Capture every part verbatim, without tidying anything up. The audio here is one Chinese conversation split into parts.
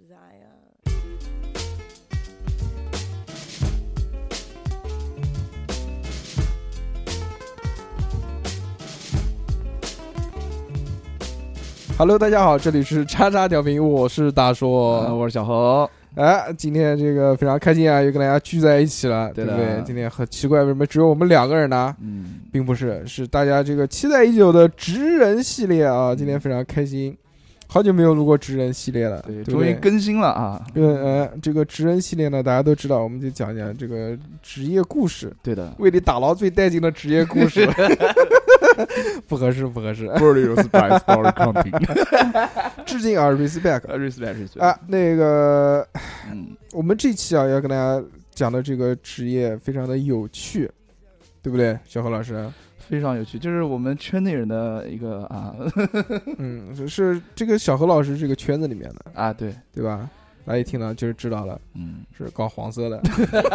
Hello， 大家好，这里是叉叉调频，我是大硕、 呃，我是小何。 哎，今天这个非常开心啊，又跟大家聚在一起了， 对, 对不对？今天很奇怪，为什么只有我们两个人呢？嗯，并不是，是大家这个期待已久的职人系列啊，今天非常开心，好久没有录过职人系列了， 对， 对， 终于更新了啊。 对，呃，这个职人系列呢，大家都知道，我们就讲讲这个职业故事。 对的， 为你打捞最带劲的职业故事。不合适，不合适。 respect story content 致敬啊 ，respect，respect，respect 啊，那个，嗯，我们这期啊要跟大家讲的这个职业非常的有趣，对不对，小何老师？ 非常有趣，就是我们圈内人的一个啊， 嗯，是这个小何老师这个圈子里面的啊，对对吧？大家一听到就是知道了，嗯，是搞黄色的。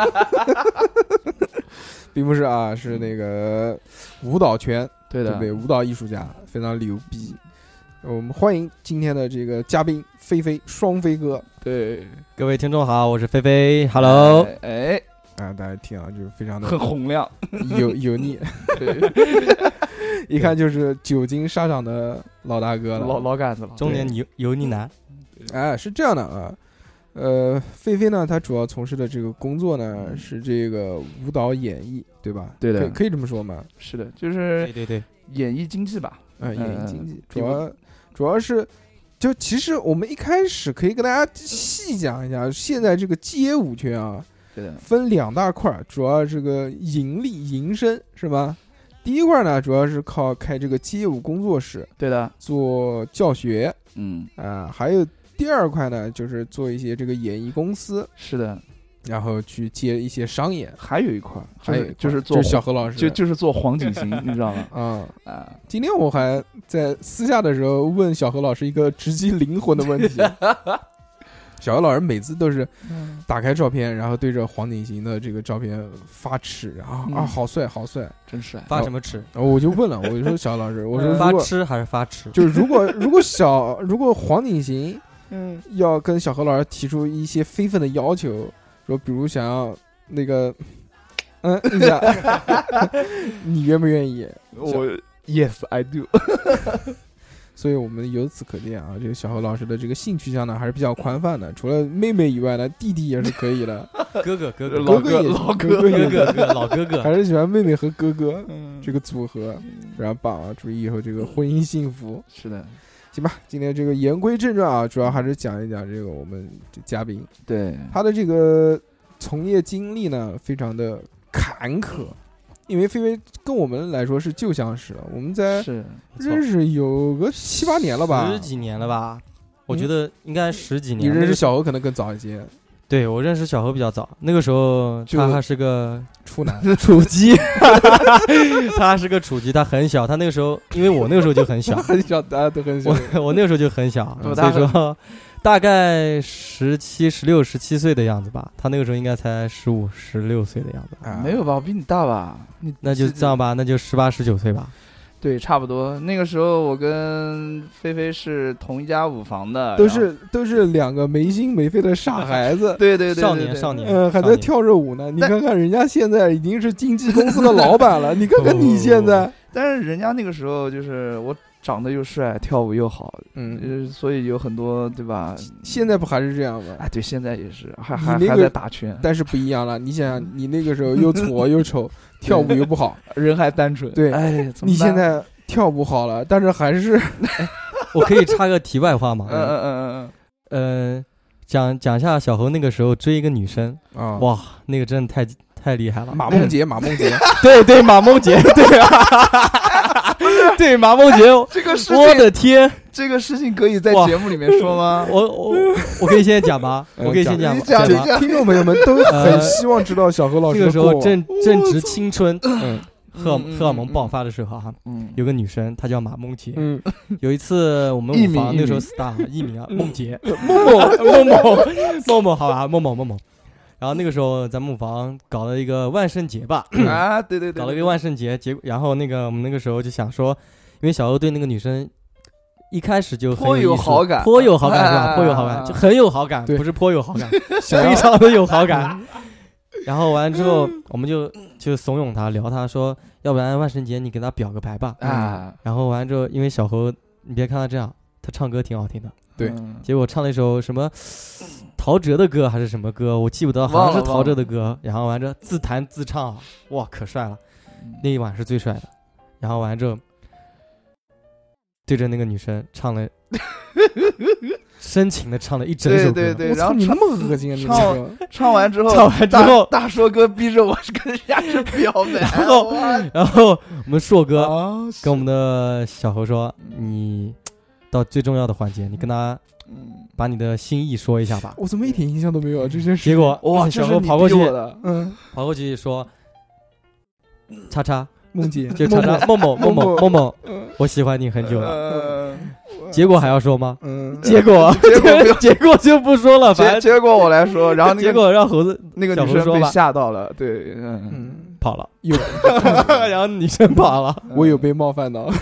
并不是啊，是那个舞蹈圈， 对的， 对不对？舞蹈艺术家非常牛逼。我们欢迎今天的这个嘉宾菲菲，双飞哥。 对， 各位听众好，我是菲菲 ，Hello。 哎， 啊，大家听啊，就是非常的很洪亮， 油油腻，对，一看就是久经沙场的老大哥了， 老老杆子了， 中年油油腻男。 哎，是这样的啊。呃，菲菲呢，她主要从事的这个工作呢是这个舞蹈演绎，对吧？ 对的， 可以可以这么说吗？ 是的，就是对对对， 演艺经济吧， 嗯，演艺经济，主要主要是，就其实我们一开始可以跟大家细讲一下，现在这个街舞圈啊， 对的， 分两大块，主要这个盈利营生是吧？第一块呢，主要是靠开这个街舞工作室， 对的， 做教学， 嗯啊，还有。第二块呢，就是做一些这个演艺公司， 是的， 然后去接一些商演。 还有一块， 还有就是做就是小何老师， 就就是做黄景行，你知道吗？ 啊啊！今天我还在私下的时候问小何老师一个直击灵魂的问题。小何老师每次都是打开照片，然后对着黄景行的这个照片发痴，然后、嗯、啊，好帅，好帅， 真帅！ 发什么痴？ 然后我就问了，我就说小何老师，我说发痴还是发痴？ 就是如果如果小如果黄景行。嗯，要跟小何老师提出一些非分的要求，说比如想要那个，嗯一下，你愿不愿意？ 我 Yes I do 。 所以我们由此可见啊，这个小何老师的这个性取向呢还是比较宽泛的，除了妹妹以外呢，弟弟也是可以的。 哥哥哥哥哥哥也老哥哥哥哥老哥哥， 还是喜欢妹妹和哥哥、嗯、这个组合，非常棒啊！祝以后这个婚姻幸福。 是的。 行吧，今天这个言归正传啊，主要还是讲一讲这个我们这嘉宾， 对他的这个从业经历呢，非常的坎坷，因为菲菲跟我们来说是旧相识了，我们在认识有个七八年了吧， 十几年了吧，我觉得应该十几年。 你认识小何可能更早一些。 对，我认识小何比较早，那个时候他还是个处男处鸡，他还是个处鸡，他很小，他那个时候，因为我那个时候就很小， 很小，大家都很小， 我我那个时候就很小，嗯、所以说大概十七、十六、十七岁的样子吧，他那个时候应该才十五、十六岁的样子、 啊，没有吧？我比你大吧？你那就这样吧，那就十八、十九岁吧。 对，差不多。那个时候我跟菲菲是同一家舞房的， 都是都是两个没心没肺的傻孩子。 对对 对, 对, 对, 对， 少年少年， 嗯，还在跳着舞呢。你看看人家现在已经是经纪公司的老板了，你看看你现在。 但是人家那个时候就是我长得又帅，跳舞又好，嗯，所以有很多对吧？ 现在不还是这样吗？ 哎，对，现在也是，还还还在打圈， 但是不一样了。你想想，你那个时候又矬又丑，跳舞又不好， 人还单纯。 对， 哎， 你现在跳舞好了，但是还是， 我可以插个题外话吗？ 嗯嗯嗯嗯嗯，呃，讲讲一下小侯那个时候追一个女生啊，哇，那个真的太太厉害了。 马梦洁，马梦洁， 对对，马梦洁，对啊，对马梦洁， 这个事情， 我的天， 这个事情可以在节目里面说吗？ 我我我可以先讲吗？我可以先讲吗？ 讲讲听众朋友们都很希望知道小何老师那个时候正正值青春，嗯。荷荷尔蒙爆发的时候哈，嗯，有个女生她叫马梦洁，嗯，有一次我们舞房那个时候 star 艺名啊，梦洁，梦梦梦梦梦梦好吧，梦梦梦梦，然后那个时候咱们舞房搞了一个万圣节吧， 啊，对对对， 搞了一个万圣节，结果然后那个我们那个时候就想说，因为小欧对那个女生一开始就颇有好感， 颇有好感是吧？颇有好感，就很有好感，不是颇有好感，非常的有好感。然后完了之后，我们就就怂恿他聊，他说，要不然万圣节你给他表个白吧。啊。然后完了之后，因为小猴，你别看他这样，他唱歌挺好听的。 对。 结果唱了一首什么陶喆的歌还是什么歌，我记不得，好像是陶喆的歌。然后完了之后自弹自唱，哇，可帅了！那一晚是最帅的。然后完了之后，对着那个女生唱了。深情的唱了一整首歌， 对对对，然后你那么恶心啊！你唱唱完之后， 唱完之后， 大硕哥逼着我跟人家去表白， 然后然后我们硕哥跟我们的小猴说：“你到最重要的环节，你跟他把你的心意说一下吧。” 我怎么一点印象都没有这件事？ 结果哇，小猴跑过去， 嗯， 跑过去说：“叉叉。” 梦姐就叉叉梦梦梦梦梦梦，我喜欢你很久了。结果还要说吗？嗯，结果结果结果就不说了，反正结果我来说，然后结果让猴子那个女生被吓到了，对，嗯， 跑了， 有， 然后女生跑了， 我有被冒犯到。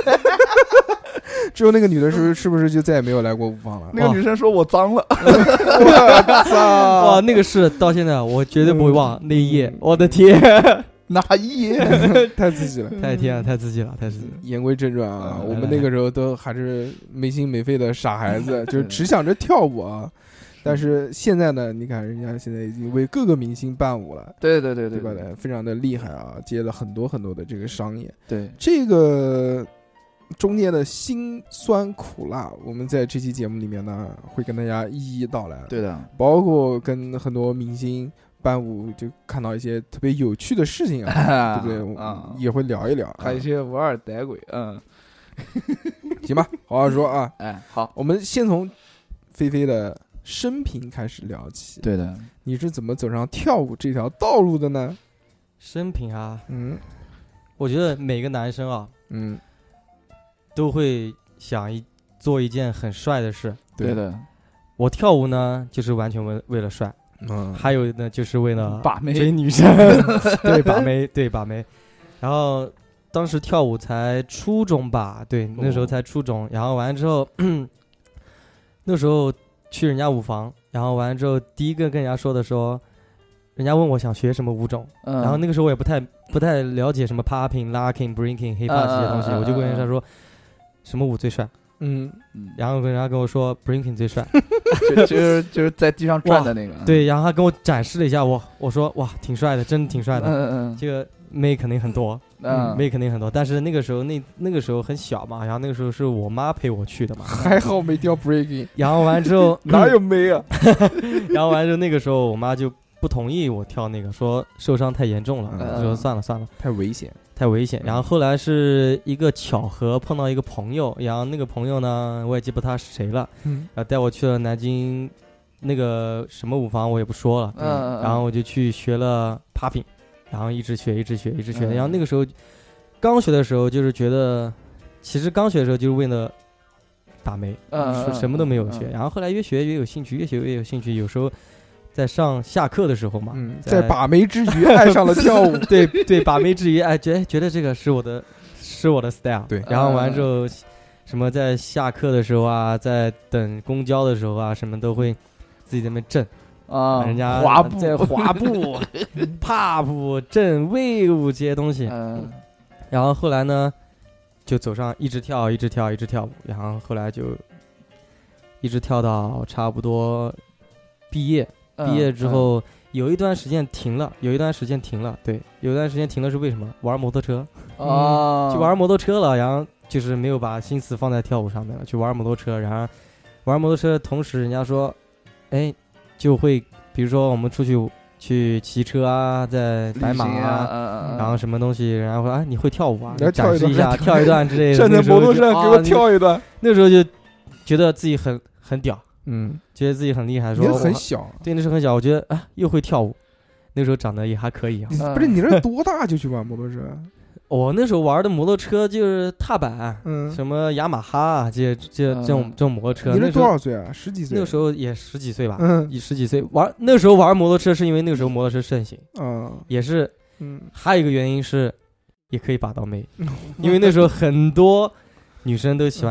之后那个女的是是不是就再也没有来过五房了？ 那个女生说我脏了， 我操！哇，那个是到现在我绝对不会忘那一页，我的天！ 哪一页？ 太刺激了， 太天了，太刺激了，太刺激了。 言归正传啊，我们那个时候都还是没心没肺的傻孩子，就是只想着跳舞啊。但是现在呢，你看人家现在已经为各个明星伴舞了， 对对对对吧？非常的厉害啊，接了很多很多的这个商演。 对这个中间的辛酸苦辣，我们在这期节目里面呢会跟大家一一道来。 对的， 包括跟很多明星伴舞就看到一些特别有趣的事情啊，对不对？啊，也会聊一聊， 还有一些无二歹鬼，嗯， 行吧，好好说啊。 哎，好， 我们先从菲菲的生平开始聊起。 对的， 你是怎么走上跳舞这条道路的呢？ 生平啊， 嗯， 我觉得每个男生啊， 嗯， 都会想一做一件很帅的事。 对的， 我跳舞呢，就是完全为为了帅。 嗯， 还有呢，就是为了把妹追女生，对把妹，对把妹。然后当时跳舞才初中吧，对，那时候才初中。然后完了之后，那时候去人家舞房，然后完了之后，第一个跟人家说的说，人家问我想学什么舞种，嗯、然后那个时候我也不太不太了解什么 popping、locking、breaking、hip hop 这些东西，嗯、我就跟人家说，什么舞最帅？嗯，然后人家跟我说 breaking 最帅， 就就是就是在地上转的那个。 对，然后他跟我展示了一下，我我说哇，挺帅的，真的挺帅的。嗯嗯，这个妹肯定很多，嗯，妹肯定很多。但是那个时候那那个时候很小嘛，然后那个时候是我妈陪我去的嘛， 还好没跳 breaking。 然后完之后哪有妹啊？ 然后完之后那个时候我妈就不同意我跳那个，说受伤太严重了，嗯、说算了算了， 太危险。 太危险，然后后来是一个巧合碰到一个朋友，然后那个朋友呢，我也记不他是谁了，嗯，然后带我去了南京那个什么舞房，我也不说了，嗯，然后我就去学了 popping， 然后一直学，一直学，一直学，嗯、然后那个时候刚学的时候就是觉得，其实刚学的时候就是为了打妹，嗯，什么都没有学，嗯、然后后来越学越有兴趣，越学越有兴趣，有时候。在上下课的时候嘛， 嗯、在, 在把妹之余爱上了跳舞， 对对，把妹之余哎，觉觉得这个是我的，是我的 style， 对。然后完之后，什么在下课的时候啊，在等公交的时候啊，什么都会自己在那边震啊，人家滑步、 在滑步、pop、震、wave 这些东西。嗯。然后后来呢，就走上一直跳，一直跳，一直跳舞，然后后来就一直跳到差不多毕业。毕业之后、嗯嗯、有一段时间停了，有一段时间停了，对，有一段时间停了是为什么？玩摩托车，哦、嗯，去玩摩托车了，然后就是没有把心思放在跳舞上面了，去玩摩托车，然后玩摩托车的同时，人家说，哎，就会比如说我们出去去骑车啊，在白马啊，啊嗯、然后什么东西，然后说啊，你会跳舞啊，展示一下，跳一段之类的， 站在摩托车上给我跳一段， 那时候就觉得自己很很屌。 嗯， 觉得自己很厉害，说你很小， 对，那时候很小，我觉得啊，又会跳舞，那时候长得也还可以啊。 不是你这多大就去玩摩托车？ 我那时候玩的摩托车就是踏板，嗯，什么雅马哈，这这这种这种摩托车。 你是多少岁啊？十几岁？ 那时候也十几岁吧，嗯，十几岁玩。那时候玩摩托车是因为那个时候摩托车盛行，嗯，也是，嗯，还有一个原因是，也可以把到妹，因为那时候很多女生都喜欢。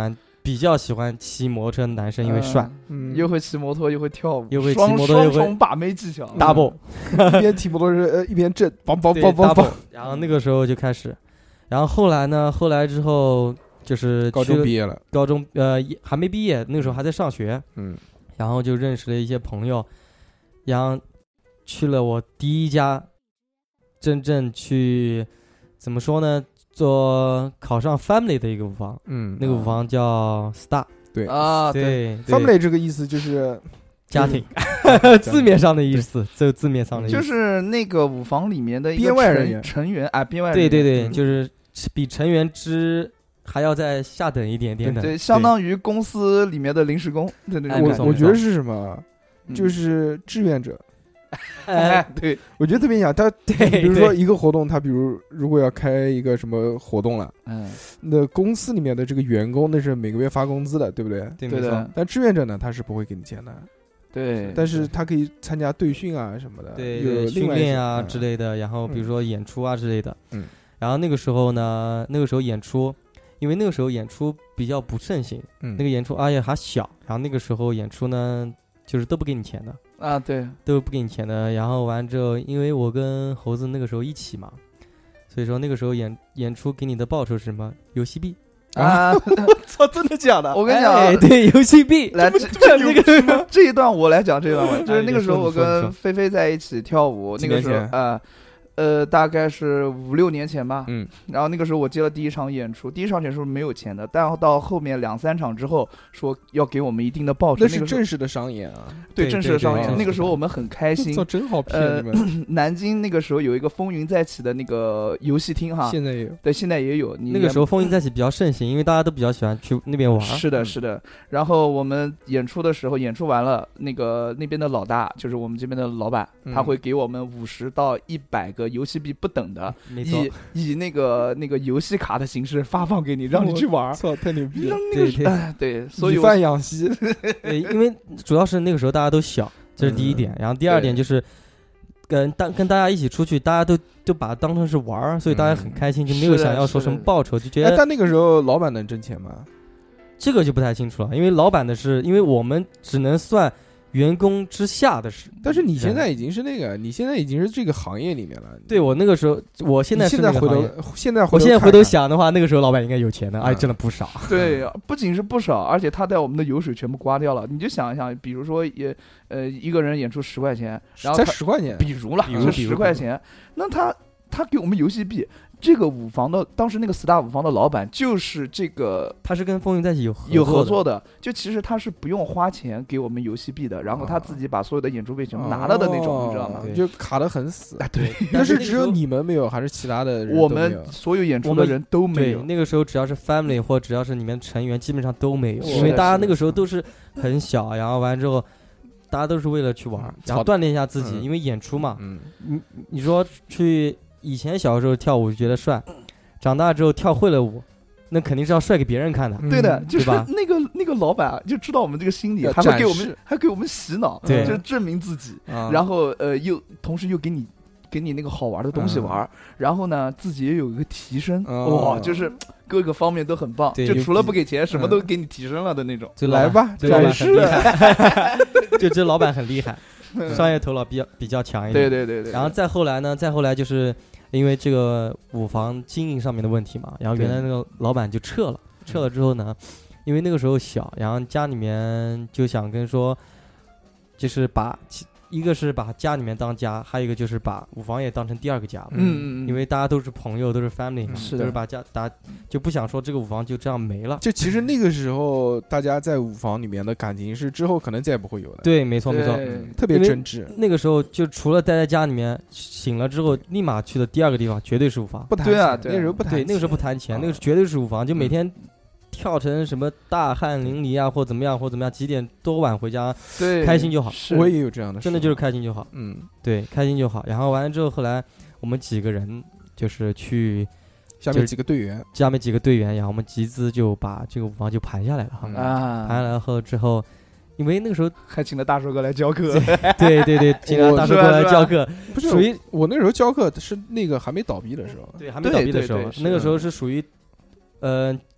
比较喜欢骑摩托车的男生，因为帅， 嗯，又会骑摩托又会跳舞， 又会骑摩托又会双重把妹技巧 ，double， 一边骑摩托车呃一边震，梆梆梆梆梆。 然后那个时候就开始，然后后来呢，后来之后就是高中毕业了， 高中呃还没毕业，那个时候还在上学， 嗯， 然后就认识了一些朋友，然后去了我第一家真正去怎么说呢？做考上 family 的一个舞房， 嗯， 那个舞房叫 star， 对啊， 对 ，family 这个意思就是家庭，字面上的意思，就字面上的意思， 就是那个舞房里面的一个编外人员成员啊，编外人员，对对对， 嗯、 就是比成员之还要再下等一点点的， 对，相当于公司里面的临时工，对对， 我我觉得是什么，就是志愿者。 哎，对， 我觉得特别像他， 对， 比如说一个活动，他比如如果要开一个什么活动了， 嗯， 那公司里面的这个员工那是每个月发工资的，对不对？ 对，没错。 但志愿者呢，他是不会给你钱的， 对。 但是他可以参加队训啊什么的， 对， 有训练啊之类的，然后比如说演出啊之类的， 嗯。 然后那个时候呢，那个时候演出，因为那个时候演出比较不盛行， 嗯， 那个演出而且还小，然后那个时候演出呢，就是都不给你钱的。 啊，对， 都不给你钱的。然后完之后，因为我跟猴子那个时候一起嘛，所以说那个时候演演出给你的报酬是什么？游戏币啊！ 操，真的假的？ 我跟你讲， 哎、对，游戏币。 来，这那个这一段我来讲这一段吧，就是那个时候我哎跟菲菲在一起跳舞，那个时候啊。呃呃，大概是五六年前吧， 嗯， 然后那个时候我接了第一场演出，第一场演出没有钱的，但到后面两三场之后，说要给我们一定的报酬， 那是正式的商演啊， 对，正式的商演， 对对对那个时候我们很开心， 真好骗你们。 呃、南京那个时候有一个风云再起的那个游戏厅哈， 现在也有， 对，现在也有。你那个时候风云再起比较盛行，因为大家都比较喜欢去那边玩。 是的，是的。然后我们演出的时候，演出完了，那个那边的老大，就是我们这边的老板， 嗯、 他会给我们五十到一百个游戏币不等的，以以那个那个游戏卡的形式发放给你，让你去玩。 操，太牛逼了！ 对对、哎、对，所以以饭养息。 对，因为主要是那个时候大家都小，这是第一点。嗯、然后第二点就是跟大跟大家一起出去，大家都就把它当成是玩，所以大家很开心，嗯、就没有想要说什么报酬，就觉得。 哎，但那个时候老板能挣钱吗？ 这个就不太清楚了，因为老板的是，因为我们只能算。员工之下的事， 但是你现在已经是那个，你现在已经是这个行业里面了。 对，我那个时候，我现在是那个行业。 现在我现在回头想的话，那个时候老板应该有钱的，哎，真的不少。 对，不仅是不少，而且他带我们的油水全部刮掉了。你就想一想，比如说也呃一个人演出十块钱，然后才十块钱， 比如了，是十块钱，那他他给我们游戏币。这个舞房的当时那个 star 舞房的老板就是这个， 他是跟风云在一起有合有合作的，就其实他是不用花钱给我们游戏币的，然后他自己把所有的演出费全部拿了的那种， 哦、 你知道吗？ 就卡得很死。 啊、对， 但是只有你们没有，还是其他的人我们所有演出的人都没有。 对，那个时候只要是 family 或只要是里面成员，基本上都没有，因为大家那个时候都是很小，然后完之后。大家都是为了去玩，然后锻炼一下自己， 嗯、 因为演出嘛。 嗯， 你你说去以前小时候跳舞觉得帅，长大之后跳会了舞，那肯定是要帅给别人看的。 对的，就是吧？ 那个那个老板就知道我们这个心理，还会给我们还给我们洗脑， 对， 就证明自己。 啊、 然后呃，又同时又给你给你那个好玩的东西玩，嗯、然后呢自己也有一个提升， 哦、 哇，就是各个方面都很棒。就除了不给钱，什么都给你提升了的那种。 就来吧， 展示。就这老板很厉害，商业头脑比较比较强一点。 对对对对。 然后再后来呢，再后来就是因为这个舞房经营上面的问题嘛，然后原来那个老板就撤了，撤了之后呢，因为那个时候小，然后家里面就想跟说，就是把一个是把家里面当家，还有一个就是把舞房也当成第二个家了。 嗯嗯。 因为大家都是朋友，都是 family 嘛， 是都是把家大家就不想说这个舞房就这样没了。 就其实那个时候大家在舞房里面的感情是之后可能再也不会有的。 对，没错没错， 特别真挚。 那个时候就除了待在家里面，醒了之后立马去的第二个地方绝对是舞房。 不谈对啊， 那时候不谈， 对，那个时候不谈钱，那个绝对是舞房，就每天。跳成什么大汗淋漓啊，或怎么样，或怎么样，几点多晚回家， 对， 开心就好。 我也有这样的， 真的就是开心就好。 嗯， 对，开心就好。然后完了之后，后来我们几个人就是去下面几个队员， 下面几个队员，然后我们集资就把这个舞房就盘下来了。 嗯、 啊， 盘下来后之后，因为那个时候还请了大寿哥来教课。 对对对，请了大寿哥来教课， 不是属于我那时候教课是那个还没倒闭的时候， 对，还没倒闭的时候，那个时候是属于呃。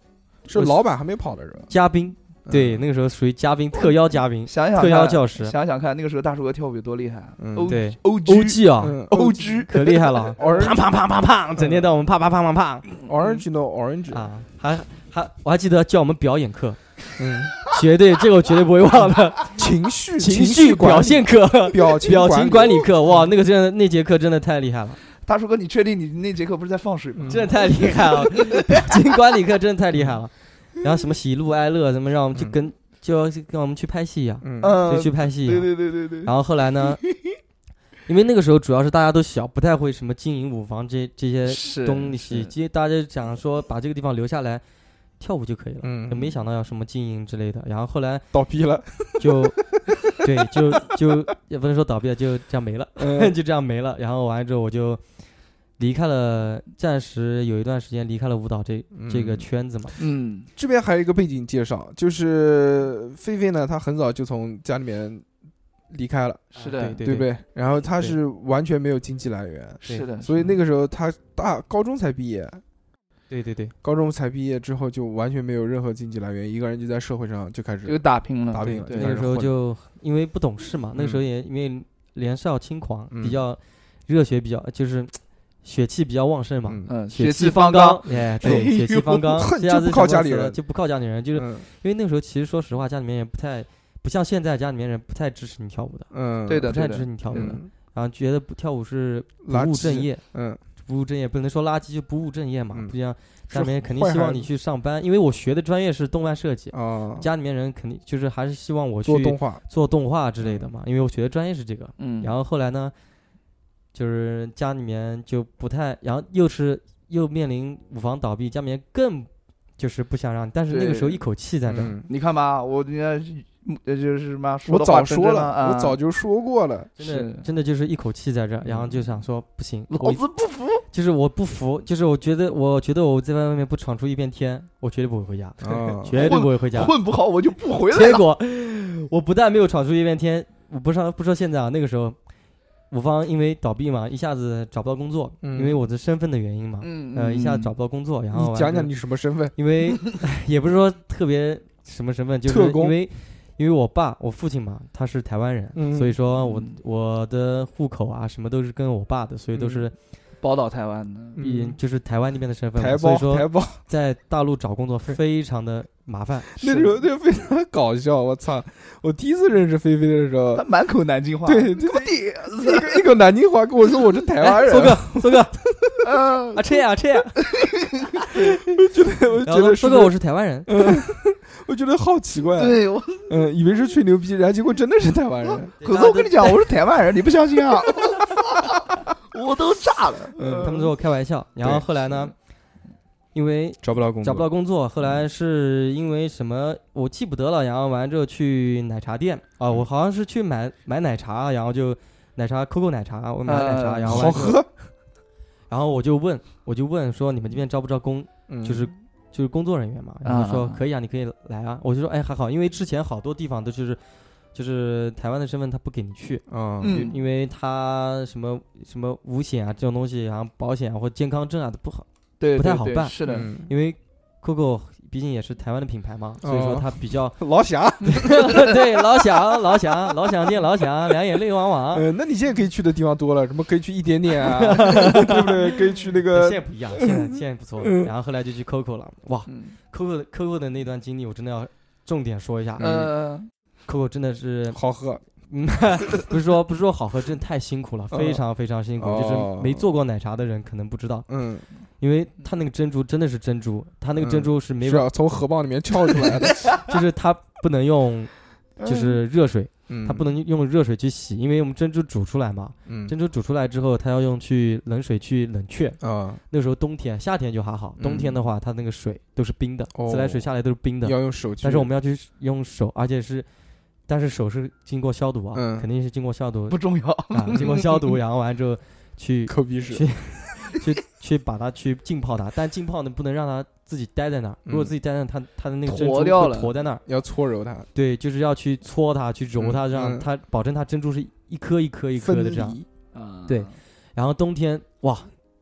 是老板还没跑的时候， 嘉宾。对，那个时候属于嘉宾，特邀嘉宾， 想想特邀教师。 想想看，那个时候大叔哥跳舞有多厉害啊！ 嗯，对 ，O O G 啊 ，O G 可厉害了，砰砰砰砰砰，整天到我们啪啪砰砰砰 ，Orange no Orange 啊，还还我还记得教我们表演课，嗯，绝对这个我绝对不会忘的， 情绪情绪表现课， 表情表情管理课，哇，那个真的那节课真的太厉害了。 大叔哥，你确定你那节课不是在放水吗？ 真的太厉害了，表情管理课真的太厉害了。然后什么喜怒哀乐，什么让我们去跟。就跟我们去拍戏一样，嗯，就去拍戏， 对对对对对。 然后后来呢，因为那个时候主要是大家都小，不太会什么经营舞房这这些东西，其实大家就想说把这个地方留下来跳舞就可以了，嗯，就没想到要什么经营之类的。然后后来倒闭了， 就对，就就也不能说倒闭了，就这样没了，嗯、就这样没了。然后完了之后我就。离开了，暂时有一段时间离开了舞蹈这、嗯、这个圈子嘛。 嗯， 这边还有一个背景介绍，就是菲菲呢，她很早就从家里面离开了， 是的， 对对不对？然后她是完全没有经济来源， 是的， 所以那个时候她大高中才毕业， 对对对， 高中才毕业之后就完全没有任何经济来源，一个人就在社会上就开始就打拼了， 打拼了。 那个时候就因为不懂事嘛，嗯、那个时候也因为年少轻狂，嗯、比较热血，比较就是。血气比较旺盛嘛， 嗯， 血气方刚， 哎，对，血气方刚， 就不靠家里人， 就不靠家里人，就是因为那个时候其实说实话，家里面也不太不像现在家里面人不太支持你跳舞的， 嗯， 对的， 不太支持你跳舞的，然后觉得跳舞是不务正业， 嗯， 不务正业不能说垃圾，就不务正业嘛，不像家里面肯定希望你去上班，因为我学的专业是动漫设计啊，家里面人肯定就是还是希望我去做动画、 做动画之类的嘛，因为我学的专业是这个，嗯，然后后来呢。就是家里面就不太，然后又是又面临舞房倒闭，家里面更就是不想让，但是那个时候一口气在这、嗯， 你看吧，我应该就是什么， 我早说了， 啊、 我早就说过了， 真的真的就是一口气在这，然后就想说不行， 老子不服， 就是我不服，就是我觉得我觉得我在外面不闯出一片天，我绝对不会回家， 哦、 绝对不会回家， 混不好我就不回来了。 结果我不但没有闯出一片天，我不说不说现在啊，那个时候。舞方因为倒闭嘛，一下子找不到工作，嗯、因为我的身份的原因嘛，嗯、呃，一下子找不到工作。然后你讲讲你什么身份？ 因为也不是说特别什么身份，就是因为因为我爸我父亲嘛，他是台湾人，嗯、所以说我我的户口啊什么都是跟我爸的，所以都是。 宝岛台湾的， 嗯，就是台湾那边的身份， 台所以说台胞在大陆找工作非常的麻烦。 那时候就非常搞笑，我操！我第一次认识菲菲的时候， 他满口南京话， 对对对，一个一口南京话跟我说我是台湾人， 搜哥搜哥，啊切呀切呀， 我觉得我觉得搜哥我是台湾人， 我觉得好奇怪， 对我嗯以为是吹牛逼，然后结果真的是台湾人。 可是我跟你讲，我是台湾人，你不相信啊？我都炸了， 嗯，他们说我开玩笑，然后后来呢，因为找不到工作， 找不到工作，后来是因为什么我记不得了，然后完了之后去奶茶店啊，我好像是去买买奶茶，然后就奶茶 C O C O 奶茶，我买奶茶，然后好喝， 然后我就问我就问说你们这边招不招工，就是就是工作人员嘛，然后说可以啊，你可以来啊，我就说哎还好，因为之前好多地方都是。就是台湾的身份他不给你去啊，嗯，因为他什么什么五险啊这种东西，然后保险啊或健康证啊都不好， 对， 不太好办。 是的， 因为 C O C O 毕竟也是台湾的品牌嘛，所以说他比较老想， 对，老想老想老想见老想，两眼泪汪汪。 呃，那你现在可以去的地方多了，什么可以去一点点啊，对不对？可以去那个。 现在不一样，现在现在不错。然后后来就去 C O C O 了，哇 ，C O C O 的 C O C O 的那段经历，我真的要重点说一下。 嗯。 C O C O 真的是好喝， 嗯，不是说不是说好喝，真的太辛苦了，非常非常辛苦。就是没做过奶茶的人可能不知道，嗯，因为它那个珍珠真的是珍珠，它那个珍珠是没法从河蚌里面撬出来的， 就是它不能用，就是热水，它不能用热水去洗，因为我们珍珠煮出来嘛，珍珠煮出来之后，它要用去冷水去冷却啊。那时候冬天，夏天就还好，冬天的话，它那个水都是冰的，自来水下来都是冰的， 要用手去， 但是我们要去用手，而且是。但是手是经过消毒啊，嗯、肯定是经过消毒， 不重要啊，经过消毒，然后完之后去抠鼻屎， 去去去把它去浸泡它，但浸泡呢不能让它自己待在那儿，如果自己待在那儿，它它的那个珍珠会坨在那儿， 要搓揉它， 对，就是要去搓它，去揉它，这样它保证它珍珠是一颗一颗一颗的这样，对，然后冬天哇，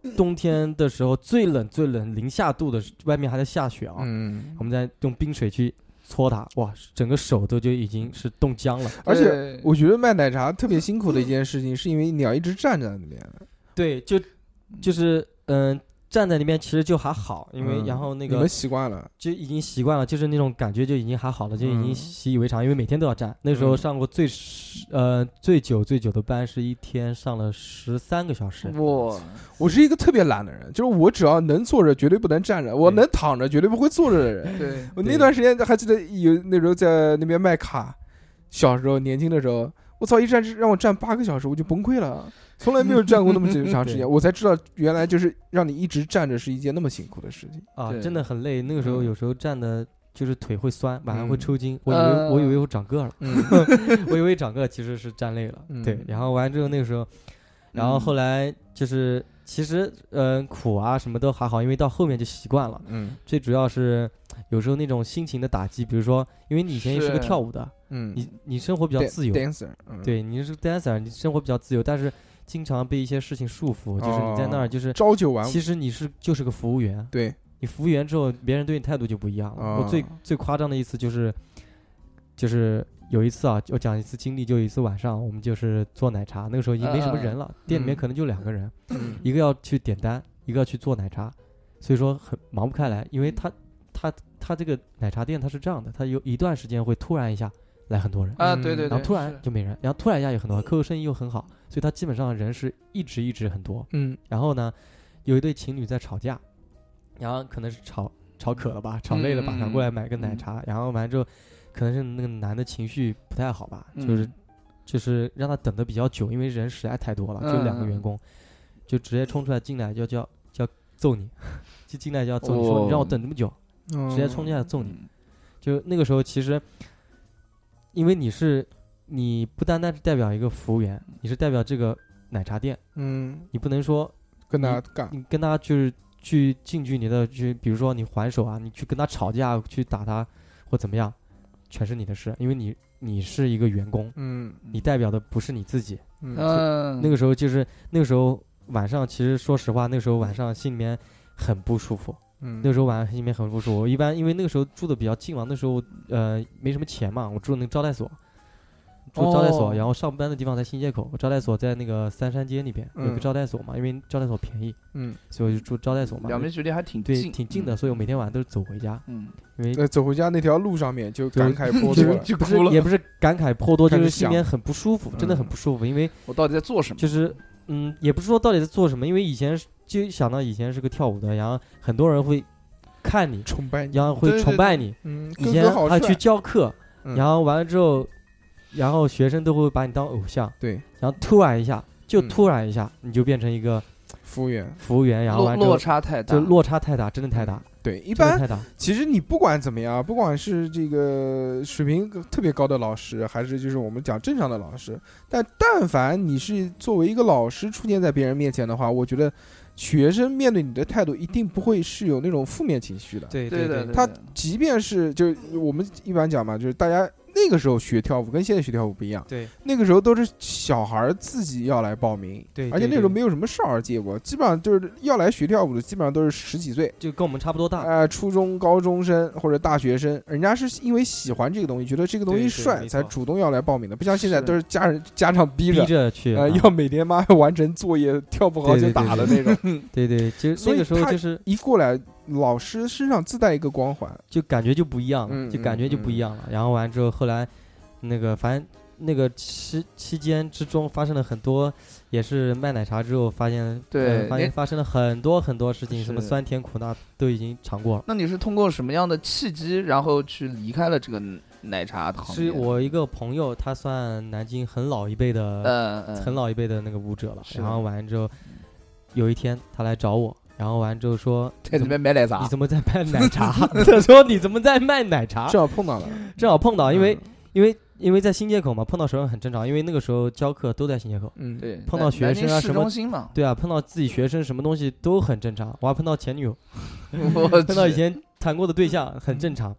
冬天的时候最冷最冷零下度的，外面还在下雪啊， 嗯， 我们在用冰水去搓它，哇，整个手都就已经是冻僵了。 而且我觉得卖奶茶特别辛苦的一件事情，是因为你要一直站在那边。 对，就就是嗯。站在那边其实就还好，因为然后那个你们习惯了， 就已经习惯了，就是那种感觉就已经还好了，就已经习以为常。因为每天都要站，那时候上过最呃最久最久的班是一天上了十三个小时。 哇！ 我是一个特别懒的人，就是我只要能坐着，绝对不能站着；我能躺着，绝对不会坐着的人。 对， 我那段时间还记得有那时候在那边卖卡，小时候年轻的时候，我操，一站让我站八个小时，我就崩溃了。从来没有站过那么长时间，我才知道原来就是让你一直站着是一件那么辛苦的事情啊，真的很累。那个时候有时候站的就是腿会酸，晚上会抽筋。我以为我以为我长个了，我以为长个其实是站累了。对，然后完之后那个时候，然后后来就是其实嗯苦啊什么都还好，因为到后面就习惯了。嗯，最主要是有时候那种心情的打击，比如说因为你以前也是个跳舞的，嗯，你你生活比较自由 ，dancer， 对，你是 dancer， 你生活比较自由，但是。经常被一些事情束缚，就是你在那儿就是朝九晚五， 其实你是就是个服务员。 对， 你服务员之后，别人对你态度就不一样了。我最最夸张的一次就是，就是有一次啊，我讲一次经历，就有一次晚上我们就是做奶茶，那个时候已经没什么人了，店里面可能就两个人，一个要去点单，一个要去做奶茶，所以说很忙不开来，因为他他他这个奶茶店他是这样的，他有一段时间会突然一下。来很多人啊，对对对， 然后突然就没人，然后突然一下有很多人，客户生意又很好，所以他基本上人是一直一直很多。嗯，然后呢，有一对情侣在吵架，然后可能是吵吵渴了吧，吵累了吧，想过来买个奶茶，嗯、然后完之后，可能是那个男的情绪不太好吧，嗯、就是就是让他等的比较久，因为人实在太多了，嗯、就两个员工，就直接冲出来进来就叫就要揍你，就进来就要揍你，说你让我等这么久，哦、直接冲进来揍你，就那个时候其实。因为你是，你不单单是代表一个服务员，你是代表这个奶茶店，嗯，你不能说跟他干， 你跟他就是去近距离的去，比如说你还手啊，你去跟他吵架，去打他或怎么样，全是你的事，因为你你是一个员工，嗯，你代表的不是你自己，嗯，那个时候就是那个时候晚上，其实说实话，那个时候晚上心里面很不舒服。嗯，那个时候晚上心里面很不舒服。一般因为那个时候住的比较近嘛，那时候呃没什么钱嘛，我住那个招待所，住招待所，哦、然后上班的地方在新街口，招待所在那个三山街那边、嗯、有个招待所嘛，因为招待所便宜，嗯，所以我就住招待所嘛。 两边距离还挺近， 对，挺近的，所以我每天晚上都是走回家，嗯，因为、 呃、走回家那条路上面就感慨颇多了， 就不是也不是感慨颇多，就是心里面很不舒服，真的很不舒服，因为我到底在做什么？ 就是嗯，也不是说到底在做什么，因为以前就想到以前是个跳舞的，然后很多人会。看你崇拜你， 然后会崇拜你。 嗯， 以前还去教课，嗯、然后完了之后，然后学生都会把你当偶像。 对， 然后突然一下，就突然一下，嗯、你就变成一个服务员。 服务员，然后完之后落差太大， 就落差太大，真的太大。 对，一般其实你不管怎么样，不管是这个水平特别高的老师，还是就是我们讲正常的老师，但但凡你是作为一个老师出现在别人面前的话，我觉得。学生面对你的态度一定不会是有那种负面情绪的， 对对对， 他即便是就我们一般讲嘛，就是大家那个时候学跳舞跟现在学跳舞不一样， 对， 那个时候都是小孩自己要来报名， 对， 而且那时候没有什么少儿结果，基本上就是要来学跳舞的，基本上都是十几岁， 就跟我们差不多大， 呃，初中高中生或者大学生，人家是因为喜欢这个东西，觉得这个东西帅，才主动要来报名的，不像现在都是家人家长逼着逼着去， 呃，要每天妈完成作业，跳不好就打的那种， 对对，其实那个时候就是一过来。老师身上自带一个光环， 就感觉就不一样了，嗯、就感觉就不一样了。嗯、然后完之后，后来那个反正那个期期间之中发生了很多，也是卖奶茶之后发现， 对， 呃、发现发生了很多很多事情，什么酸甜苦辣都已经尝过了。 那你是通过什么样的契机，然后去离开了这个奶茶行业？ 是我一个朋友，他算南京很老一辈的， 嗯嗯， 很老一辈的那个舞者了。然后完之后，有一天他来找我。然后完之后说在这边卖奶茶， 你怎么在卖奶茶？他说你怎么在卖奶茶？ 正好碰到了， 正好碰到，因为、嗯、因为因为在新街口嘛，碰到熟人很正常，因为那个时候教课都在新街口， 嗯，对， 碰到学生啊什么， 嘛对啊，碰到自己学生什么东西都很正常。我还碰到前女友，碰到以前谈过的对象很正常。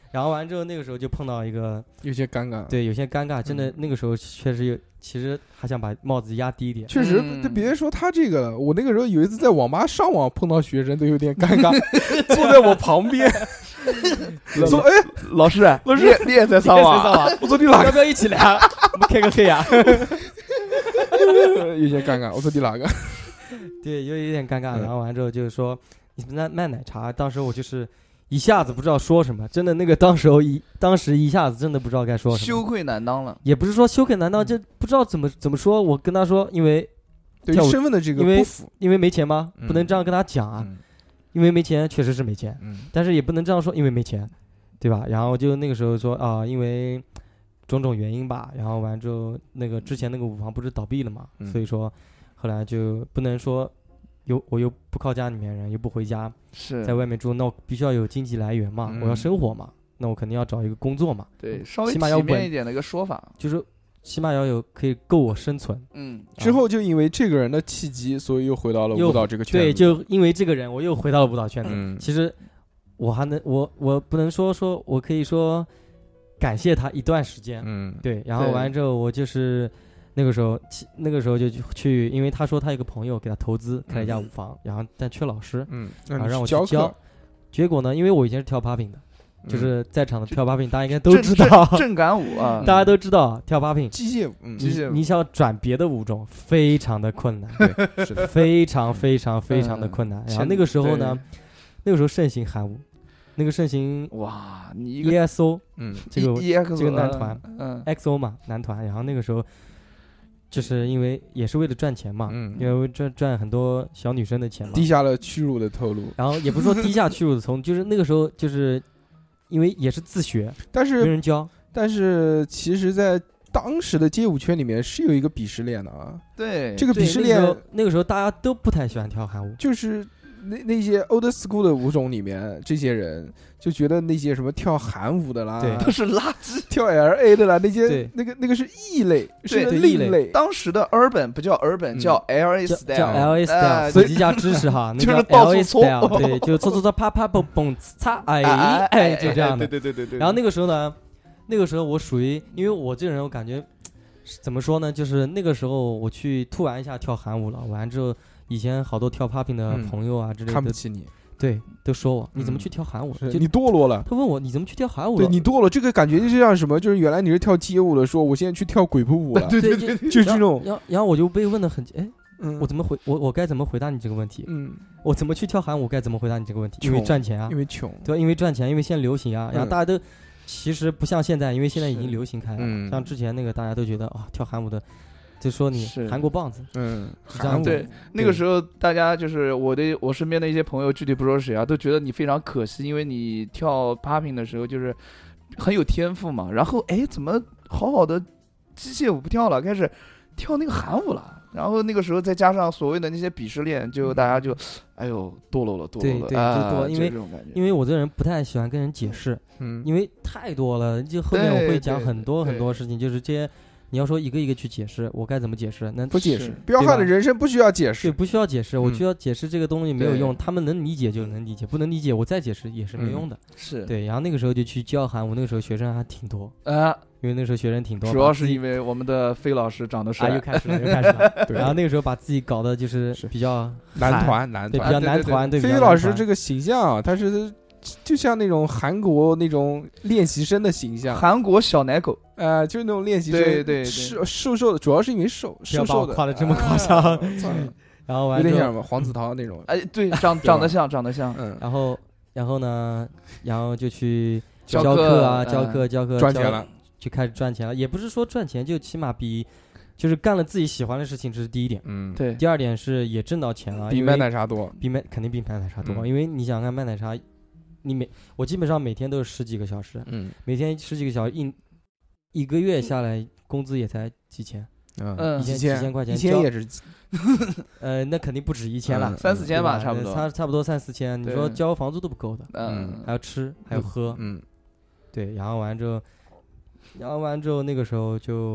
然后完之后那个时候就碰到一个有些尴尬， 对，有些尴尬，真的、嗯、那个时候确实有，其实还想把帽子压低一点。 确实，嗯、别说他这个了，我那个时候有一次在网吧上网碰到学生都有点尴尬，坐在我旁边，说：“哎， 老师， 老师， 你也在上网？ 我说你哪个？ 要不要一起来？我们开个黑啊？” 有些尴尬，我说你哪个？ 对，有有点尴尬。然后完之后就是说，你们在卖奶茶，当时我就是。一下子不知道说什么，真的那个当时候一当时一下子真的不知道该说什么， 羞愧难当了。 也不是说羞愧难当，就不知道怎么怎么说。我跟他说，因为对于身份的这个不符， 因为没钱吗？ 嗯、 不能这样跟他讲啊。 嗯、 因为没钱，确实是没钱， 嗯、 但是也不能这样说，因为没钱，对吧？然后就那个时候说啊，因为种种原因吧，然后完之后那个之前那个舞房不是倒闭了嘛， 嗯、 所以说后来就不能说。又我又不靠家里面人，又不回家， 是在外面住，那我必须要有经济来源嘛， 嗯、 我要生活嘛，那我肯定要找一个工作嘛， 对，稍微体面一点的一个说法， 就是起码要有可以够我生存。 嗯， 之后就因为这个人的契机，所以又回到了舞蹈这个圈子。 对，就因为这个人，我又回到了舞蹈圈子。 嗯、 其实我还能，我我不能说说，我可以说感谢他一段时间。 嗯， 对，然后完之后，我就是。那个时候，那个时候就去，因为他说他有个朋友给他投资开了一家舞房，嗯、然后但缺老师， 嗯， 然后让我去教教。结果呢，因为我以前是跳 popping 的，嗯、就是在场的跳 popping，大家应该都知道， 正感舞啊， 大家都知道跳 popping， 机械舞，嗯、 机械舞， 你想转别的舞种，非常的困难， 对，是的， 非常非常非常的困难。嗯、然后那个时候呢，那个时候盛行韩舞。那个盛行哇，你 E X O， 嗯， 这个 E X O 这个男团， 嗯 ，X O 嘛，男团。然后那个时候，就是因为也是为了赚钱嘛， 嗯， 因为赚赚很多小女生的钱嘛， 低下了屈辱的头颅。 然后也不是说低下屈辱的头颅，就是那个时候就是因为也是自学， 但是没人教。 但是其实，在当时的街舞圈里面是有一个鄙视链的啊。 对， 这个鄙视链， 那个，那个时候大家都不太喜欢跳韩舞， 就是。那那些 old school 的舞种里面，这些人就觉得那些什么跳韩舞的啦， 对，都是垃圾； 跳 L A 的啦，那些那个那个是异类，是另类。 当时的 urban 不叫 urban，、嗯、叫 L A style， 叫 L A style。普及一下知识哈，那就是到处搓，对，就搓搓搓，啪啪蹦蹦擦，哎哎，就这样的。 对对对对对。 然后那个时候呢，那个时候我属于，因为我这个人，我感觉怎么说呢，就是那个时候我去突然一下跳韩舞了，完之后。以前好多跳 popping 的朋友啊之类的， 看不起你， 对，都说我你怎么去跳韩舞？就你堕落了。 他问我你怎么去跳韩舞？ 对你堕落，这个感觉就像什么？就是原来你是跳街舞的，说我现在去跳鬼步舞了。 对对对， 就是这种。 然后然后我就被问的很，哎，我怎么回我我该怎么回答你这个问题？嗯，我怎么去跳韩舞？该怎么回答你这个问题？因为赚钱啊， 因为穷， 对，因为赚钱，因为现在流行啊，然后大家都其实不像现在，因为现在已经流行开了，像之前那个大家都觉得啊，跳韩舞的。就说你韩国棒子， 嗯， 是这样对。那个时候，大家就是我的我身边的一些朋友，具体不说谁啊，都觉得你非常可惜，因为你跳 popping 的时候就是很有天赋嘛。然后哎，怎么好好的机械舞不跳了，开始跳那个韩舞了？然后那个时候再加上所谓的那些鄙视链，就大家就哎呦堕落了，堕落了， 对对， 啊、 就多，因为因为我这个人不太喜欢跟人解释，嗯，因为太多了，就后面我会讲很多很多事情，就是这些。你要说一个一个去解释，我该怎么解释？那不解释，彪悍的人生不需要解释， 对，不需要解释。我需要解释这个东西没有用，他们能理解就能理解，不能理解我再解释也是没用的。 是对，然后那个时候就去教韩舞，那个时候学生还挺多啊，因为那时候学生挺多， 主要是因为我们的飞老师长得帅， 又开始了，又开始了。然后那个时候把自己搞得就是比较男团，男团比较男团。对， 飞老师这个形象，他是。就像那种韩国那种练习生的形象， 韩国小奶狗， 呃，就是那种练习生， 对对， 瘦瘦瘦的，主要是因为瘦，瘦瘦的， 夸的这么夸张，然后完有点像什么黄子韬那种， 哎，对，长长得像，长得像， 嗯， 然后然后呢，然后就去教课啊，教课教课， 赚钱了， 就开始赚钱了，也不是说赚钱，就起码比。就是干了自己喜欢的事情，这是第一点。 嗯， 对。 第二点是也挣到钱了， 比卖奶茶多， 比卖肯定比卖奶茶多，嗯、因为你想看卖奶茶，你每我基本上每天都是十几个小时， 嗯， 每天十几个小时，一一个月下来工资也才几千， 嗯， 一千几千块钱， 一千也是， 呃，那肯定不止一千了， 三四千吧，差不多， 差差不多三四千。你说交房租都不够的， 嗯， 还要吃，还要喝， 嗯， 对，然后完之后，然后完之后那个时候就。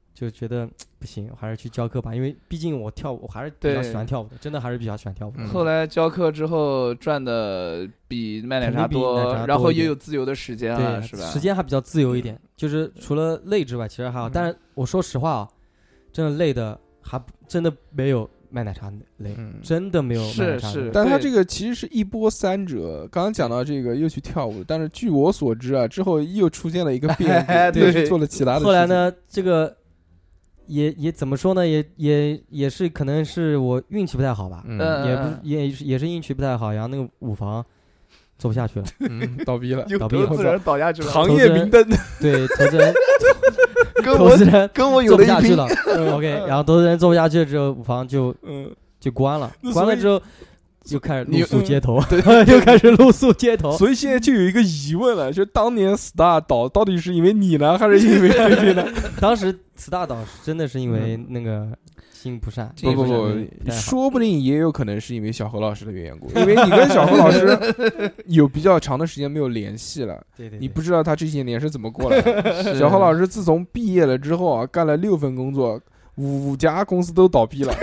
就觉得不行，我还是去教课吧，因为毕竟我跳舞，我还是比较喜欢跳舞的，真的还是比较喜欢跳舞的。 后来教课之后赚的比卖奶茶多，然后也有自由的时间了，是吧？ 时间还比较自由一点，就是除了累之外，其实还好。但是我说实话啊，真的累的还真的没有卖奶茶累，嗯、真的没有卖奶茶累。 是是， 但他这个其实是一波三折。刚刚讲到这个又去跳舞，但是据我所知啊，之后又出现了一个变故，对，去做了其他的事情。 后来呢，这个也也怎么说呢？也也也是可能是我运气不太好吧，嗯、也不也也是运气不太好，然后那个舞房做不下去了， 嗯，倒闭了， 倒闭了， 投资人倒下去了， 行业明灯， 对，投资人。 跟投资人跟我有的做不下去了、嗯、，OK， 然后投资人做不下去之后，舞房就嗯就关了，关了之后又开始露宿街头，对、嗯，又开始露宿街头。 所以现在就有一个疑问了，就当年 Star 倒到底是因为你呢，还是因为菲菲呢？ 当时 Star 倒真的是因为那个心不善， 不不不，说不定也有可能是因为小何老师的缘故，因为你跟小何老师有比较长的时间没有联系了， 对 对, 对， 你不知道他这些年是怎么过来的。小何老师自从毕业了之后啊，干了六份工作，五家公司都倒闭了，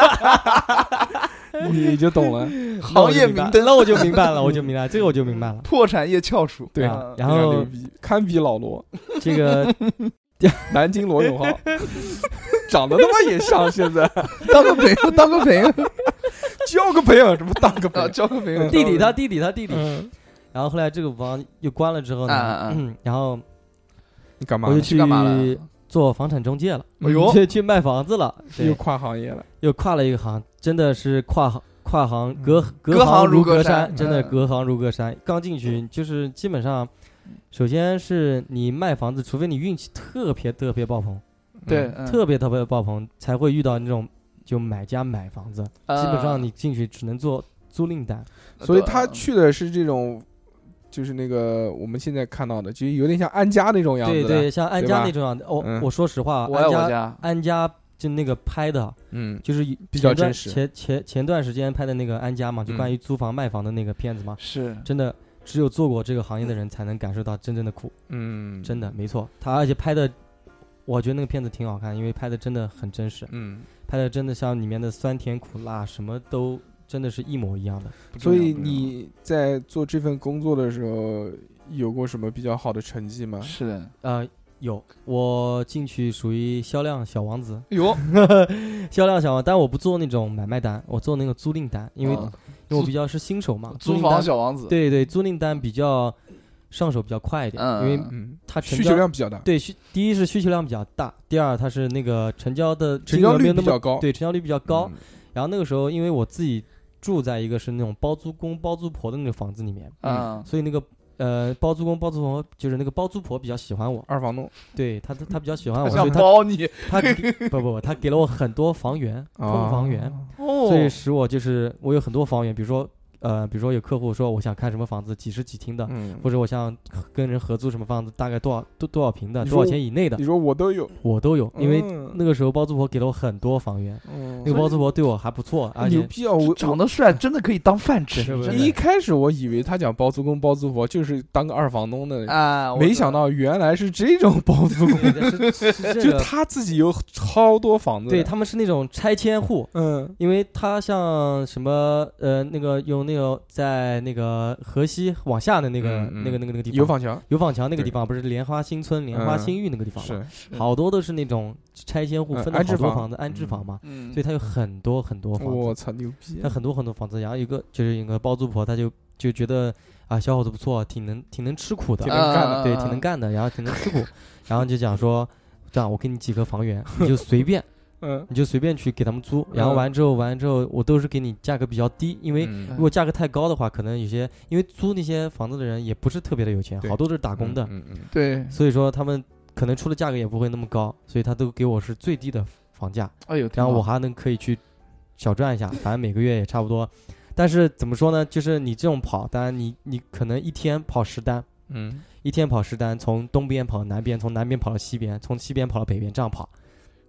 你就懂了。 行业明灯， 那我就明白了，我就明白这个我就明白了， 破产业翘楚， 对， 啊、然后堪比老罗， 这个南京罗永浩。长得他妈也像，现在当个朋友，当个朋友， 交个朋友，什么当个朋友， 交个朋友， 弟弟他弟弟他弟弟，嗯、然后后来这个房又关了之后呢，啊嗯、然后你干嘛？ 我就去做房产中介了， 哎呦， 去去卖房子了， 又跨行业了， 又跨了一个行，真的是跨行跨行隔隔行如隔山，真的隔行如隔山。刚进去就是基本上，首先是你卖房子，除非你运气特别特别爆棚。 对、 嗯，特别特别爆棚，才会遇到那种就买家买房子，呃、基本上你进去只能做租赁单， 所以他去的是这种，就是那个我们现在看到的，就有点像安家那种样子的， 对对，像安家那种样子。我、哦嗯、我说实话， 我爱我家， 安家就那个拍的， 嗯， 就是比较真实。 前前前段时间拍的那个安家嘛，就关于租房卖房的那个片子嘛， 是、 嗯、真的，只有做过这个行业的人才能感受到真正的苦， 嗯， 真的没错，他而且拍的。我觉得那个片子挺好看，因为拍的真的很真实， 嗯， 拍的真的像里面的酸甜苦辣什么都真的是一模一样的。 所以你在做这份工作的时候有过什么比较好的成绩吗？ 是的， 呃，有，我进去属于销量小王子， 有销量小王，但我不做那种买卖单，我做那个租赁单，因为、哦、因为我比较是新手嘛， 租房小王子， 对对，租赁单比较。上手比较快一点， 嗯、 因为它需求量比较大。 对，需第一是需求量比较大，第二它是那个成交的成交率比较高， 对，成交率比较高。 嗯、 然后那个时候，因为我自己住在一个是那种包租公包租婆的那个房子里面， 嗯， 所以那个呃包租公包租婆就是那个包租婆比较喜欢我， 二房东， 对他他比较喜欢我， 想包你， 他不不不，他给了我很多房源，空房源，哦、所以使我就是我有很多房源，比如说。呃，比如说有客户说我想看什么房子，几室几厅的， 嗯、 或者我想跟人合租什么房子，大概多少多多少平的，多少钱以内的， 你说我都有， 我都有，因为那个时候包租婆给了我很多房源，嗯、那个包租婆对我还不错，而且牛逼啊！我长得帅，真的可以当饭吃。 一开始我以为他讲包租公包租婆就是当个二房东的啊， 没想到原来是这种包租公， 是是这个、 就他自己有超多房子， 对他们是那种拆迁户， 嗯， 因为他像什么呃那个有那个在。那个河西往下的那个、 嗯嗯、 那个那个那个地方， 油坊桥， 油坊桥那个地方不是莲花新村、莲花新域那个地方吗？ 嗯、 好多都是那种拆迁户分的好多房子， 嗯、 安置房嘛， 嗯、 所以它有很多很多房子。 我操，牛逼！ 它很多很多房子，然后一个就是有个包租婆，她就就觉得啊，小伙子不错，挺能挺能吃苦的， 挺能干的， 对，挺能干的，然后挺能吃苦，然后就讲说，这样我给你几个房源，你就随便。 嗯， 你就随便去给他们租，然后完之后，完之后我都是给你价格比较低，因为如果价格太高的话，可能有些因为租那些房子的人也不是特别的有钱，好多都是打工的， 嗯嗯， 对， 所以说他们可能出的价格也不会那么高，所以他都给我是最低的房价， 哎呦， 然后我还能可以去小赚一下，反正每个月也差不多。但是怎么说呢？就是你这种跑，当然你你可能一天跑十单， 嗯， 一天跑十单，从东边跑到南边，从南边跑到西边，从西边跑到北边，这样跑。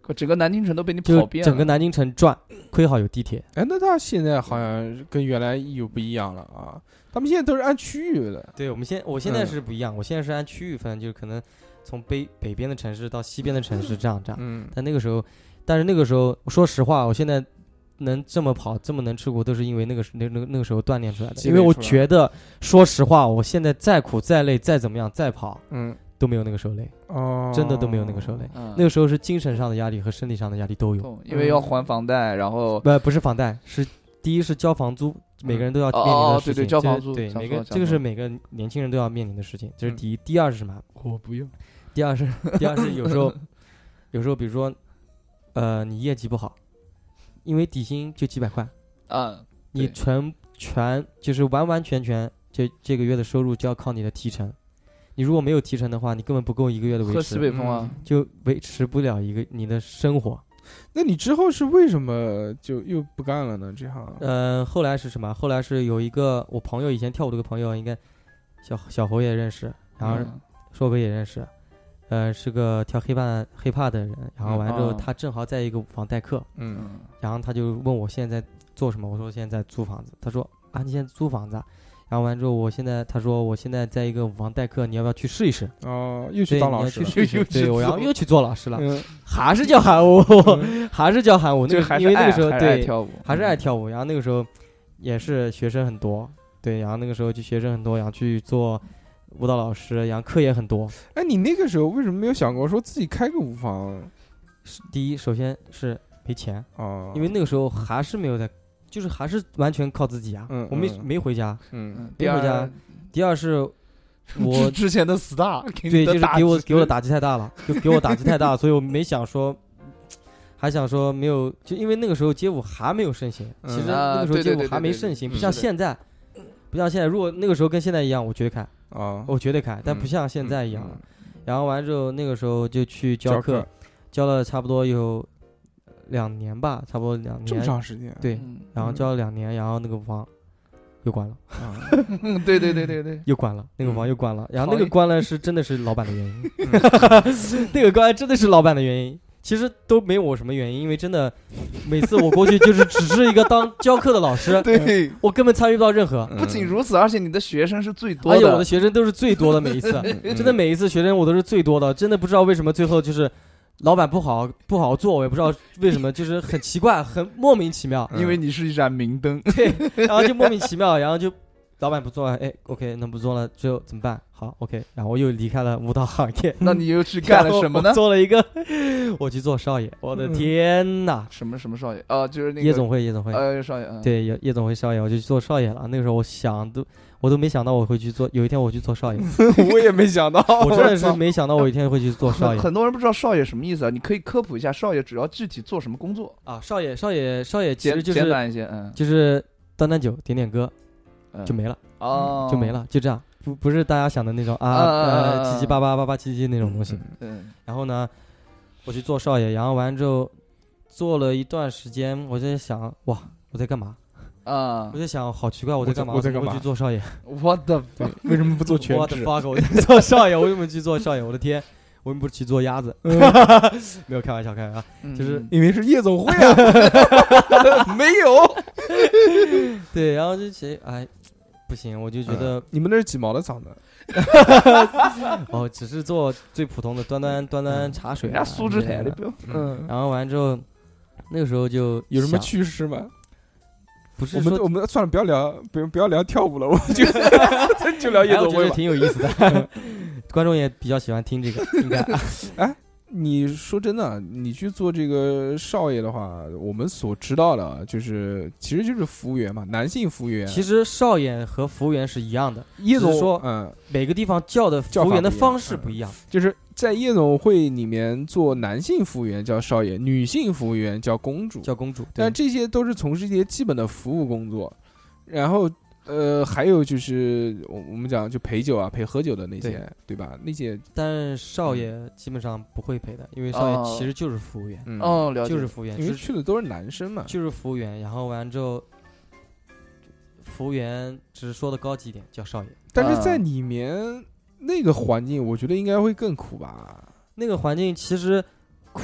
整个南京城都被你跑遍了， 整个南京城转，亏好有地铁。 哎，那他现在好像跟原来又不一样了啊！他们现在都是按区域的。 对，我们现我现在是不一样，嗯、我现在是按区域分，就是可能从北北边的城市到西边的城市这样这样。嗯。但那个时候，但是那个时候，说实话，我现在能这么跑，这么能吃苦，都是因为那个那那那个时候锻炼出来的。因为我觉得，说实话，我现在再苦再累再怎么样再跑，嗯。都没有那个时候累哦，真的都没有那个时候累。嗯、那个时候是精神上的压力和身体上的压力都有， 因为要还房贷，然后不不是房贷，是第一是交房租，每个人都要面临的事情。哦，对对，交房租， 对每个这个是每个年轻人都要面临的事情，这是第一。第二是什么？ 我不用。 第二是第二是有时候有时候比如说呃你业绩不好，因为底薪就几百块啊，你全全就是完完全全这这个月的收入就要靠你的提成。你如果没有提成的话，你根本不够一个月的维持。 喝西北风啊， 就维持不了一个你的生活。 那你之后是为什么就又不干了呢？这行？ 呃，后来是什么？后来是有一个我朋友，以前跳舞的一个朋友，应该小小侯也认识，然后硕伟也认识，呃，是个跳黑怕黑怕的人。然后完之后，他正好在一个舞房代课，嗯，然后他就问我现在在做什么，我说现在在租房子。他说啊，你现在租房子啊？然后完之后，我现在他说我现在在一个舞房代课，你要不要去试一试？ 哦，又去当老师了， 去试一试。对，我然后又去做老师了，嗯、还是叫喊舞，嗯、还是叫喊舞。那个因为那个时候对， 跳舞还是爱跳舞。然后那个时候也是学生很多，对，然后那个时候就学生很多，然后去做舞蹈老师，然后课也很多。 哎，你那个时候为什么没有想过说自己开个舞房？ 第一，首先是没钱哦，因为那个时候还是没有在。就是还是完全靠自己啊，嗯、我没、嗯、没回家，嗯，没回家。第二是我之前的 star， 对，就是给我给我的打击太大了，就给我打击太大，所以我没想说，还想说没有，就因为那个时候街舞还没有盛行，嗯、其实那个时候街舞还没盛行，不像现在，不像现在。如果那个时候跟现在一样，我绝对开啊，我绝对开，但不像现在一样。嗯、然后完之后，那个时候就去教课，教, 教了差不多有。两年吧，差不多两年。 这么长时间？ 对，嗯、然后教了两年，然后那个舞房又关了。 啊，对对对对对， 又关了，那个舞房又关了。然后那个关了是真的是老板的原因，那个关真的是老板的原因。其实都没有我什么原因，因为真的每次我过去就是只是一个当教课的老师， 对、 嗯、我根本参与不到任何。 不仅如此，而且你的学生是最多的， 而且我的学生都是最多的，每一次真的每一次学生我都是最多的，真的不知道为什么最后就是。老板不好不好做，我也不知道为什么，就是很奇怪，很莫名其妙。 因为你是一盏明灯， 对，然后就莫名其妙，然后就老板不做了，哎 ，OK， 那不做了，之后怎么办？好 ，OK， 然后我又离开了舞蹈行业。 那你又去干了什么呢？ 做了一个，我去做少爷。我的天哪！ 什么什么少爷？啊，就是那个夜总会，夜总会。 呃，少爷。 对，夜夜总会少爷，我就去做少爷了。那个时候我想都。我都没想到我会去做，有一天我去做少爷， 我也没想到， 我真的是没想到我有一天会去做少爷。 很多人不知道少爷什么意思啊，你可以科普一下少爷主要具体做什么工作啊？少爷，少爷，少爷其实就是简单一些，嗯， 就是端端酒、点点歌，就没了哦，就没了，就这样，不不是大家想的那种啊，呃，七七八八八八七七那种东西。嗯，然后呢，我去做少爷，然后完之后做了一段时间，我就在想，哇，我在干嘛？啊！我在想，好奇怪，我在干嘛？ 我在干嘛？ 去做少爷。 我的， 为什么不做全职？ 我的 fuck！我在做少爷，我为什么去做少爷？我的天！我为什么不去做鸭子？没有开玩笑，开玩笑，就是因为是夜总会啊，没有。 对，然后就其哎，不行，我就觉得你们那是几毛的厂子？ 哦，只是做最普通的端端端端茶水， 人家素质台的， 嗯。然后完之后，那个时候就有什么趣事吗？ 不是我们我们算了，不要聊，不用不要聊跳舞了，我们就就聊夜总会吧， 挺有意思的，观众也比较喜欢听这个，应该。 哎，你说真的，你去做这个少爷的话，我们所知道的就是其实就是服务员嘛，男性服务员。 其实少爷和服务员是一样的， 夜总说嗯， 每个地方叫的服务员的方式不一样， 嗯、就是在夜总会里面做男性服务员叫少爷，女性服务员叫公主， 叫公主。 但这些都是从事一些基本的服务工作，然后呃还有就是我我们讲就陪酒啊陪喝酒的那些 对, 对吧？那些但是少爷基本上不会陪的，因为少爷其实就是服务员。 嗯、哦，了解， 就是服务员， 因为去的都是男生嘛， 就是服务员。然后完之后，服务员只是说的高级一点叫少爷， 但是在里面。那个环境我觉得应该会更苦吧。 那个环境其实苦，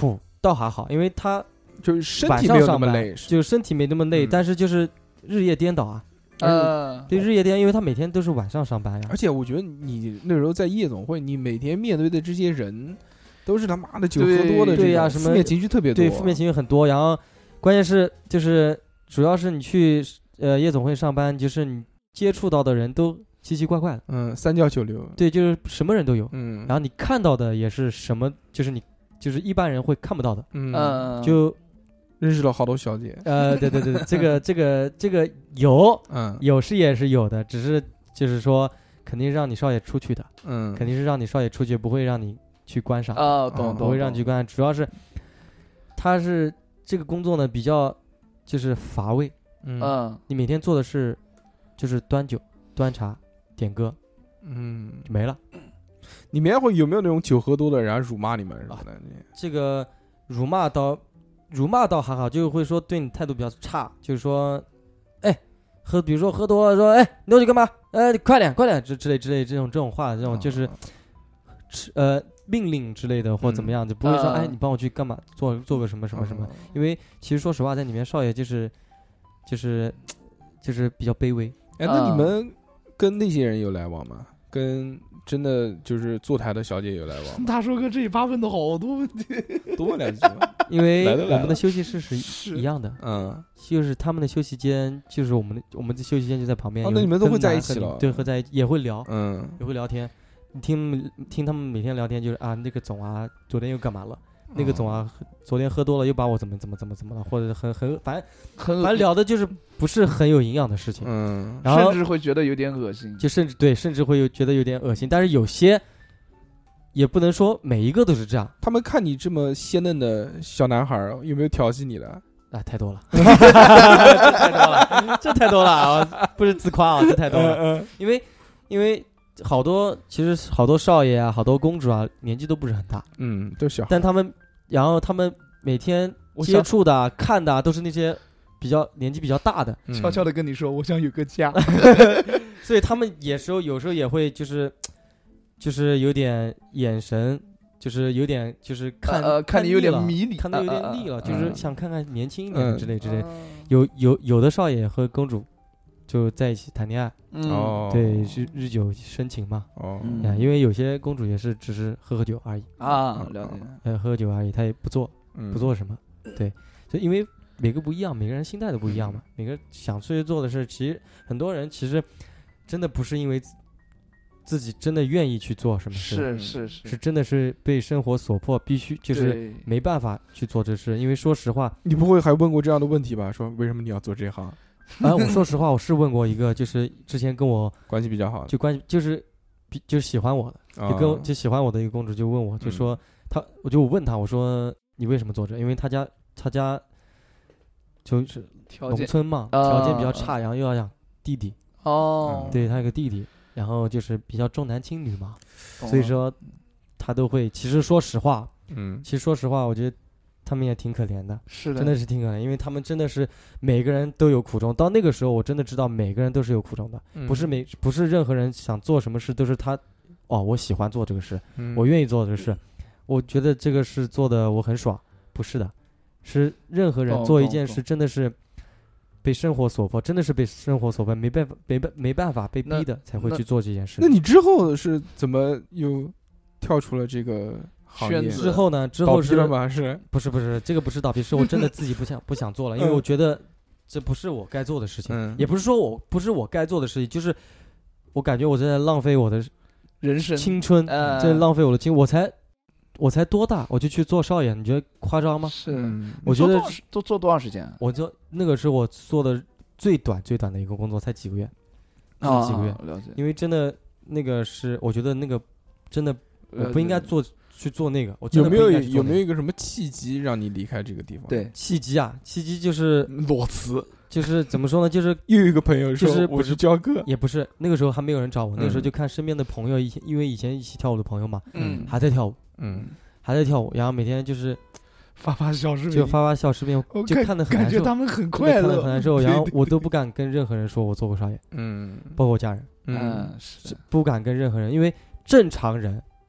倒还好，因为他就是身体没有那么累， 就是身体没那么累，嗯、但是就是日夜颠倒啊。呃，对，日夜颠，因为他每天都是晚上上班呀。 而且我觉得你那时候在夜总会，你每天面对的这些人，都是他妈的酒喝多的， 对呀，什么负面情绪特别多， 对，负面情绪很多。然后关键是就是主要是你去呃夜总会上班，就是你接触到的人都奇奇怪怪的， 嗯，三教九流， 对，就是什么人都有， 嗯。 然后你看到的也是什么，就是你就是一般人会看不到的， 嗯， 就。 认识了好多小姐， 呃，对对对，这个这个这个有， 嗯， 有是也是有的，只是就是说肯定是让你少爷出去的， 嗯， 肯定是让你少爷出去，不会让你去观赏啊，懂懂， 不会让你去观赏，主要是他是这个工作呢比较就是乏味， 嗯， 你每天做的是就是端酒、端茶、点歌， 嗯， 没了。 你们会有没有那种酒喝多的然后辱骂你们什么的？ 这个辱骂到。辱骂倒还好，就会说对你态度比较差，就是说，哎，喝，比如说喝多了，说，哎，你去干嘛？呃，你快点，快点，之之类之类这种这种话，这种就是，呃，命令之类的或怎么样，就不会说，哎，你帮我去干嘛？做做个什么什么什么？因为其实说实话，在里面少爷就是，就是就是比较卑微。 哎，那你们跟那些人有来往吗？跟真的就是坐台的小姐有来往？ 大叔哥这里八问的好多问题， 多问两句。 因为我们的休息室是一样的， 嗯， 就是他们的休息间，就是我们的我们的休息间就在旁边。 哦，那你们都会在一起了？ 对，会在一起，也会聊， 嗯， 也会聊天。你听听他们每天聊天，就是啊，那个总啊，昨天又干嘛了？那个总啊，昨天喝多了又把我怎么怎么怎么怎么了？或者很很反正很反正聊的就是不是很有营养的事情， 嗯， 然后甚至会觉得有点恶心， 就甚至对，甚至会有觉得有点恶心。但是有些。也不能说每一个都是这样。 他们看你这么鲜嫩的小男孩，有没有调戏你了？ 啊，太多了，这太多了，这太多了啊！不是自夸啊，这太多了。 嗯嗯、 因为因为好多其实好多少爷啊，好多公主啊，年纪都不是很大， 嗯，都小。 但他们然后他们每天接触的、看的都是那些比较年纪比较大的， 悄悄的跟你说，我想有个家。 所以他们有时候有时候也会就是。就是有点眼神，就是有点就是看呃看你有点迷离，看的有点腻了， 呃、 就是想看看年轻一点之类之类。有有有的少爷和公主就在一起谈恋爱， 哦、 嗯，对，是日久生情嘛。 哦、 嗯，因为有些公主也是只是喝喝酒而已啊，了解， 呃，喝喝酒而已，她也不做不做什么。嗯、对，就因为每个不一样，每个人心态都不一样嘛，每个想去做的事，其实很多人其实真的不是因为。自己真的愿意去做什么事， 是是是， 是真的是被生活所迫，必须就是没办法去做这事。因为说实话， 你不会还问过这样的问题吧？说为什么你要做这行？ 啊，我说实话，我是问过一个，就是之前跟我关系比较好的， 就关系就是比就喜欢我的， 哦、 就跟我就喜欢我的一个公主就问我，就说、嗯、她，我就问她，我说你为什么做这？因为她家她家就是农村嘛，条件比较差，然后又要养弟弟哦， 对他有个弟弟。然后就是比较重男轻女嘛，所以说他都会。其实说实话， 嗯， 其实说实话，我觉得他们也挺可怜的， 是的， 真的是挺可怜，因为他们真的是每个人都有苦衷。到那个时候，我真的知道每个人都是有苦衷的， 嗯、 不是每不是任何人想做什么事都是他，哦，我喜欢做这个事， 嗯、 我愿意做这个事，我觉得这个事做的我很爽，不是的，是任何人做一件事真的是。被生活所迫，真的是被生活所迫，没办法，没办没办法被逼的才会去做这件事。 那, 那你之后是怎么又跳出了这个行业？ 之后呢？之后是倒闭了吗？是不是不是这个不是倒闭，是我真的自己不想不想做了，因为我觉得这不是我该做的事情， 嗯、 也不是说我不是我该做的事情，就是我感觉我在浪费我的人生青春， 呃、 在浪费我的青，我才。我才多大，我就去做少爷，你觉得夸张吗？ 是， 我觉得做做多长时间？ 我做那个是我做的最短最短的一个工作，才几个月， 啊， 几个月。 了解。 因为真的那个是，我觉得那个真的我不应该做去做那个。我真的有没有有有没有一个什么契机让你离开这个地方？ 对， 契机啊，契机就是裸辞， 就是怎么说呢？就是又有一个朋友说， 就是我是教课， 也不是那个时候还没有人找我，那个时候就看身边的朋友，以前因为以前一起跳舞的朋友嘛， 嗯， 还在跳舞， 嗯。 还在跳舞，然后每天就是发发小视频， 就发发小视频，就看得很难受， 感觉他们很快乐， 看得很难受。然后我都不敢跟任何人说我做过少爷， 嗯， 包括我家人， 嗯，是不敢跟任何人，因为正常人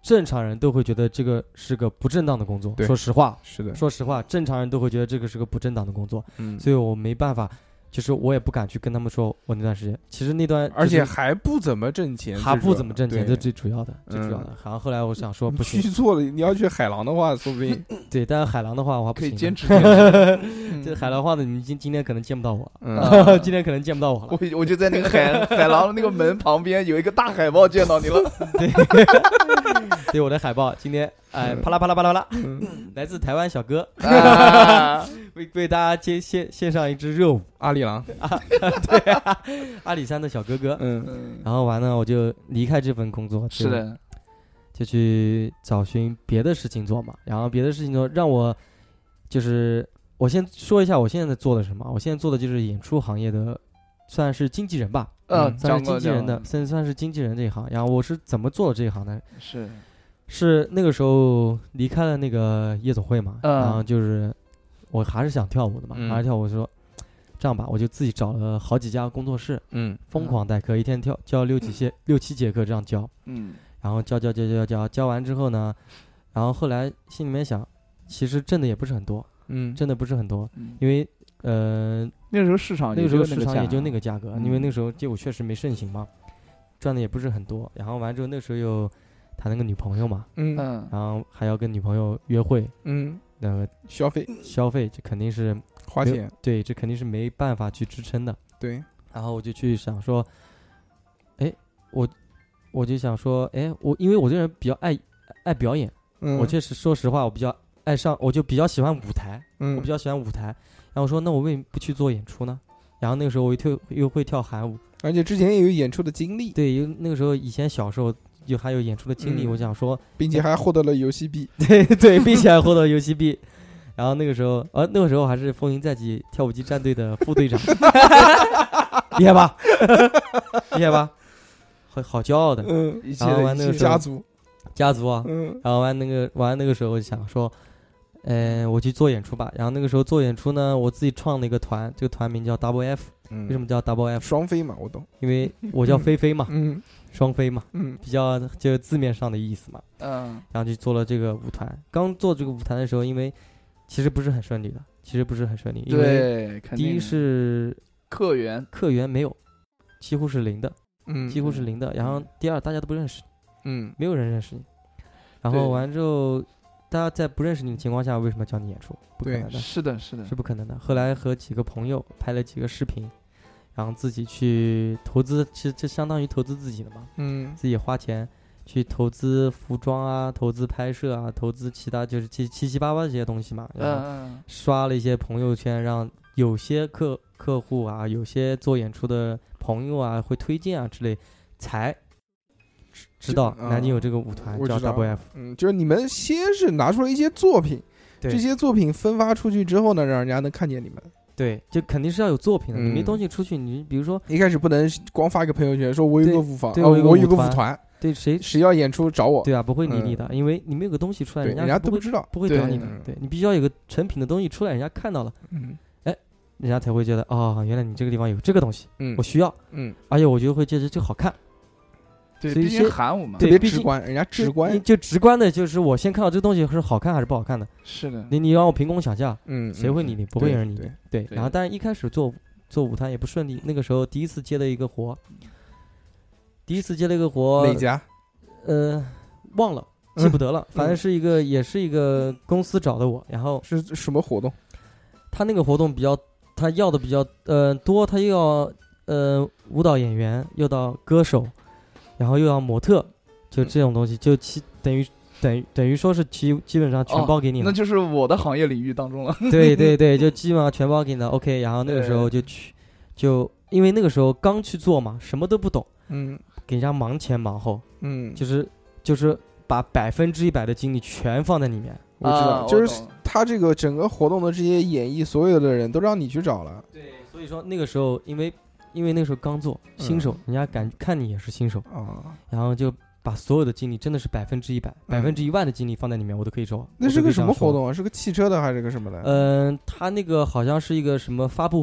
正常人都会觉得这个是个不正当的工作。说实话， 是的， 说实话，正常人都会觉得这个是个不正当的工作。 嗯， 所以我没办法。就是我也不敢去跟他们说，我那段时间其实那段、就是， 而且还不怎么挣钱， 还不怎么挣钱，这最主要的，最主要的。然后后来我想说，不行， 去做了，你要去海狼的话，说不定对，但是海狼的话，我还不可以行坚持坚持。 这海狼话的，你今今天可能见不到我， 嗯、 今天可能见不到我了。 我我就在那个海海狼那个门旁边有一个大海报见到你了。 对，对，我的海报今天哎啪啦啪啦啪啦啪啦， 嗯、 来自台湾小哥。啊为为大家接献献上一支热舞， 阿里郎啊，对啊，阿里山的小哥哥， 嗯， 然后完了我就离开这份工作， 是的， 就去找寻别的事情做嘛，然后别的事情做让我就是我先说一下我现在做的什么，我现在做的就是演出行业的，算是经纪人吧， 嗯， 算是经纪人的，算算是经纪人这一行，然后我是怎么做的这一行呢？ 是是那个时候离开了那个夜总会嘛， 嗯、 然后就是我还是想跳舞的嘛， 嗯、 还是跳舞说这样吧，我就自己找了好几家工作室， 嗯， 疯狂代课，一天跳教六几节、嗯、六七节课这样教， 嗯， 然后教教教教教教完之后呢，然后后来心里面想，其实挣的也不是很多， 嗯， 挣的不是很多， 嗯、 因为呃那个时候市场那个时候市场也就那个价格， 嗯、 因为那个时候街舞确实没盛行嘛，赚的也不是很多，然后完之后那时候又谈了个女朋友嘛， 嗯， 然后还要跟女朋友约会， 嗯， 那个消费消费这肯定是花钱， 对，这肯定是没办法去支撑的， 对。 然后我就去想说，哎，我我就想说，哎，我因为我这人比较爱爱表演， 嗯， 我确实说实话，我比较爱上，我就比较喜欢舞台， 嗯， 我比较喜欢舞台。然后我说，那我为什么不去做演出呢？然后那个时候我又跳又会跳韩舞， 而且之前也有演出的经历， 对，有那个时候以前小时候。就还有演出的经历， 嗯、 我想说， 并且还获得了游戏币， 对对，并且还获得游戏币。然后那个时候，呃，那个时候还是风云再起跳舞机战队的副队长，厉害吧？厉害吧？好好骄傲的。 嗯， 然后完那个家族， 家族啊。 嗯。 然后完那个完那个时候，我就想说，呃，我去做演出吧。然后那个时候做演出呢，我自己创了一个团，这个团名叫 Double F。 嗯。 为什么叫 Double F？ 双飞嘛，我懂。 因为我叫飞飞嘛。 嗯。 双飞嘛， 嗯， 比较就字面上的意思嘛， 嗯， 然后就做了这个舞团。刚做这个舞团的时候，因为其实不是很顺利的，其实不是很顺利，因为第一是客源客源没有，几乎是零的， 嗯， 几乎是零的。然后第二，大家都不认识， 嗯， 没有人认识你。然后完之后，大家在不认识你的情况下，为什么叫你演出？不可能的， 是的，是的， 是不可能的。后来和几个朋友拍了几个视频。然后自己去投资，其实这相当于投资自己的嘛， 嗯， 自己花钱去投资服装啊，投资拍摄啊，投资其他就是七七七八八这些东西嘛，然后刷了一些朋友圈，让有些客客户啊，有些做演出的朋友啊会推荐啊之类，才知道南京有这个舞团、嗯、叫 Double F。 嗯，就是你们先是拿出了一些作品，这些作品分发出去之后呢，让人家能看见你们。 对，就肯定是要有作品的。 嗯、 你没东西出去，你比如说一开始不能光发一个朋友圈，说我有个舞房， 对， 哦、 我有我有个舞团， 对，谁谁要演出找我， 对啊，不会理你的，嗯、因为你没有个东西出来，人家人家都不知道， 不会屌你的。对, 对你必须要有个成品的东西出来，人家看到了， 嗯， 哎，人家才会觉得哦，原来你这个地方有这个东西， 嗯， 我需要， 嗯， 而且我觉得会觉得这好看。 对，毕竟韩舞嘛， 特别直观，人家直观， 就直观的，就是我先看到这个东西是好看还是不好看的。 是的， 你你让我凭空想象， 嗯， 谁会理你？不会有人理你。 对， 然后但是一开始做做舞团也不顺利，那个时候第一次接了一个活，第一次接了一个活， 哪家？ 呃，忘了，记不得了，反正是一个也是一个公司找的我，然后是什么活动？ 他那个活动比较，他要的比较呃多，他又要呃舞蹈演员，又到歌手。然后又要模特，就这种东西，就其等于等于等于说是基基本上全包给你了、 哦，那就是我的行业领域当中了。 对对对，就基本上全包给你了。OK， 然后那个时候就去，就因为那个时候刚去做嘛，什么都不懂， 嗯， 给人家忙前忙后， 嗯， 就是就是把百分之一百的精力全放在里面。 我知道， 啊、 就是他这个整个活动的这些演绎，所有的人都让你去找了。 对，所以说那个时候因为。因为那个时候刚做新手、嗯，人家敢看你也是新手啊、哦， 然后就把所有的精力，真的是百分之一百、百分之一万的精力放在里面，我都可以说。 那是个什么活动啊？是个汽车的还是个什么的？ 嗯、呃，他那个好像是一个什么发布会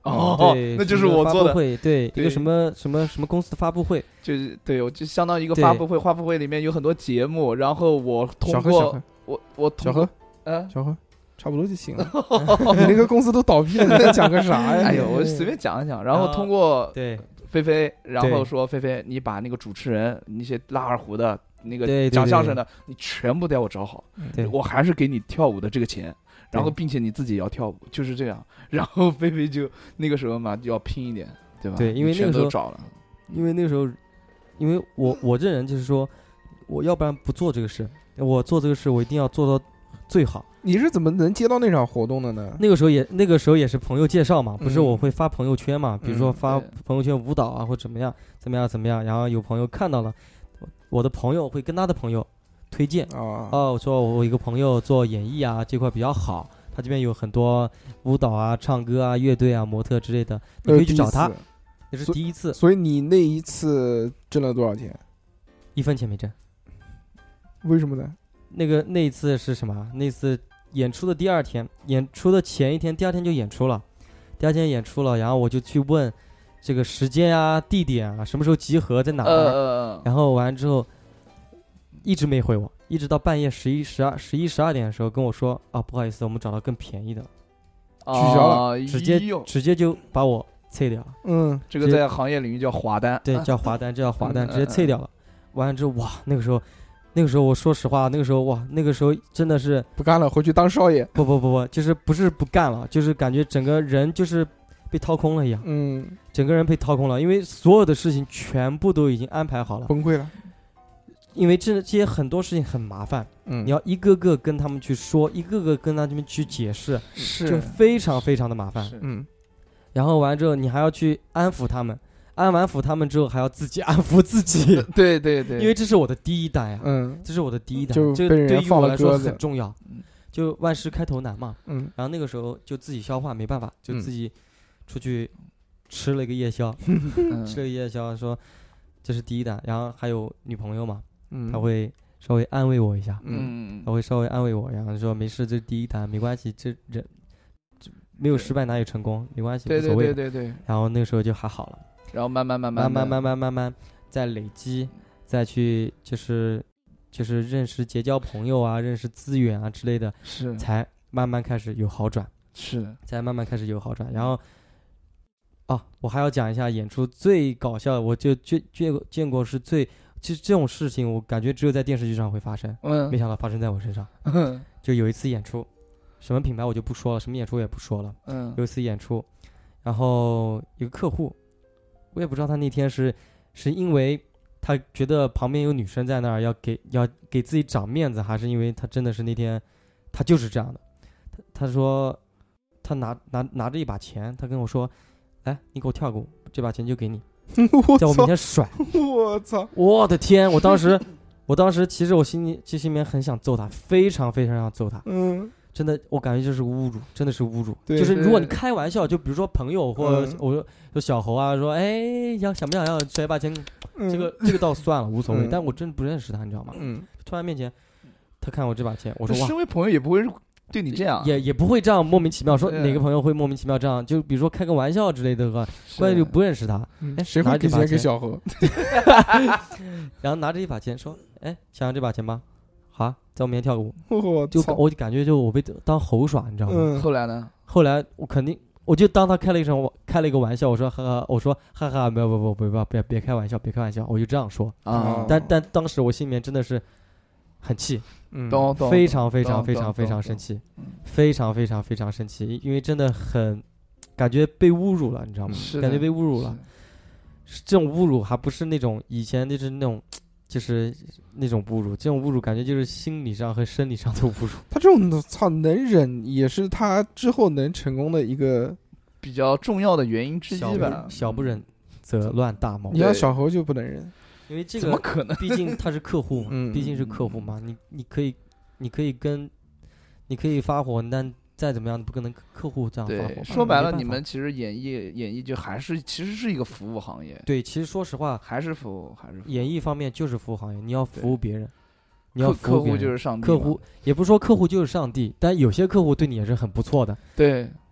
哦， 对， 那就是我做的。 会对一个什么什么什么公司的发布会， 就是对我就相当于一个发布会，发布会里面有很多节目，然后我通过我我小何， 嗯， 小何。差不多就行了。你那个公司都倒闭了，你在讲个啥呀？ 哎呦，我随便讲一讲，然后通过对菲菲，然后说菲菲，你把那个主持人那些拉二胡的那个对讲相声的，你全部带我找好， 对我还是给你跳舞的这个钱，然后并且你自己也要跳舞，就是这样。然后菲菲就那个时候嘛，就要拼一点，对吧？ 对，因为那个时候找了， 因为那个时候，因为我我这人就是说，我要不然不做这个事，我做这个事我一定要做到最好。 你是怎么能接到那场活动的呢？ 那个时候也那个时候也是朋友介绍嘛，不是我会发朋友圈嘛， 嗯、 比如说发朋友圈舞蹈啊或怎么样怎么样怎么样，然后有朋友看到了，我的朋友会跟他的朋友推荐啊， 哦，我说我一个朋友做演艺啊这块比较好，他这边有很多舞蹈啊、唱歌啊、乐队啊、模特之类的，你可以去找他。那是第一次。 所以你那一次挣了多少钱？ 一分钱没挣。 为什么呢？ 那个那一次是什么？那次演出的第二天，演出的前一天，第二天就演出了，第二天演出了，然后我就去问这个时间啊、地点啊，什么时候集合，在哪儿， 呃、 然后完之后一直没回我，一直到半夜十一、十二、十一、十二点的时候跟我说啊，不好意思，我们找到更便宜的了， 取消了， 直接直接就把我催掉了。 嗯， 这个在行业领域叫滑单， 对，叫滑单，这叫滑单，直接催掉了。完了之后，哇，那个时候。那个时候我说实话，那个时候哇，那个时候真的是不干了，回去当少爷。 不不不不，就是不是不干了，就是感觉整个人就是被掏空了一样。 嗯， 整个人被掏空了，因为所有的事情全部都已经安排好了， 崩溃了。 因为这这些很多事情很麻烦， 嗯， 你要一个个跟他们去说，一个个跟他们去解释， 是就非常非常的麻烦。 嗯， 然后完之后你还要去安抚他们。安完抚他们之后，还要自己安抚自己。 对对对， 因为这是我的第一单呀， 嗯， 这是我的第一单， 就被人放了鸽子， 这对于我来说很重要。就万事开头难嘛， 嗯， 然后那个时候就自己消化，没办法，就自己出去吃了一个夜宵，嗯、吃了一个夜宵，说这是第一单，然后还有女朋友嘛， 嗯， 他会稍微安慰我一下， 嗯， 他会稍微安慰我，然后说没事，这是第一单，没关系，这人没有失败哪有成功，没关系， 对无所谓， 对对对对， 然后那个时候就还好了。 然后慢慢慢慢慢慢慢慢慢再累积，再去就是就是认识结交朋友啊，认识资源啊之类的， 是才慢慢开始有好转， 是才慢慢开始有好转。然后哦，我还要讲一下演出最搞笑的，我就见见见过是最其实这种事情，我感觉只有在电视剧上会发生， 嗯， 没想到发生在我身上。 嗯， 就有一次演出，什么品牌我就不说了，什么演出我也不说了， 嗯， 有一次演出，然后有个客户。我也不知道他那天是是因为他觉得旁边有女生在那儿要给要给自己长面子，还是因为他真的是那天他就是这样的。他他说他拿拿拿着一把钱，他跟我说：“来，你给我跳个舞，这把钱就给你。”在我面前甩。 我操！ 我的天！我当时我当时其实我心里其实里面很想揍他，非常非常想揍他。 嗯。 真的，我感觉就是侮辱，真的是侮辱。 对， 就是如果你开玩笑，就比如说朋友或者嗯、 我说说小猴啊，说哎想想不想要甩把钱， 嗯、 这个这个倒算了，无所谓。 嗯、 但我真不认识他，你知道吗？ 嗯。 突然面前，他看我这把钱，我说哇， 身为朋友也不会对你这样， 也也不会这样莫名其妙说哪个朋友会莫名其妙这样，就比如说开个玩笑之类的话，关键就不认识他。 哎，谁会给钱给小猴？ 然后拿着一把钱说，哎，想要这把钱吗？好，在我面前跳个舞， 我就我就感觉就我被当猴耍，你知道吗？ 嗯、 后来呢？ 后来我肯定，我就当他开了一声，开了一个玩笑，我说哈哈，我说哈哈，不要不不不不别别开玩笑，别开玩笑，我就这样说啊。 但但当时我心里面真的是很气， 嗯， 非常非常非常非常生气，非常非常非常生气，因为真的很感觉被侮辱了，你知道吗？感觉被侮辱了，这种侮辱还不是那种以前就是那种。就是那种侮辱，这种侮辱感觉就是心理上和生理上的侮辱。 他这种操能忍，也是他之后能成功的一个比较重要的原因之一吧。 小不忍则乱大谋。 你要小猴就不能忍， 因为这个怎么可能？ 毕竟他是客户嘛， 嗯、 毕竟是客户嘛，你你可以，你可以跟，你可以发火，但再怎么样不可能客户这样发火。 说白了，你们其实演艺演艺就还是其实是一个服务行业。 对，其实说实话， 还是服务，还是服务演艺方面就是服务行业，你要服务别人，你要服务客户就是上帝。 客户也不是说客户就是上帝，但有些客户对你也是很不错的。 对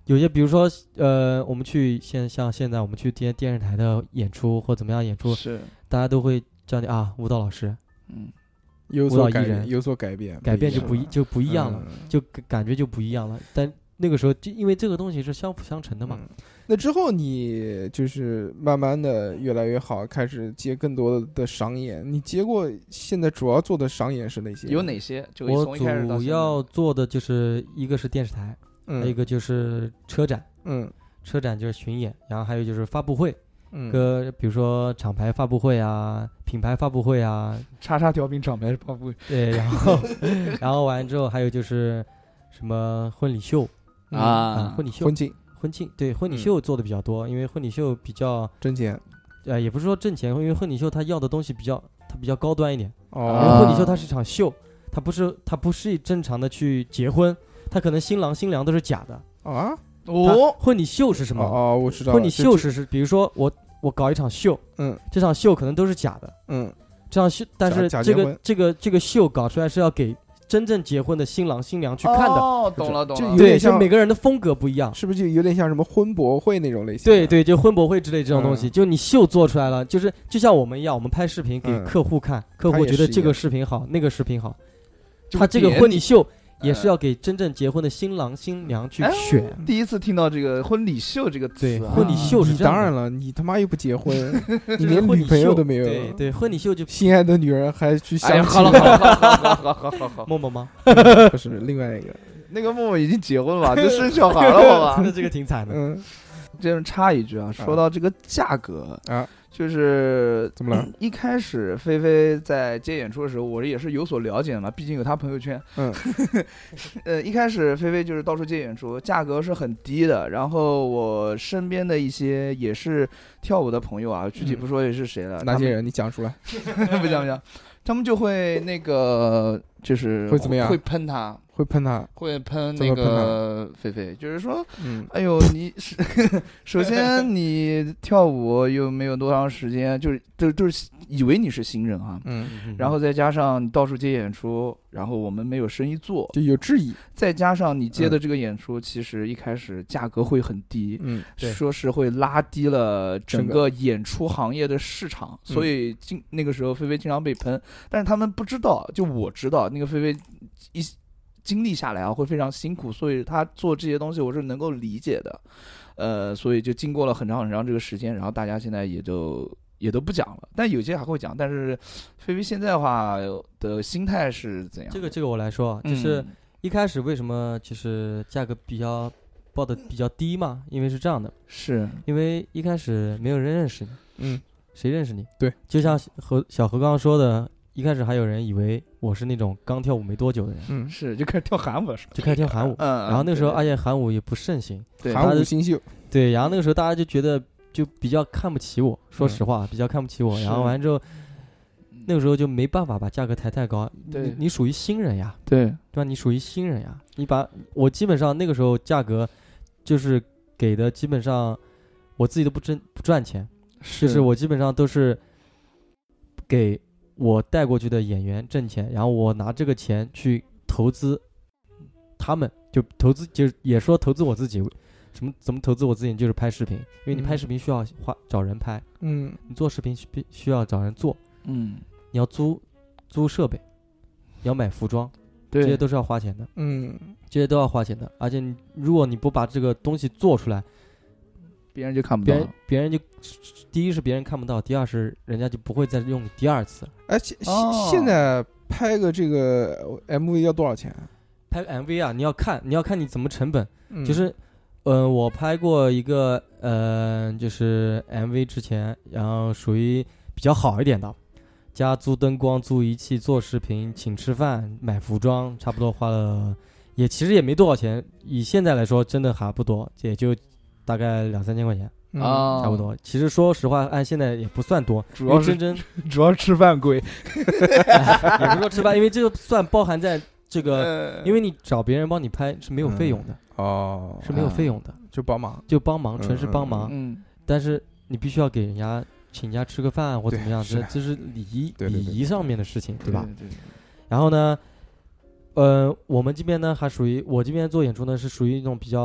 有些比如说呃，我们去现像现在我们去电电视台的演出或怎么样演出， 是大家都会叫你啊舞蹈老师， 嗯， 有所改变，有所改变， 改变就不一就不一样了，嗯、就感觉就不一样了。但那个时候就因为这个东西是相辅相成的嘛。 嗯、那之后你就是慢慢的越来越好，开始接更多的商演。你接过现在主要做的商演是哪些？ 有哪些？就我主要做的就是一个是电视台。 嗯、 还有一个就是车展， 嗯， 车展就是巡演，然后还有就是发布会， 嗯， 个比如说厂牌发布会啊，品牌发布会啊， 叉叉调频厂牌发布会， 对，然后然后完之后还有就是什么婚礼秀、 嗯、 啊, 啊，婚礼秀、 婚庆、 婚庆，对，婚礼秀做的比较多，嗯、因为婚礼秀比较挣钱， 呃，也不是说挣钱，因为婚礼秀它要的东西比较它比较高端一点， 哦， 因为婚礼秀它是一场秀，它不是它不是正常的去结婚。他可能新郎新娘都是假的啊！ 哦， 婚礼秀是什么？ 哦，我知道。 婚礼秀是是，比如说我我搞一场秀， 嗯， 这场秀可能都是假的， 嗯， 这场秀，但是这个这个这个秀搞出来是要给真正结婚的新郎新娘去看的。 哦，懂了懂了。 对，就每个人的风格不一样， 是不是就有点像什么婚博会那种类型？ 对对，就婚博会之类这种东西，就你秀做出来了，就是就像我们一样，我们拍视频给客户看，客户觉得这个视频好，那个视频好，他这个婚礼秀。也是要给真正结婚的新郎新娘去选。 哎、第一次听到这个婚礼秀这个词、 啊，对，婚礼秀是这样。 当然了，你他妈又不结婚，你连女朋友都没有。 对对，婚礼秀就心爱的女人还去相亲。 哎、好了好了好了好好好好， 默默吗？ 不是，另外一个， 那个默默已经结婚了吧，就生小孩了，好吧？ 那这个挺惨的。 嗯， 这样插一句啊，说到这个价格啊。 就是怎么了？ 一开始菲菲在接演出的时候，我也是有所了解的嘛，毕竟有她朋友圈。 嗯， 呃，一开始菲菲就是到处接演出，价格是很低的。然后我身边的一些也是跳舞的朋友啊，具体不说也是谁了。 哪些人？你讲出来。 不讲不讲，他们就会那个就是会怎么样？ 会喷他。 会喷他， 会喷那个菲菲，就是说， 嗯， 哎呦，你是首先你跳舞又没有多长时间，就是就就是以为你是新人啊， 嗯， 然后再加上你到处接演出，然后我们没有生意做， 就有质疑， 再加上你接的这个演出，其实一开始价格会很低， 嗯， 说是会拉低了整个演出行业的市场，嗯、所以经那个时候菲菲经常被喷，但是他们不知道，就我知道那个菲菲一。经历下来啊，会非常辛苦，所以他做这些东西我是能够理解的，呃，所以就经过了很长很长这个时间，然后大家现在也就也都不讲了，但有些还会讲。但是菲菲现在的话的心态是怎样？ 这个这个我来说，就是一开始为什么就是价格比较报的比较低嘛？因为是这样的， 是因为一开始没有人认识你， 嗯， 谁认识你？ 对， 就像何小何刚刚说的。一开始还有人以为我是那种刚跳舞没多久的人， 嗯，是就开始跳韩舞是吧？ 就开始跳韩舞， 嗯， 然后那个时候而且韩舞也不盛行， 对， 韩舞新秀， 对，然后那个时候大家就觉得就比较看不起我，说实话，嗯、比较看不起我，然后完之后，那个时候就没办法把价格抬太高， 对， 你, 你属于新人呀， 对， 对吧？你属于新人呀，你把我基本上那个时候价格就是给的基本上我自己都不挣不赚钱， 是就是我基本上都是给。我带过去的演员挣钱，然后我拿这个钱去投资他们，就投资就也说投资我自己，什么怎么投资我自己，就是拍视频，因为你拍视频需要花找人拍， 嗯， 你做视频需需要找人做， 嗯， 你要租租设备，你要买服装， 对， 这些都是要花钱的， 嗯， 这些都要花钱的，而且你如果你不把这个东西做出来。 别人就看不到， 别人别人就第一是别人看不到，第二是人家就不会再用你第二次。 哎，现、哦、现在拍个这个 M V 要多少钱？ 拍个 M V 啊，你要看你要看你怎么成本， 嗯、 就是，呃，我拍过一个呃，就是 M V 之前，然后属于比较好一点的，加租灯光、租仪器、做视频、请吃饭、买服装，差不多花了，也其实也没多少钱，以现在来说真的还不多，也就。大概两三千块钱啊、 嗯，差不多。其实说实话，按现在也不算多， 主要是真主要吃饭贵， 哎、也不是说吃饭，因为这个算包含在这个，呃、因为你找别人帮你拍是没有费用的、 嗯、哦， 是没有费用的， 嗯、就帮忙， 就帮忙，纯是帮忙。 嗯， 但是你必须要给人家请人家吃个饭或怎么样，这这是礼仪礼仪上面的事情， 对吧？ 对对对。 然后呢，呃，我们这边呢还属于我这边做演出呢是属于一种比较。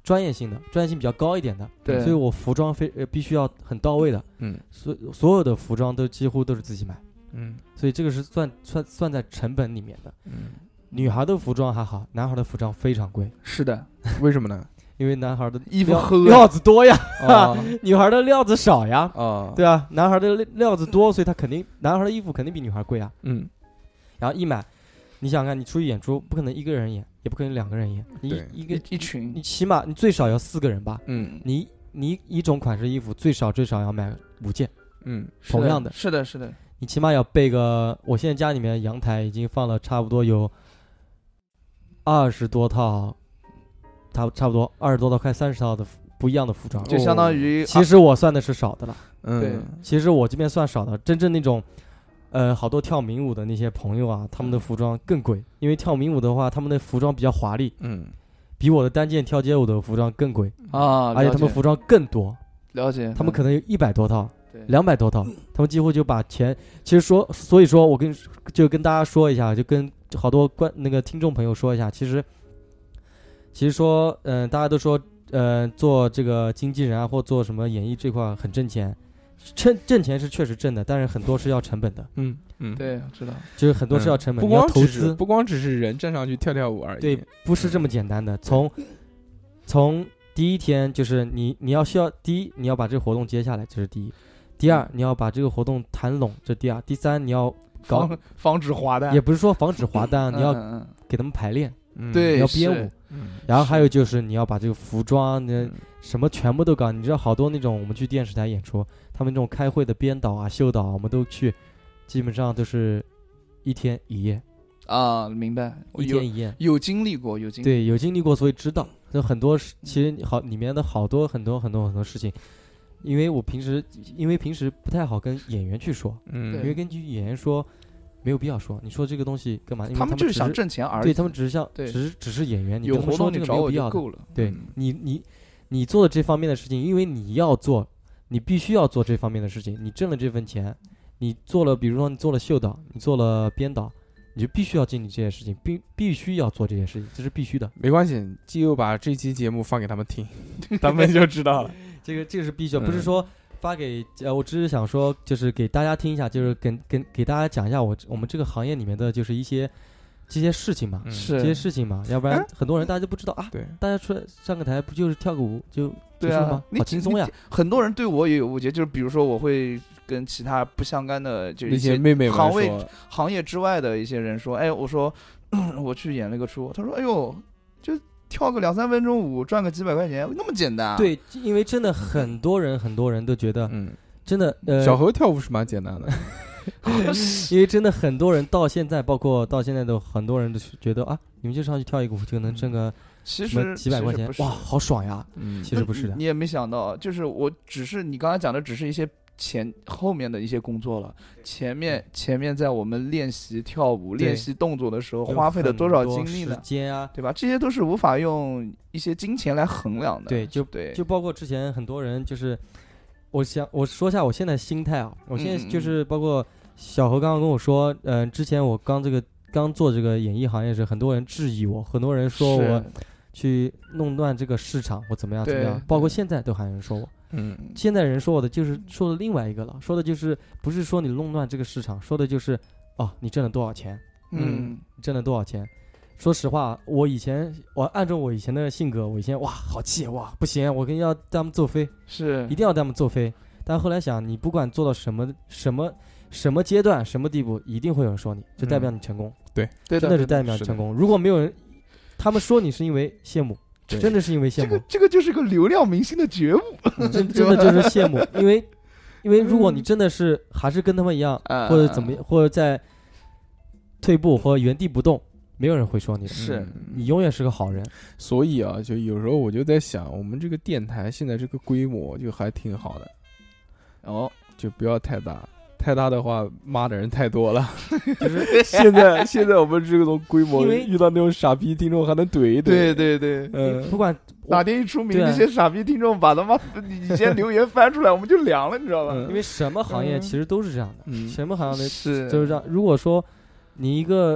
专业性的，专业性比较高一点的， 对， 所以我服装非呃必须要很到位的， 嗯， 所所有的服装都几乎都是自己买， 嗯， 所以这个是算算算在成本里面的， 嗯， 女孩的服装还好，男孩的服装非常贵， 是的， 为什么呢？ 因为男孩的衣服厚， 料子多呀， 啊女孩的料子少呀， 啊， 对啊，男孩的料子多，所以他肯定男孩的衣服肯定比女孩贵啊， 嗯， 然后一买，你想看你出去演出，不可能一个人演，也不可能两个人演，你对一个一群， 你起码你最少要四个人吧， 嗯你你一种款式衣服最少最少要买五件， 嗯， 同样的， 是的，是的， 你起码要备个，我现在家里面阳台已经放了差不多有二十多套，差差不多二十多套快三十套的不一样的服装， 就相当于， 其实我算的是少的了， 嗯， 对， 其实我这边算少的，真正那种。呃，好多跳民舞的那些朋友啊，他们的服装更贵，因为跳民舞的话，他们的服装比较华丽， 嗯， 比我的单件跳街舞的服装更贵啊， 而且他们服装更多， 了解， 他们可能有一百多套， 对， 两百多套，他们几乎就把钱，其实说，所以说我跟就跟大家说一下，就跟好多观那个听众朋友说一下，其实，其实说，嗯、呃，大家都说，呃，做这个经纪人啊，或做什么演艺这块很挣钱。挣挣钱是确实挣的，但是很多是要成本的。 嗯嗯， 对，知道， 就是很多是要成本， 不光投资， 不光只是人站上去跳跳舞而已。 对，不是这么简单的。从从第一天就是你你要需要第一你要把这个活动接下来，这是第一；第二你要把这个活动谈拢，这第二；第三你要搞防防止滑单， 也不是说防止滑单， 嗯、 你要给他们排练， 嗯、 对， 你要编舞， 嗯、 然后还有就是你要把这个服装那什么全部都搞。你知道好多那种我们去电视台演出。他们这种开会的编导啊、秀导啊，我们都去，基本上都是一天一夜啊，明白？ 一天一夜， 有经历过，有经历对，有经历过，所以知道。就很多其实好里面的好多很多很多很多事情，因为我平时因为平时不太好跟演员去说， 嗯， 因为根据演员说没有必要说，你说这个东西干嘛？因为他们就是想挣钱而已， 对他们只是想只是只是演员，你有活动这个找我就够了。 对你你你做的这方面的事情，因为你要做。你必须要做这方面的事情，你挣了这份钱，你做了，比如说你做了秀导，你做了编导，你就必须要经历这些事情，必必须要做这些事情，这是必须的。 没关系，基友把这期节目放给他们听，他们就知道了。 这个这个是必须的，不是说发给呃，我只是想说，就是给大家听一下，就是跟跟给大家讲一下我我们这个行业里面的就是一些这些事情嘛， 是这些事情嘛，要不然很多人大家都不知道啊。 对， 大家出来上个台不就是跳个舞就。 对啊， 好轻松呀！ 很多人对我也有误解，就是比如说我会跟其他不相干的，就一些妹妹行业行业之外的一些人说，哎，我说、嗯、我去演了个出，他说，哎呦，就跳个两三分钟舞，赚个几百块钱，那么简单、啊？ 对，因为真的很多人很多人都觉得，嗯，真的，呃， 小何跳舞是蛮简单的， 因为真的很多人到现在，包括到现在的很多人都觉得啊，你们就上去跳一个舞就能挣个。 其实几百块钱，哇，好爽呀！嗯，其实不是的， 你也没想到，就是我只是你刚才讲的，只是一些前后面的一些工作了。前面前面在我们练习跳舞、练习动作的时候，花费了多少精力呢？ 时间啊， 对吧？这些都是无法用一些金钱来衡量的。 对，就对， 就包括之前很多人，就是我想我说一下我现在心态啊，我现在就是包括小何刚刚跟我说，嗯、呃，之前我刚这个刚做这个演艺行业时，很多人质疑我，很多人说我。去弄乱这个市场或怎么样怎么样，包括现在都还有人说我。嗯，现在人说我的就是说的另外一个了，说的就是不是说你弄乱这个市场，说的就是哦，你挣了多少钱？嗯，你挣了多少钱？说实话，我以前我按照我以前的性格，我以前哇好气哇不行，我跟要带他们揍飞， 是一定要带他们揍飞。但后来想，你不管做到什么什么什么阶段、什么地步，一定会有人说你，就代表你成功。 嗯、对， 对真的是代表你成功。如果没有人。他们说你是因为羡慕，真的是因为羡慕。 这个这个就是个流量明星的觉悟， 嗯、真真的就是羡慕。因为因为如果你真的是还是跟他们一样， 嗯、 或者怎么或者在退步或原地不动，没有人会说你的。 是、 嗯、你永远是个好人。 所以啊，就有时候我就在想，我们这个电台现在这个规模就还挺好的， 哦， 就不要太大。太大的话，骂的人太多了。就是现在，现在我们这种规模，遇到那种傻逼听众还能怼一怼。 对对对， 嗯，不管哪天一出名，那些傻逼听众把他妈以前留言翻出来，我们就凉了，你知道吧？ 嗯、因为什么行业其实都是这样的， 嗯、 什么行业是就是这样。如果说你一个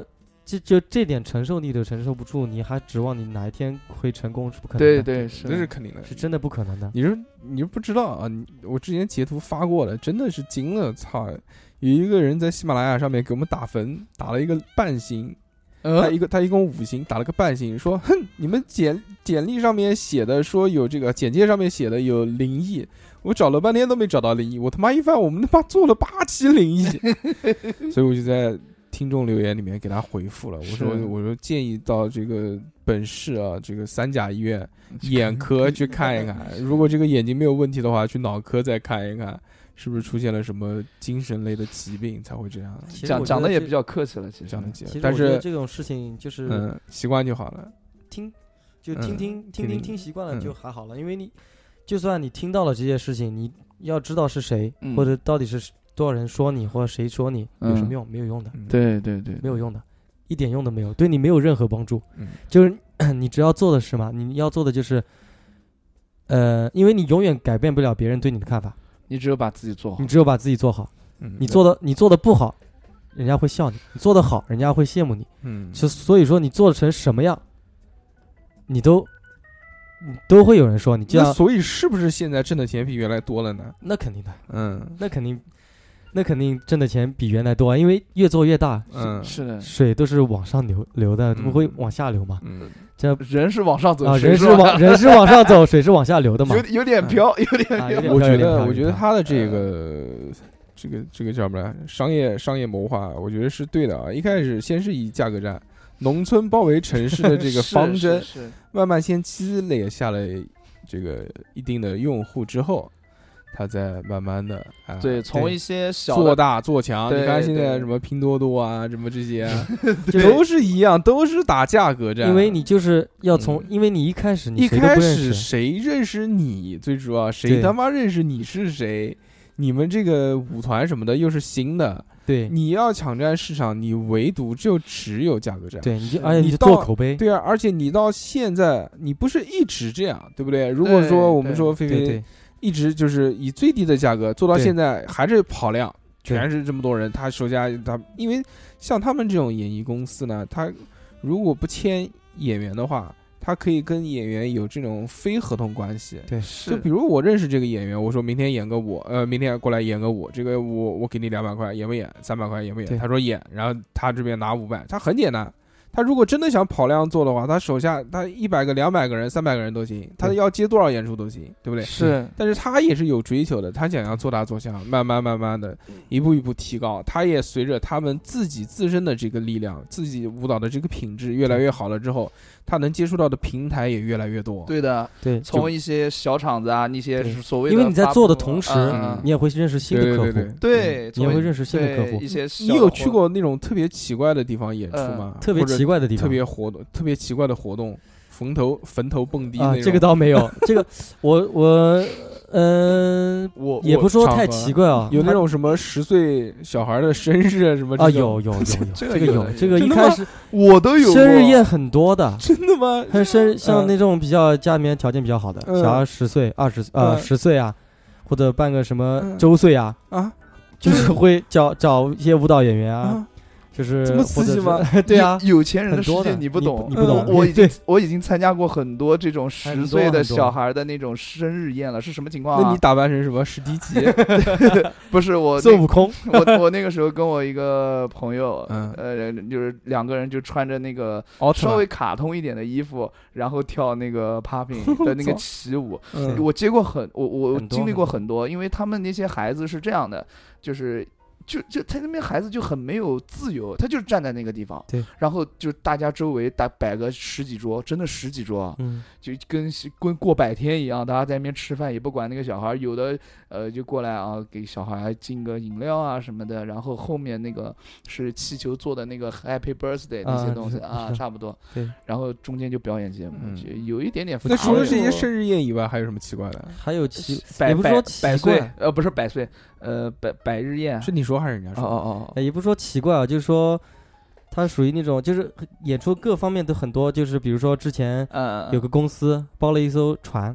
就就这点承受力都承受不住，你还指望你哪一天会成功是不可能的。对对，是这是肯定的， 是真的不可能的。 你说你不知道啊？我之前截图发过了，真的是惊了，操！有一个人在喜马拉雅上面给我们打分，打了一个半星。他一个他一共五星，打了个半星，说哼，你们简简历上面写的说有这个简介上面写的有灵异，我找了半天都没找到灵异，我他妈一翻我们他妈做了八期灵异，所以我就在听众留言里面给他回复了，我说我说建议到这个本市啊这个三甲医院眼科去看一看，如果这个眼睛没有问题的话，去脑科再看一看。是不是出现了什么精神类的疾病才会这样？ 讲讲的也比较客气了，其实讲的， 其实但是这种事情就是嗯，习惯就好了， 听就听听、嗯、听听听习惯了就还好了，嗯、因为你就算你听到了这些事情，你要知道是谁、嗯、或者到底是多少人说你或者谁说你、嗯、有什么用？没有用的， 嗯、对对对， 没有用的，一点用都没有，对你没有任何帮助。嗯、就是你只要做的是嘛，你要做的就是，呃，因为你永远改变不了别人对你的看法。 你只有把自己做好， 你只有把自己做好。嗯，你做的你做的不好，人家会笑你；你做的好，人家会羡慕你。嗯，所所以说你做成什么样，你都都会有人说你这样。 那所以是不是现在挣的钱比原来多了呢？ 那肯定的， 嗯， 那肯定，那肯定挣的钱比原来多啊，因为越做越大。 嗯，是的， 水都是往上流流的，不会往下流嘛。 嗯。这人是往上走啊，人是往人是往上走，水是往下流的嘛， 有有点飘，有点飘。 我觉得，我觉得他的这个这个这个叫什么来？商业商业谋划，我觉得是对的啊。一开始先是以价格战、农村包围城市的这个方针，慢慢先积累下了这个一定的用户之后。他在慢慢的、啊、 对，从一些小做大做强，你看现在什么拼多多啊，什么这些、啊，都是一样，都是打价格战。 因为你就是要从，嗯、因为你一开始你一开始谁认识你，最主要谁他妈认识你是谁？你们这个舞团什么的又是新的， 对， 你要抢占市场，你唯独就只有价格战。 对，你就而且你做口碑， 对啊，而且你到现在你不是一直这样，对不对？如果说我们说菲菲。一直就是以最低的价格做到现在，还是跑量，全是这么多人。他手下他，因为像他们这种演艺公司呢，他如果不签演员的话，他可以跟演员有这种非合同关系。 对， 就比如我认识这个演员，我说明天演个我，呃，明天过来演个我，这个我我给你两百块，演不演？三百块演不演？他说演，然后他这边拿五百，他很简单。他如果真的想跑量做的话，他手下他一百个、两百个人、三百个人都行，他要接多少演出都行，对不对？ 是。 但是他也是有追求的，他想要做大做强，慢慢慢慢的，一步一步提高。他也随着他们自己自身的这个力量，自己舞蹈的这个品质越来越好了之后，他能接触到的平台也越来越多。 对的， 对， 从一些小厂子啊，那些所谓的， 因为你在做的同时，嗯、你也会认识新的客户， 对， 你也会认识新的客户。 一些你有去过那种特别奇怪的地方演出吗？ 嗯、特别奇怪的地方， 特别活动，特别奇怪的活动，坟头坟头蹦迪那种。 啊，这个倒没有，这个我我。嗯、呃， 我也不说太奇怪啊， 有那种什么十岁小孩的生日什么啊，有有有有，这个有，这个一开始我都有生日宴很多的， 真的吗？ 还有生日像那种比较家里面条件比较好的， 嗯、 小孩十岁、二十呃十岁啊，或者办个什么周岁啊， 啊， 就是会找找一些舞蹈演员啊。 啊就是这么刺激吗？ 对啊， 有钱人的世界你不懂， 你不懂。 我已经我已经参加过很多这种十岁的小孩的那种生日宴了，是什么情况啊？ 那你打扮成什么史迪奇？ 不是我孙悟空。 我我那个时候跟我一个朋友，呃，就是两个人就穿着那个稍微卡通一点的衣服，然后跳那个 popping 的那个起舞。我接过很我我经历过很多，因为他们那些孩子是这样的，就是。就就他那边孩子就很没有自由，他就站在那个地方， 对， 然后就大家周围打摆个十几桌，真的十几桌， 嗯， 就跟跟过百天一样，大家在那边吃饭也不管那个小孩，有的呃就过来啊给小孩敬个饮料啊什么的，然后后面那个是气球做的那个 Happy Birthday 那些东西啊，啊差不多， 对， 然后中间就表演节目， 嗯、 就有一点点。 那除了这些生日宴以外，还有什么奇怪的？ 还有奇， 百也不是说百岁，呃，不是百岁。呃，百百日宴是你说还是人家说？ 哦哦哦，也不是说奇怪啊，就是说，它属于那种，就是演出各方面都很多，就是比如说之前有个公司包了一艘船，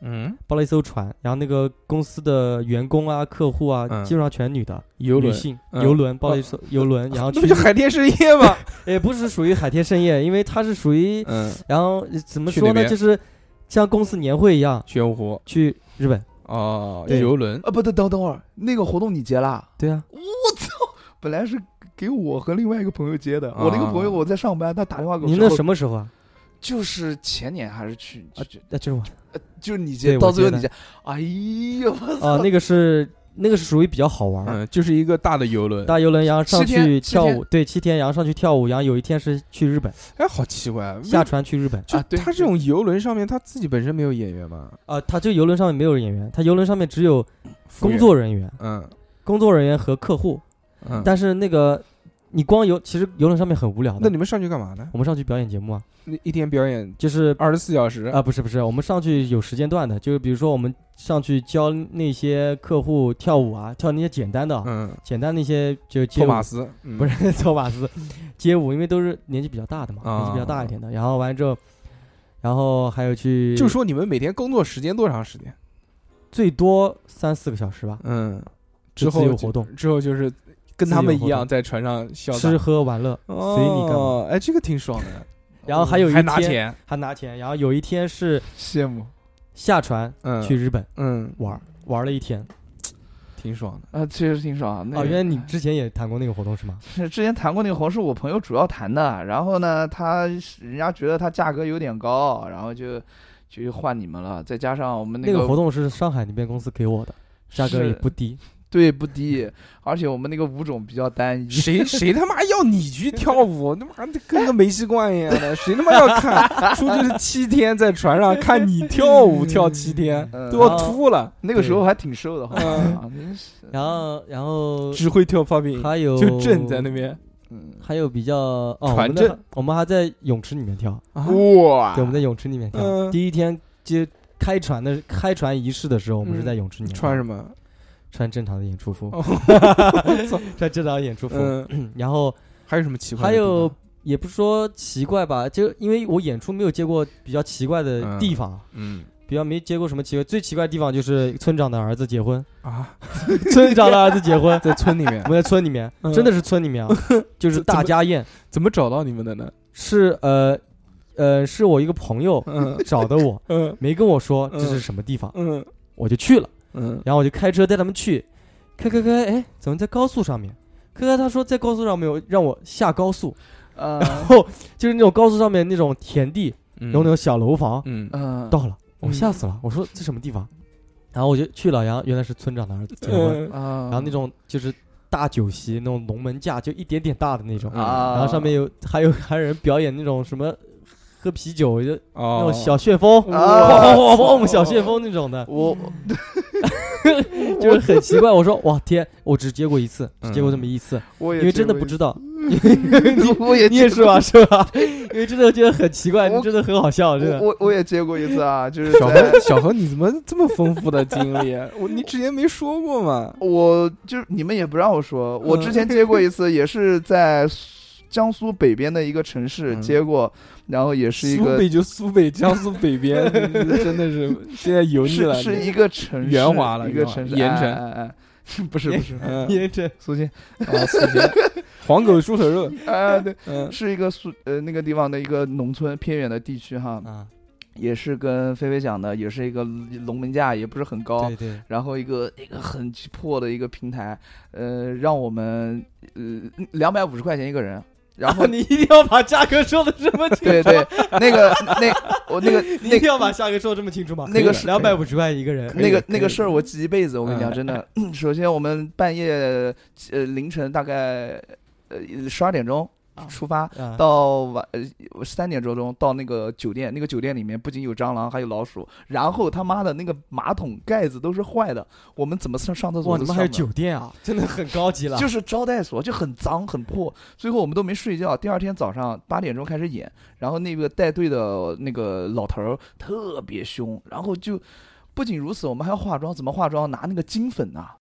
嗯，包了一艘船，然后那个公司的员工啊、客户啊， 嗯、 基本上全女的， 游轮、 女性游轮，包了一艘游轮，然后那不就海天盛宴吗？ 也不是属于海天盛宴，因为它是属于， 嗯， 然后怎么说呢，就是像公司年会一样， 去芜湖， 去日本。 哦，游轮啊，不，等等等会儿，那个活动你接啦？ 对啊， 我操，本来是给我和另外一个朋友接的，啊、我那个朋友我在上班，他打电话给我。 你那什么时候啊？ 就是前年还是去？ 啊，那就是我， 就是你接，到最后你接。哎呦，我操！ 啊，那个是那个是属于比较好玩， 嗯，就是一个大的游轮， 大游轮，然后上去跳舞，对，七天，然后上去跳舞，然后有一天是去日本， 哎，好奇怪， 下船去日本啊。对，他这种游轮上面他自己本身没有演员吗？ 啊，他这个游轮上面没有演员，他游轮上面只有工作人员， 嗯， 工作人员和客户，嗯，但是那个。你光游，其实游轮上面很无聊的。 那你们上去干嘛呢？ 我们上去表演节目啊。 那一天表演就是二十四小时啊？不是不是，我们上去有时间段的，就是比如说我们上去教那些客户跳舞啊，跳那些简单的，嗯，简单那些就接托马斯， 嗯、不是托马斯，街舞，因为都是年纪比较大的嘛，啊、年纪比较大一点的。然后完之后，然后还有去， 就说你们每天工作时间多长时间？ 最多三四个小时吧。 嗯，之后有活动， 之后就是。跟他们一样在船上潇洒吃喝玩乐， 哦、 随你干嘛。 哎，这个挺爽的。 然后还有一天还拿钱， 还拿钱。然后有一天是羡慕下船去日本， 嗯， 玩玩了一天， 挺爽的啊，确实挺爽。那哦，原来你之前也谈过那个活动是吗？ 是之前谈过那个活动，是我朋友主要谈的。然后呢，他人家觉得他价格有点高，然后就就换你们了。再加上我们那个那个活动是上海那边公司给我的，价格也不低。 对，不低，而且我们那个舞种比较单一。 谁谁他妈要你去跳舞？他妈的跟个煤气罐一样的，谁他妈要看？说这是七天在船上看你跳舞跳七天，嗯、都要吐了。 那个时候还挺瘦的，好像、 嗯。然后，然后只会跳 popping， 还有就正在那边。 嗯，还有比较哦， 船正， 我们还在泳池里面跳。 哇！ 对，我们在泳池里面跳。嗯、第一天接开船的开船仪式的时候，我们是在泳池里面、 嗯、穿什么？ 穿正常的演出服，哦、穿正常的演出服， 嗯、 然后还有什么奇怪的？ 还有也不是说奇怪吧，就因为我演出没有接过比较奇怪的地方， 嗯，嗯比较没接过什么奇怪，最奇怪的地方就是村长的儿子结婚啊，村长的儿子结婚在村里面， 我们在村里面，嗯、真的是村里面啊，就是大家宴， 怎么找到你们的呢？ 是呃呃，是我一个朋友找的我， 嗯， 没跟我说这是什么地方， 嗯， 我就去了。 嗯， 然后我就开车带他们去，开开开，哎，怎么在高速上面？开开他说在高速上面有让我下高速， 呃、 然后就是那种高速上面那种田地， 嗯、 有那种小楼房， 嗯嗯，到了，我吓死了，我说这什么地方？然后我就去了，然后原来是村长的儿子结婚， 嗯、 然后那种就是大酒席那种龙门架，就一点点大的那种， 嗯、 然后上面有还有还有人表演那种什么。喝啤酒就那种小旋风，砰砰砰小旋风那种的， 我就是很奇怪。我说哇天，我只接过一次，只接过这么一次，因为真的不知道。 我也你也是吧，是吧？因为真的觉得很奇怪，你真的很好笑，真的。 我我也接过一次啊，就是小何，小何，你怎么这么丰富的经历？我你之前没说过吗？ 我就是你们也不让我说，我之前接过一次，也是在江苏北边的一个城市接过。然后也是一个苏北就苏北，江苏北边真的是现在油腻了， 是是一个城市， 圆滑了， 一个城市， 盐城， 哎哎哎，不是不是， 盐城苏县啊，苏县，黄狗猪头肉， 啊对，是一个苏呃那个地方的一个农村偏远的地区哈， 啊， 也是跟菲菲讲的，也是一个龙门架，也不是很高， 对对， 然后一个一个很破的一个平台，呃，让我们呃两百五十块钱一个人。然后你一定要把价格说的这么清楚。 对对，那个那我那个你一定要把价格说的这么清楚吗？ 那个是两百五十块一个人。 那个那个事儿我记一辈子，我跟你讲，真的。首先我们半夜呃凌晨大概呃十二点钟出发，到晚呃三点多钟到那个酒店，那个酒店里面不仅有蟑螂，还有老鼠，然后他妈的那个马桶盖子都是坏的，我们怎么上上厕所？ 哇，你们还有酒店啊，真的很高级了。 就是招待所，就很脏很破，最后我们都没睡觉。第二天早上八点钟开始演，然后那个带队的那个老头特别凶，然后就不仅如此，我们还要化妆，怎么化妆？拿那个金粉啊。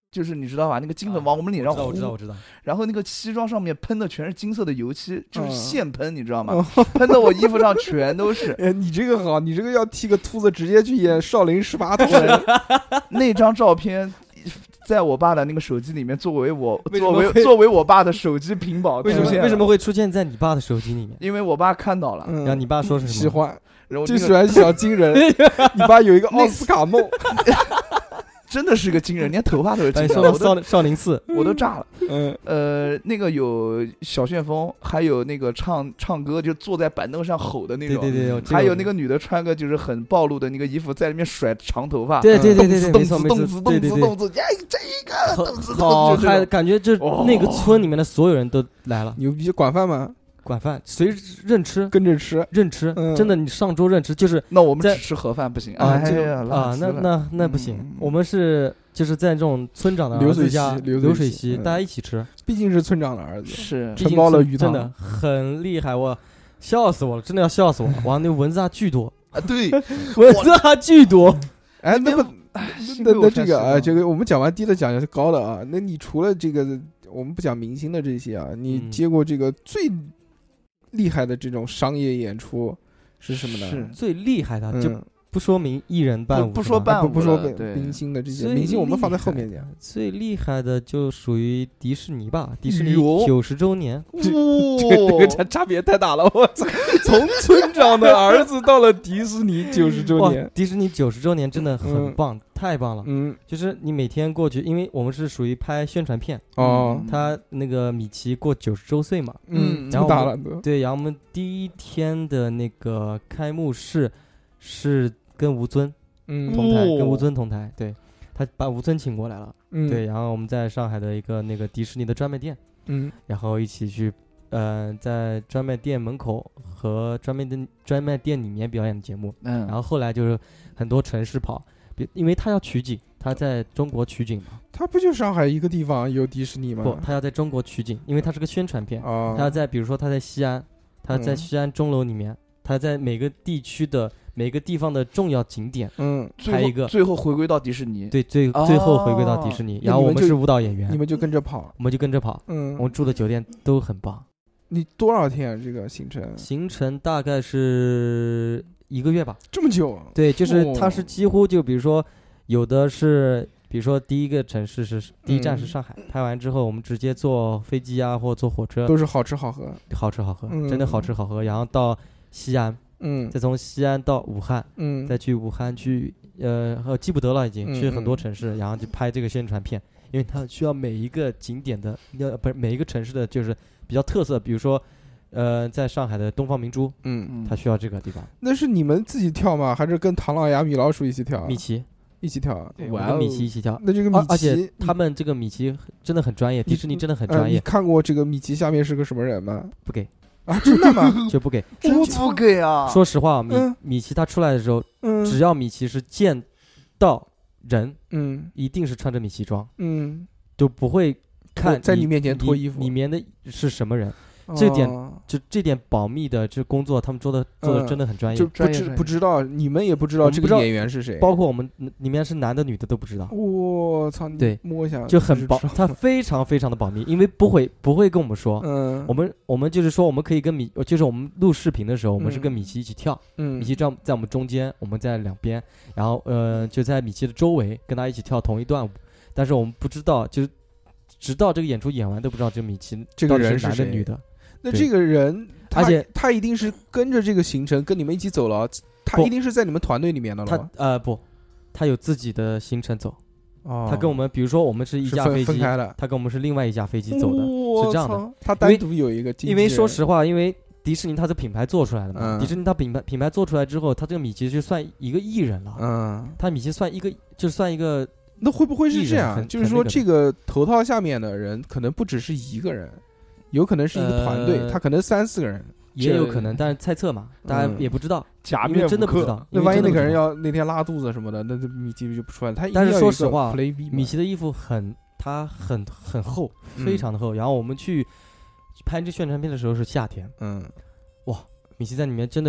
就是你知道吧？那个金粉往我们脸上糊， 我知道我知道。 然后那个西装上面喷的全是金色的油漆，就是现喷，你知道吗？喷的我衣服上全都是。 哎，你这个好，你这个要剃个秃子，直接去演少林十八铜人。 那张照片。在我爸的那个手机里面，作为我作为作为我爸的手机屏保， 为什么为什么会出现在你爸的手机里面？ 因为我爸看到了， 嗯、 然后你爸说是什么？ 喜欢， 然后、 就喜欢小金人。你爸有一个奥斯卡梦， 真的是个金人，连头发都是金人。 说到少少林寺， 我都炸了。 嗯， 呃，那个有小旋风，还有那个唱唱歌就坐在板凳上吼的那种， 对对对， 还有那个女的穿个就是很暴露的那个衣服，在里面甩长头发， 对对对对对， 动次动次动次动次，哎，这个动次动次， 还感觉就那个村里面的所有人都来了， 牛逼，管饭吗？ 管饭随任吃， 跟着吃， 任吃，真的，你上桌任吃，就是那我们只吃盒饭不行啊，啊，那那那不行，我们是就是在这种村长的流水席， 流水席，大家一起吃， 毕竟是村长的儿子， 是承包了鱼塘， 真的很厉害，我笑死我了，真的要笑死我了，哇，那蚊子啊巨多啊，对， 蚊子啊巨多， 哎，那么那那这个啊，这个我们讲完低的，讲的是高的啊，那你除了这个，我们不讲明星的这些啊，你接过这个最厉害的这种商业演出是什么呢？ 是最厉害的，就不说明艺人伴舞， 不说伴舞， 不说明星的这些明星，我们放在后面讲。 最厉害的就属于迪士尼吧，迪士尼九十周年， 这个差差别太大了，我操！从村长的儿子到了迪士尼九十周年， 迪士尼九十周年真的很棒，太棒了。 嗯， 就是你每天过去，因为我们是属于拍宣传片哦， 他那个米奇过九十周岁嘛， 嗯， 然后大了对，然后我们第一天的那个开幕式是跟吴尊嗯同台，跟吴尊同台，对，他把吴尊请过来了， 嗯， 对，然后我们在上海的一个那个迪士尼的专卖店， 嗯， 然后一起去，呃，在专卖店门口和专卖店专卖店里面表演节目， 嗯， 然后后来就是很多城市跑，因为他要取景，他在中国取景嘛， 他不就上海一个地方有迪士尼吗？ 不，他要在中国取景，因为他是个宣传片， 哦， 他要在比如说他在西安，他在西安钟楼里面，他在每个地区的。每个地方的重要景点， 嗯， 拍一个， 最后回归到迪士尼， 对，最最后回归到迪士尼。然后我们是舞蹈演员， 你们就跟着跑， 我们就跟着跑， 嗯， 我们住的酒店都很棒。 你多少天这个行程？ 行程大概是一个月吧， 这么久？ 对，就是它是几乎就比如说有的是，比如说第一个城市是第一站是上海，拍完之后我们直接坐飞机啊，或坐火车， 都是好吃好喝， 好吃好喝，真的好吃好喝。然后到西安。 嗯， 再从西安到武汉， 嗯， 再去武汉去，呃，记不得了已经，去很多城市，然后就拍这个宣传片，因为它需要每一个景点的，要不是每一个城市的就是比较特色，比如说，呃，在上海的东方明珠， 嗯， 它需要这个地方。 那是你们自己跳吗？还是跟唐老鸭、米老鼠一起跳？ 米奇一起跳， 我跟米奇一起跳。 那这个米奇， 而且他们这个米奇真的很专业，迪士尼真的很专业。 你看过这个米奇下面是个什么人吗？ 不给。 啊，真的吗？ 就不给， 真不给啊！ 说实话，米米奇他出来的时候，只要米奇是见到人， 嗯， 一定是穿着米奇装， 嗯， 就不会看在你面前脱衣服， 里面的是什么人。这点就这点保密的这工作，他们做的做的真的很专业， 就不知不知道，你们也不知道这个演员是谁， 包括我们里面是男的女的都不知道。 我操， 对， 摸一下就很保，他非常非常的保密，因为不会不会跟我们说， 嗯， 我们我们就是说我们可以跟米，就是我们录视频的时候，我们是跟米奇一起跳， 嗯， 米奇在在我们中间，我们在两边，然后呃就在米奇的周围跟他一起跳同一段舞，但是我们不知道，就是直到这个演出演完都不知道这个米奇这个人是男的女的。 那这个人， 而且他一定是跟着这个行程跟你们一起走了，他一定是在你们团队里面的了。 他呃不，他有自己的行程走。 哦， 他跟我们，比如说我们是一架飞机， 分开的， 他跟我们是另外一架飞机走的，是这样的。 他单独有一个经纪人， 因为说实话，因为迪士尼它是品牌做出来的嘛， 嗯、 迪士尼它品牌品牌做出来之后，他这个米奇就算一个艺人了。 嗯， 他米奇算一个，就算一个。 那会不会是这样？就是说，这个头套下面的人可能不只是一个人。有可能是一个团队， 呃、 他可能三四个人， 也有可能，但是猜测嘛，大家也不知道， 假面真的不知道。 那万一那个人要那天拉肚子什么的，那米奇就不出来了。他但是说实话，米奇的衣服很，他很很厚，非常的厚。 嗯、 然后我们去拍这宣传片的时候是夏天， 嗯， 哇，米奇在里面真的是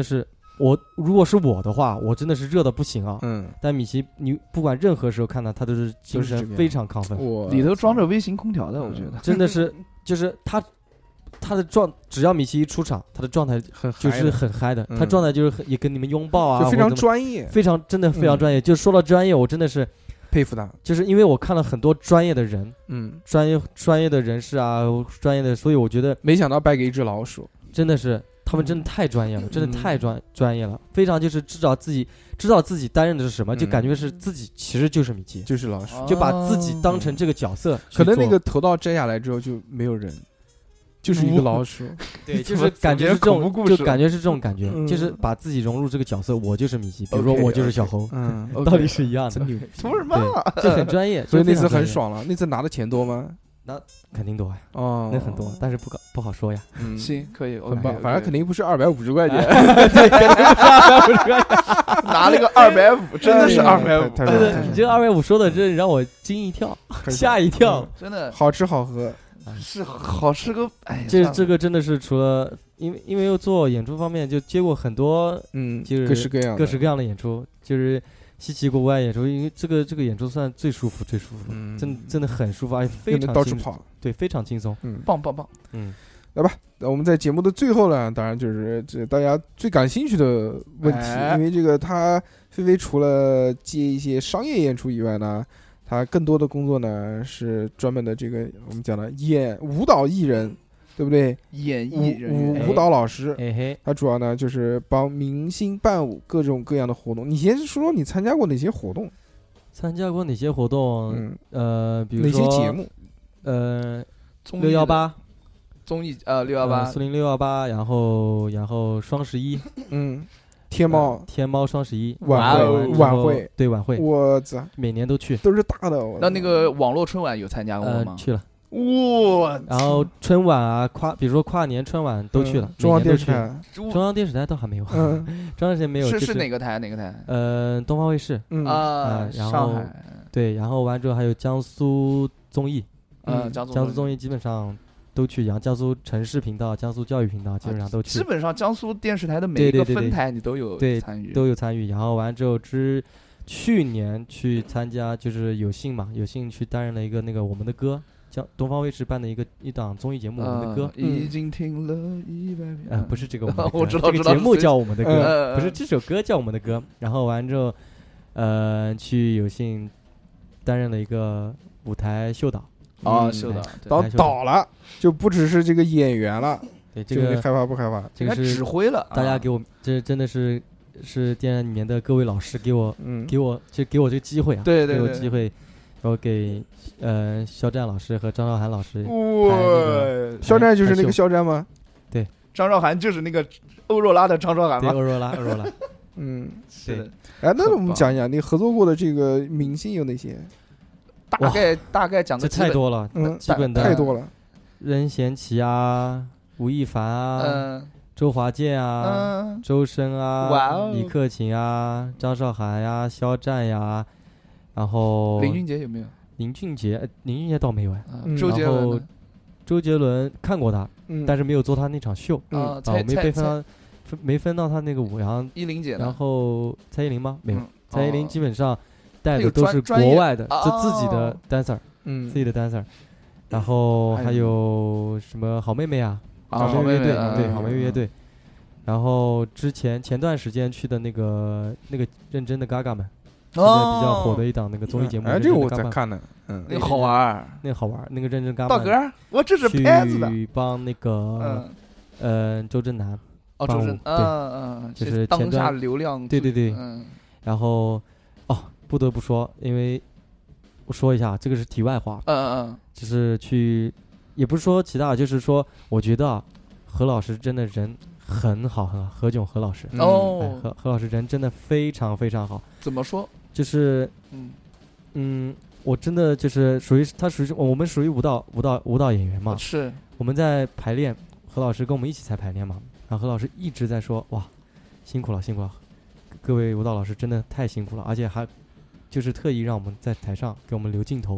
我如果是我的话，我真的是热的不行啊。 嗯， 但米奇，你不管任何时候看到他，都是精神非常亢奋， 里头装着微型空调的，我觉得真的是，就是他他的状，只要米奇一出场，他的状态就是很嗨的，他状态就是也跟你们拥抱啊， 就非常专业， 非常真的非常专业。就说到专业，我真的是佩服他， 就是因为我看了很多专业的人， 嗯， 专业专业的人士啊，专业的，所以我觉得没想到败给一只老鼠， 真的是。他们真的太专业了，真的太专专业了，非常就是知道自己知道自己担任的是什么，就感觉是自己其实就是米奇， 就是老鼠， 就把自己当成这个角色。 可能那个头套摘下来之后就没有人，就是一个老鼠。 对，就是感觉是这种，就感觉是这种感觉，就是把自己融入这个角色，我就是米奇，比如说我就是小猴， 嗯， 道理是一样的。 图什么？ 就很专业， 所以那次很爽了。那次拿的钱多吗？ 那肯定多呀， 哦， 那很多，但是不不好说呀。 嗯，行，可以， 很棒，反正肯定不是二百五十块钱， 对，肯定不是二百五十块钱， 拿了个二百五，真的是二百五。 对对，你这个二百五说的真让我惊一跳，吓一跳， 真的好吃好喝， 是好吃个哎， 这这个真的是除了因为因为又做演出方面就接过很多， 嗯， 就是各式各样各式各样的演出，就是。稀奇国外演出，因为这个这个演出算最舒服最舒服，嗯，真真的很舒服，而且非常到处跑， 对，非常轻松， 嗯， 棒棒棒， 嗯，来吧，那我们在节目的最后呢，当然就是这大家最感兴趣的问题， 哎、 因为这个他菲菲除了接一些商业演出以外呢，他更多的工作呢是专门的这个我们讲的演舞蹈艺人。对不对？ 演艺人员、 舞蹈老师， 哎、 他主要呢就是帮明星伴舞各种各样的活动。你先说说你参加过哪些活动？ 参加过哪些活动？嗯、呃，比如说哪些节目？ 呃，六幺八综艺，呃，六幺八， 苏宁六幺八，然后然后双十一， 嗯，天猫、 呃、天猫双十一晚会晚会， 对晚会， 我操， 每年都去， 都是大的。 那那个网络春晚有参加过吗？ 呃、去了。 哇！ 然后春晚啊，跨比如说跨年春晚都去了， 嗯、中央电视台， 中央电视台倒还没有， 嗯， 中央电视台没有， 是、 就是哪个台？哪个台？ 呃，东方卫视， 嗯啊， 然后上海， 对，然后完之后还有江苏综艺， 嗯， 江苏综艺基本上都去，然后江苏城市频道、江苏教育频道基本上都去， 基本上江苏电视台的每一个分台你都有参与， 都有参与。然后完之后之去年去参加，就是有幸嘛，有幸去担任了一个那个我们的歌。叫东方卫视办的一个一档综艺节目，我们的歌已经听了一百遍。 呃，不是这个我们的歌， 我知道， 这个节目叫我们的歌， 呃、 不是这首歌叫我们的歌。然后完之后，呃，去有幸担任了一个舞台秀导。 哦，秀导， 导导了，就不只是这个演员了。 对，这个害怕不害怕？ 这个是指挥了。 大家给我，这真的是是电视里面的各位老师给我， 嗯， 给我就给我这个机会啊， 对对， 给我机会。然后给呃肖战老师和张韶涵老师， 哇，肖战就是那个肖战吗？ 对， 张韶涵就是那个欧若拉的张韶涵吗？ 对，欧若拉，欧若拉。 嗯， 是的。 哎，那我们讲一讲你合作过的这个明星有哪些？ 大概大概讲的太多了， 嗯， 基本的太多了。 任贤齐啊，吴亦凡啊， 嗯， 周华健啊， 嗯， 周深啊， 哇哦， 李克勤啊，张韶涵呀，肖战呀。然后林俊杰有没有？ 林俊杰，呃、林俊杰倒没有哎。 嗯、周杰伦， 周杰伦看过他， 嗯、 但是没有做他那场秀。 嗯、 啊，我没被分到，没分到他那个舞。然后依林姐， 然后蔡依林吗？没有， 嗯、 蔡依林基本上带的都是国外的，就自己的 dancer， 嗯， 自己的 dancer。然后还有什么好妹妹啊？ 啊， 好妹妹乐队， 嗯、 对，好妹妹乐队。然后之前前段时间去的那个那个认真的嘎嘎们。现在比较火的一档那个综艺节目， 哎，这个我在看呢，嗯， 那个好玩， 那个好玩，那个认真干。 道哥，我这是拍子的， 去帮那个，呃，周震南， 哦，周震，嗯嗯， 就是当下流量， 对对对， 嗯， 然后，哦，不得不说，因为我说一下，这个是题外话， 嗯嗯嗯， 就是去，也不是说其他，就是说，我觉得啊，何老师真的人。很好，很好，何炅何老师哦， 哎、何何老师人真的非常非常好。 怎么说？ 就是嗯嗯，我真的就是属于他属于我们属于舞蹈舞蹈舞蹈演员嘛， 是我们在排练，何老师跟我们一起在排练嘛，然后何老师一直在说哇，辛苦了辛苦了，各位舞蹈老师真的太辛苦了，而且还就是特意让我们在台上给我们留镜头，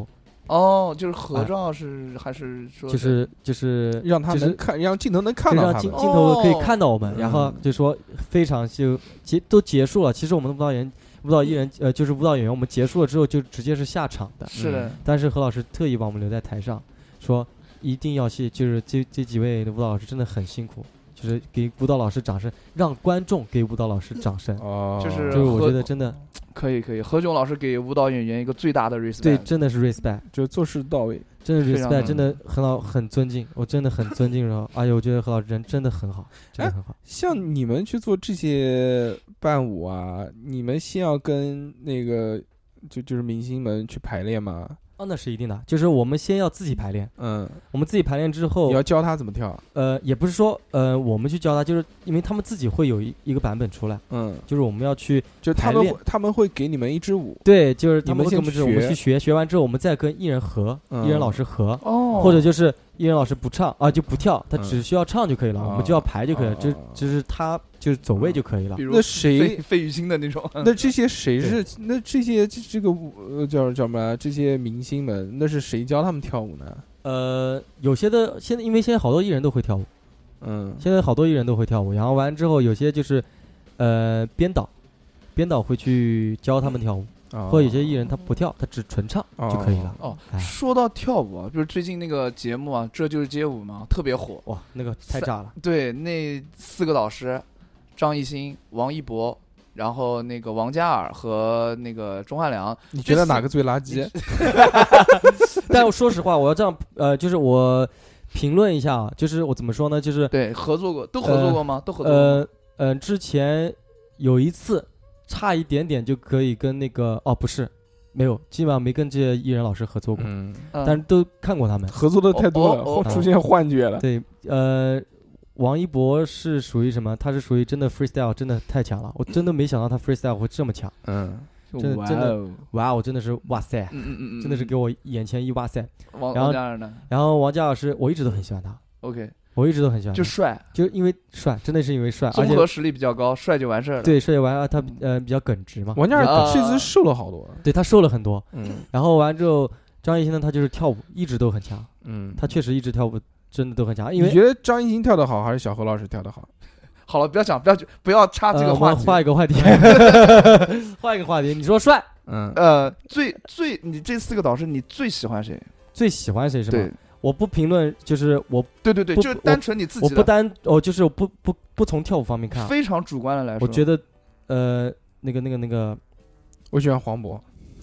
哦，就是合照是、哎、还是说就是就是让他能看，让镜头能看到他们， 让镜镜头可以看到我们， 哦、 然后就说非常就结都结束了。其实我们的舞蹈演舞蹈艺人呃就是舞蹈演员，我们结束了之后就直接是下场的。 是的， 但是何老师特意把我们留在台上，说一定要谢，就是这这几位的舞蹈老师真的很辛苦。就是给舞蹈老师掌声，让观众给舞蹈老师掌声。 哦， 就是就是我觉得真的可以可以。何炅老师给舞蹈演员一个最大的 respect， 对，真的是 respect， 就做事到位， 真的 respect， 真的很好，很尊敬，我真的很尊敬。然后，哎呦，我觉得何老师人真的很好，真的很好。 哎、像你们去做这些伴舞啊，你们先要跟那个就就是明星们去排练吗？ 哦，那是一定的，就是我们先要自己排练， 嗯， 我们自己排练之后， 你要教他怎么跳， 呃，也不是说呃我们去教他，就是因为他们自己会有一一个版本出来，嗯，就是我们要去， 就他们会他们会给你们一支舞， 对，就是他们会跟我们我们去学，学完之后我们再跟艺人合， 嗯、 艺人老师合， 哦， 或者就是艺人老师不唱啊就不跳，他只需要唱就可以了，嗯、我们就要排就可以了， 哦、 就就是他就是走位就可以了。 比如那谁费玉清的那种， 那这些谁是那这些这个呃叫叫什么？这些明星们那是谁教他们跳舞呢？ 呃，有些的现在因为现在好多艺人都会跳舞， 嗯， 现在好多艺人都会跳舞，然后完之后有些就是呃编导，编导会去教他们跳舞。 哦、 或者有些艺人他不跳，他只纯唱就可以了。 哦，哎、说到跳舞啊，就是最近那个节目啊，这就是街舞嘛，特别火。 哇，那个太炸了。 对，那四个导师，张艺兴、王一博，然后那个王嘉尔和那个钟汉良， 你觉得哪个最垃圾？ 但说实话，我要这样，呃，就是我评论一下啊，就是我怎么说呢？就是对合作过，都合作过吗？ 呃、 都合作过。呃呃，之前有一次。差一点点就可以跟那个哦，不是，没有，基本上没跟这些艺人老师合作过， 嗯， 但是都看过他们合作的太多了， 哦哦出现幻觉了。 对，呃，王一博是属于什么？他是属于真的 freestyle， 真的太强了，我真的没想到他 freestyle 会这么强， 嗯， 真的真的，哇，我真的是哇塞， 嗯嗯嗯， 真的是给我眼前一哇塞。 王然后嘉尔呢？ 然后王嘉尔是我一直都很喜欢他 ，OK。 我一直都很喜欢他， 就帅， 就因为帅，真的是因为帅， 综合实力比较高，帅就完事儿了。 对，帅就完了，他呃比较耿直嘛。 王嘉尔这次瘦了好多， 对他瘦了很多。 嗯， 然后完之后，张艺兴呢，他就是跳舞一直都很强。 嗯， 他确实一直跳舞真的都很强。因为你觉得张艺兴跳得好，还是小何老师跳得好？ 好了，不要讲，不要不要插这个话题， 换一个话题，换一个话题。你说帅， 嗯呃，最最你这四个导师，你最喜欢谁？ 最喜欢谁是吗？ 对。 我不评论，就是我， 对对对，就是单纯你自己的，我不单，我就是我不不不从跳舞方面看， 非常主观的来说， 我觉得，呃，那个那个那个， 我喜欢黄渤，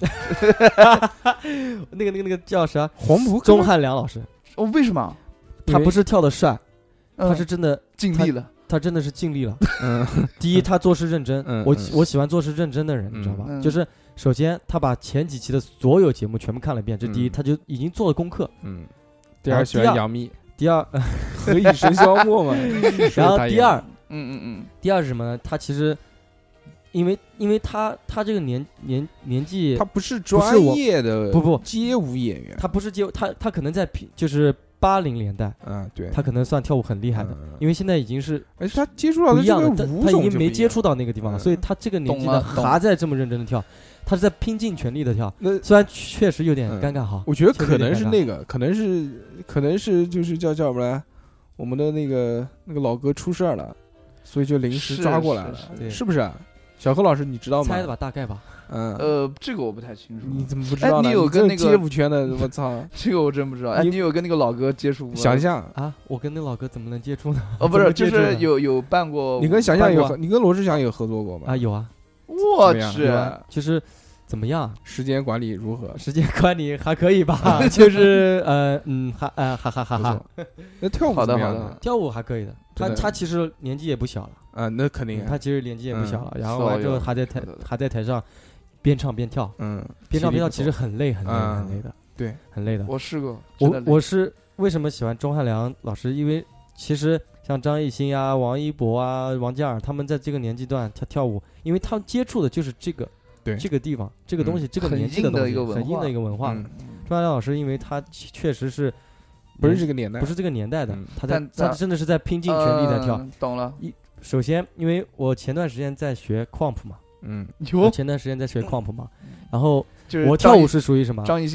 那个那个那个叫啥？ 黄渤， 钟汉良老师。 哦，为什么？ 他不是跳的帅， 嗯、 他是真的尽力了他，他真的是尽力了。 嗯， 第一，他做事认真， 嗯、 我我喜欢做事认真的人， 嗯、 你知道吧？ 嗯、 就是首先他把前几期的所有节目全部看了一遍，这第一， 嗯、 他就已经做了功课， 嗯。第二喜欢杨幂， 第二何以笙箫默嘛。 然后第二， 嗯嗯嗯， 第二是什么呢？他其实，因为因为他他这个年年年纪， 他不是专业的不不街舞演员， 他不是街他他可能在就是八零年代， 嗯对， 他可能算跳舞很厉害的，因为现在已经是， 而且他接触到不一样的，他他已经没舞接触到那个地方了，所以他这个年纪呢还在这么认真的跳。他是在拼尽全力的跳， 那虽然确实有点尴尬哈、 嗯。我觉得可能是那个，可能是可能是就是叫叫什么来，我们的那个那个老哥出事儿了，所以就临时抓过来了， 是, 是, 是不是、啊？小何老师，你知道吗？ 猜的吧，大概吧。 嗯， 呃，这个我不太清楚。 你怎么不知道呢？ 哎、你有跟那个街舞圈的，我操， 这个我真不知道。哎，你有跟那个老哥接触过？ 想象啊，我跟那老哥怎么能接触呢？ 哦，不是，就是有有办过。 你跟想象有，你跟罗志祥有合作过吗？ 啊，有啊。 我去， 就是怎么样？ 时间管理如何？ 时间管理还可以吧，就是呃嗯，还呃哈哈哈哈。 那跳舞好的好的， 跳舞还可以的。他他其实年纪也不小了啊，那肯定。 他其实年纪也不小了，然后完之后还在台还在台上边唱边跳， 嗯， 边唱边跳其实很累很累很累的， 对， 很累的。 我试过， 我我是为什么喜欢钟汉良老师？因为其实像张艺兴啊、王一博啊、王嘉尔他们在这个年纪段跳跳舞，因为他们接触的就是这个。 对这个地方，这个东西，这个年纪的东西，很硬的一个文化。钟汉良老师，因为他确实是不是这个年代， 不是这个年代的，他在他真的是在拼尽全力在跳。 懂了。 一首先，因为我前段时间在学 comp 嘛， 嗯， 我前段时间在学 comp 嘛，然后我跳舞是属于什么？ 张艺兴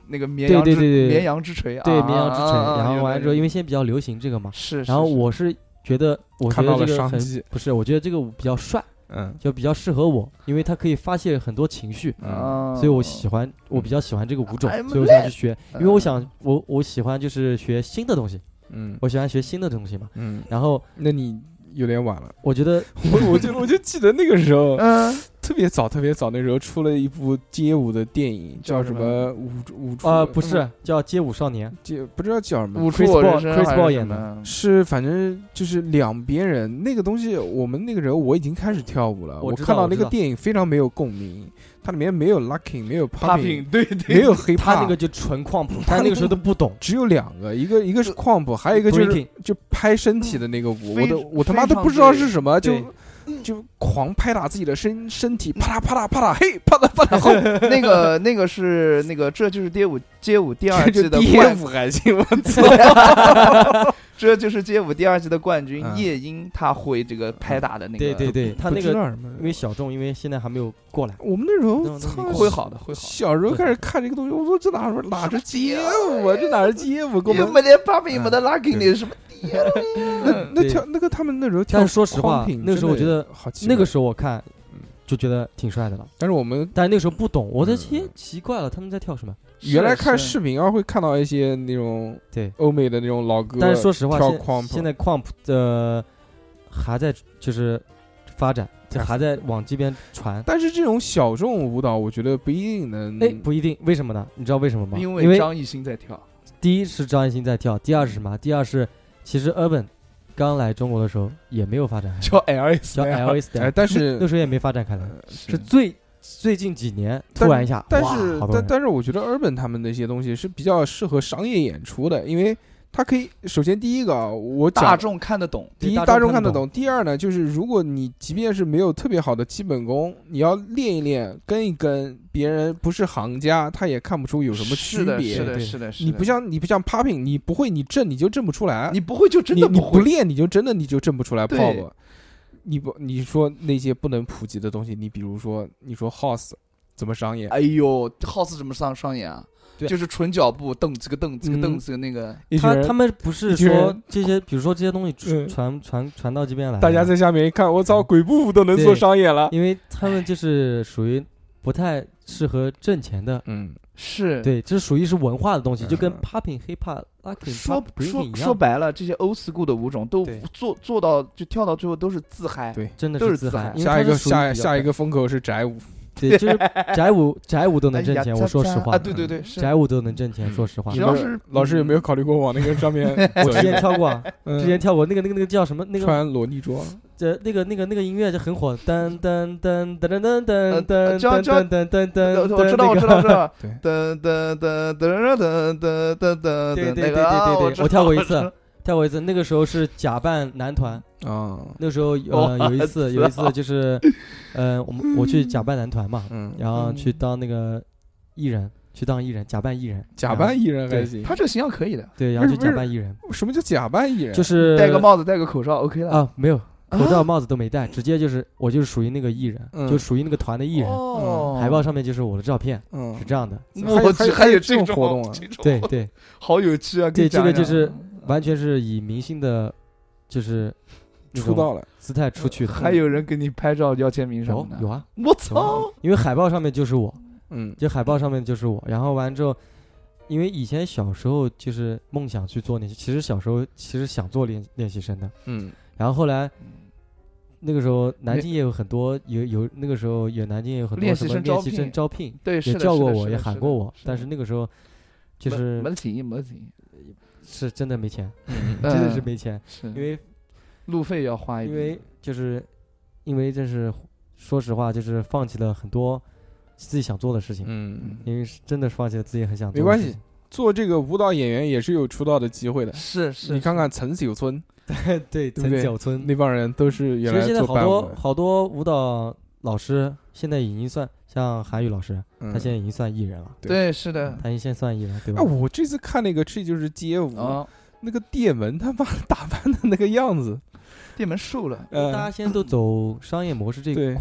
那个绵羊之对对对绵羊之锤， 对绵羊之锤。 啊、 然后完了之后，因为现在比较流行这个嘛， 是。 然后我是觉得，我觉得这个很不是，我觉得这个舞比较帅。 嗯， 就比较适合我，因为它可以发泄很多情绪， 嗯， 所以我喜欢，我比较喜欢这个舞种，所以我想去学，因为我想，我我喜欢就是学新的东西， 嗯， 我喜欢学新的东西嘛， 嗯， 然后那你有点晚了， 我觉得， 我我就我就记得那个时候，嗯，特别早特别早那时候出了一部街舞的电影，叫什么舞舞出啊，不是叫街舞少年， 街不知道叫什么， 舞出 Chris Paul 演的， 是反正就是两边人那个东西，我们那个时候我已经开始跳舞了，我看到那个电影非常没有共鸣。它里面没有 locking， 没有 popping， 对对， 没有黑怕， 他那个就纯矿谱，他那个时候都不懂， 只有两个，一个一个是矿谱，还有一个就是就拍身体的那个舞，我都我他妈都不知道是什么，就就狂拍打自己的身身体，啪嗒啪嗒啪嗒，嘿，啪嗒啪嗒，后那个那个是那个这就是街舞街舞第二季的街舞还行，我操。 这就是街舞第二季的冠军夜莺，他会这个拍打的那个， 对对对，他那个因为小众，因为现在还没有过来。 我们那时候会好的，会好。 小时候开始看这个东西，我说这哪哪是街舞啊？这哪是街舞？ 也没得 popping， 没得 locking， 你什么？ 那那跳那个他们那时候跳， 但是说实话，那个时候我觉得那个时候我看就觉得挺帅的了。 但是我们， 但是那个时候不懂，我在切奇怪了，他们在跳什么？ 原来看视频啊，会看到一些那种对欧美的那种老歌， 但是说实话， 跳 Crump 现在 Crump 的还在就是发展，就还在往这边传。 但是这种小众舞蹈，我觉得不一定能， 哎，不一定，为什么呢？你知道为什么吗？ 因为张艺兴在跳。 第一是张艺兴在跳，第二是什么？第二是其实 Urban 刚来中国的时候也没有发展， 叫 L S， 叫 L S， 哎，但是那时候也没发展开来，是最。最近几年突然一下， 但是但但是我觉得 Urban 他们那些东西是比较适合商业演出的，因为它可以首先第一个我讲大众看得懂， 第一大众看得懂，第二呢就是如果你即便是没有特别好的基本功，你要练一练跟一跟，别人不是行家他也看不出有什么区别。 是的，是的，是的。 你不像你不像 popping， 你不会你震你就震不出来， 你不会就真的你不练你就真的你就震不出来 pop。你不你说那些不能普及的东西，你比如说你说 house。怎么商业？ 哎呦 ，house 怎么上商业啊？就是纯脚步，蹬这个蹬这个蹬这个那个。 他他们不是说这些，比如说这些东西传传传到这边来， 大家在下面一看，我操，鬼步都能做商业了。 因为他们就是属于不太适合挣钱的。 嗯，是对，这属于是文化的东西，就跟 popping、hip-hop、locking、 说说说白了，这些 old school 的舞种都做做到就跳到最后都是自嗨， 对， 真的都是自嗨。 下一个下下一个风口是宅舞。 对，就是宅舞，宅舞都能挣钱。我说实话啊，对对对， 宅舞都能挣钱。说实话， 只要是老师有没有考虑过往那个上面？ 我之前跳过，之前跳过那个那个那个叫什么？那个穿裸女装。 这那个那个那个音乐就很火，噔噔噔噔噔噔噔噔噔噔噔噔。 我知道，我知道，我知道。噔噔噔噔噔噔噔噔噔。 对对对对对对，我跳过一次。跳过一次，那个时候是假扮男团啊。 那个时候呃有一次有一次就是，呃我们我去假扮男团嘛，嗯，然后去当那个艺人，去当艺人，假扮艺人， 假扮艺人还行。 他这个形象可以的。 对，然后去假扮艺人。 什么叫假扮艺人？ 就是戴个帽子，戴个口罩 ，OK 了啊？没有口罩、帽子都没戴，直接就是我就是属于那个艺人，就属于那个团的艺人。海报上面就是我的照片，是这样的。 我去，还有这种活动啊？ 对对， 好有趣啊！ 对，这个就是。完全是以明星的，就是出道了姿态出去的。 还有人给你拍照要签名什么的？ 有啊！ 我操！ 因为海报上面就是我， 嗯， 就海报上面就是我。然后完之后，因为以前小时候就是梦想去做练习，其实小时候其实想做练练习生的， 嗯。 然后后来那个时候南京也有很多有有那个时候有南京也有很多什么练习生招聘， 对， 也叫过我，也喊过我，但是那个时候就是没钱，没钱。 是真的没钱，真的是没钱，因为路费要花一笔。 因为就是因为这是说实话，就是放弃了很多自己想做的事情。 嗯， 因为真的放弃了自己很想做的。 没关系，做这个舞蹈演员也是有出道的机会的。 是是， 你看看陈小春， 对陈小春那帮人都是原来做好多好多舞蹈老师，现在已经算。像韩宇老师，他现在已经算艺人了。 对，是的， 他已经算艺人，对吧？ 啊，我这次看那个这就是街舞，那个电门他妈打扮的那个样子， 电门瘦了。 大家现在都走商业模式这一块儿，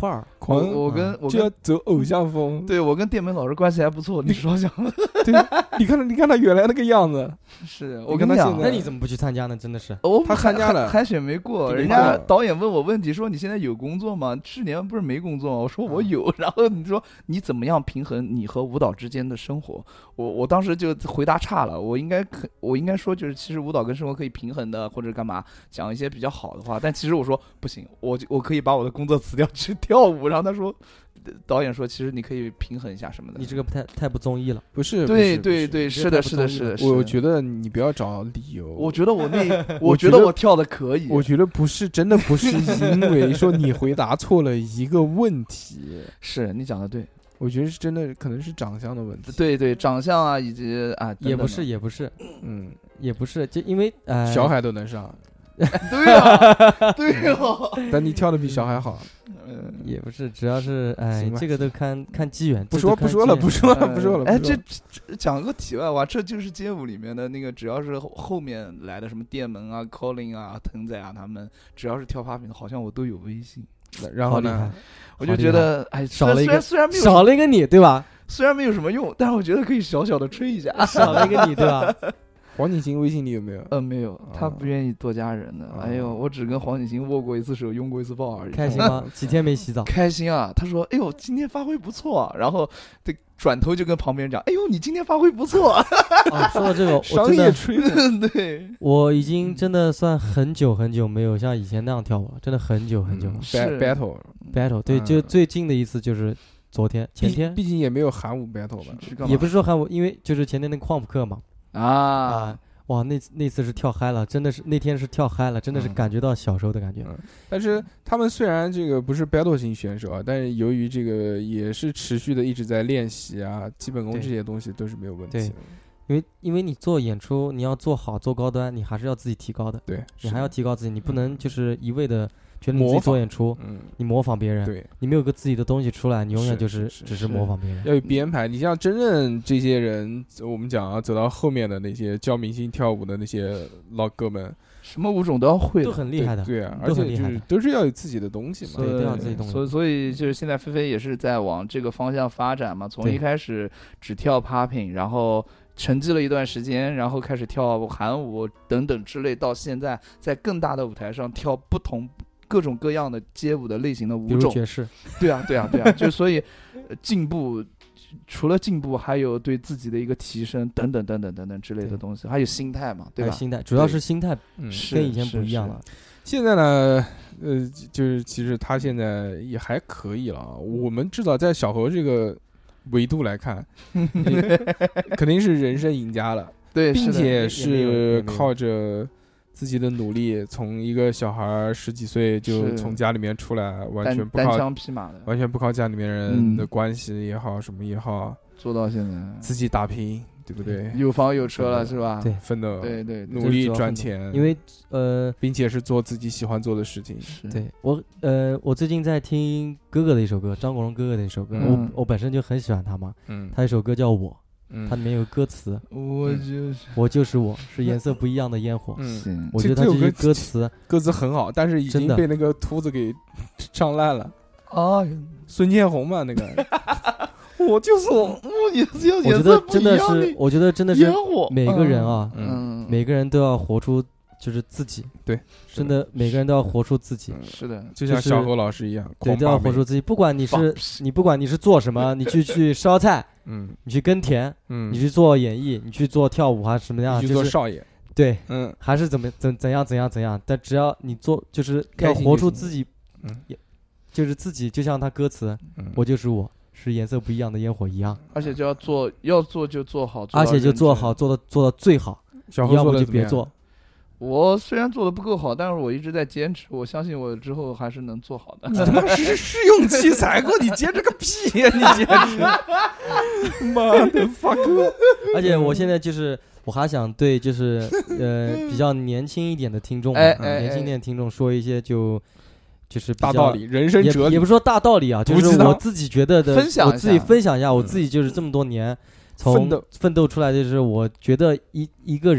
狂我我跟我就要走偶像风。 对，我跟电门老师关系还不错，你说想对，你看你看他原来那个样子， 是我跟他讲， 那你怎么不去参加呢？真的是， 我他参加了海选没过，人家导演问我问题说你现在有工作吗？去年不是没工作吗？我说我有，然后你说你怎么样平衡你和舞蹈之间的生活？我我当时就回答差了，我应该可我应该说就是其实舞蹈跟生活可以平衡的，或者干嘛讲一些比较好的话，但其实我说不行，我我可以把我的工作辞掉去跳舞，然后他说。导演说：“其实你可以平衡一下什么的。” 你这个不太太不综艺了， 不是？ 对对对，是的，是的，是的。 我觉得你不要找理由。 我觉得我那，我觉得我跳的可以。 我觉得不是，真的不是因为说你回答错了一个问题。 是你讲的对， 我觉得是真的，可能是长相的问题。 对对，长相啊，以及啊， 也不是，也不是， 嗯， 也不是，就因为呃， 小海都能上。 对啊，对啊， 但你跳的比小海好。 嗯， 也不是，主要是哎，这个都看看机缘。 不说不说了，不说了，不说了。 哎，这讲个题外话，这就是街舞里面的那个，只要是后面来的什么电门啊、Colin 啊、腾仔啊，他们只要是跳 popping 的，好像我都有微信。 然后呢， 我就觉得哎， 少了一个， 虽然没有少了一个你，对吧？ 虽然没有什么用，但是我觉得可以小小的吹一下。 少了一个你，对吧？ 黄景行微信里有没有？ 呃，没有，他不愿意多加人的。 哦、 哎呦，我只跟黄景行握过一次手，拥过一次抱而已。 开心吗？几天没洗澡？ 开心啊！他说：“哎呦，今天发挥不错、啊。”然后对转头就跟旁边人讲：“哎呦，你今天发挥不错、啊。 哦”说到这个，我商业吹的， 对， 我已经真的算很久很久没有像以前那样跳舞了，真的很久很久了。 嗯、battle battle 对，就最近的一次就是昨天前天， 毕竟也没有韩舞 battle 吧？ 也不是说韩舞，因为就是前天那个旷普课嘛。 啊。 啊哇，那那次是跳嗨了，真的是那天是跳嗨了，真的是感觉到小时候的感觉。 嗯嗯、但是他们虽然这个不是 battle 型选手啊，但是由于这个也是持续的一直在练习啊，基本功这些东西都是没有问题的。 因为因为你做演出，你要做好做高端，你还是要自己提高的。 对， 你还要提高自己，你不能就是一味的觉得你自己做演出， 嗯， 你模仿别人， 对， 你没有个自己的东西出来，你永远就是只是模仿别人。 要有编排。你像真正这些人，我们讲啊，走到后面的那些教明星跳舞的那些老哥们， 什么舞种都要会， 都很厉害的。 对啊，而且就是都是要有自己的东西嘛， 对，都要自己东西。 所以所以就是现在菲菲也是在往这个方向发展嘛，从一开始只跳 popping， 然后沉寂了一段时间，然后开始跳韩舞等等之类，到现在在更大的舞台上跳不同各种各样的街舞的类型的舞种， 爵士。 对啊，对啊，对啊，就所以进步，除了进步，还有对自己的一个提升，等等等等等等之类的东西，还有心态嘛，对吧？ 心态主要是心态，嗯，跟以前不一样了。 现在呢，呃，就是其实他现在也还可以了。我们至少在小何这个维度来看，肯定是人生赢家了。 对， 并且是靠着自己的努力，从一个小孩十几岁就从家里面出来，完全不靠单枪匹马的， 完全不靠家里面人的关系也好，嗯、什么也好， 做到现在自己打拼，对不对？ 有房有车了是吧？ 对， 奋斗， 对对， 努力赚钱， 因为呃， 并且是做自己喜欢做的事情。 对我呃，我最近在听哥哥的一首歌，张国荣哥哥的一首歌， 嗯、 我我本身就很喜欢他嘛， 嗯， 他一首歌叫我。 嗯、 它里面有歌词， 我就是我就是我，是颜色不一样的烟火。 嗯， 我觉得它这些歌词歌词很好，但是已经被那个秃子给唱烂了。 啊， 孙建宏嘛，那个我就是我，我也是我觉得真的是，我觉得真的是每个人啊， 嗯， 每个人都要活出就是自己。 对， 真的每个人都要活出自己。 是的， 就像小何老师一样， 对，都要活出自己。不管你是你，不管你是做什么，你去去烧菜。 嗯， 你去耕田， 嗯， 你去做演艺，你去做跳舞还是什么样？ 你去做少爷， 对， 嗯， 还是怎么怎怎样怎样怎样？但只要你做，就是要活出自己， 嗯， 就是自己，就像他歌词，我就是我，是颜色不一样的烟火一样。 而且就要做，要做就做好， 而且就做好，做到做到最好。 小何要么就别做。 我虽然做的不够好，但是我一直在坚持。我相信我之后还是能做好的。 你他妈是试用期才过，你坚持个屁呀！你坚持，妈的 fuck！ 而且我现在就是，我还想对就是呃比较年轻一点的听众， 哎哎， 年轻一点的听众说一些就就是大道理、人生哲理， 也不说大道理啊，就是我自己觉得的， 分享我自己分享一下，我自己就是这么多年从奋斗出来，就是我觉得一一个人。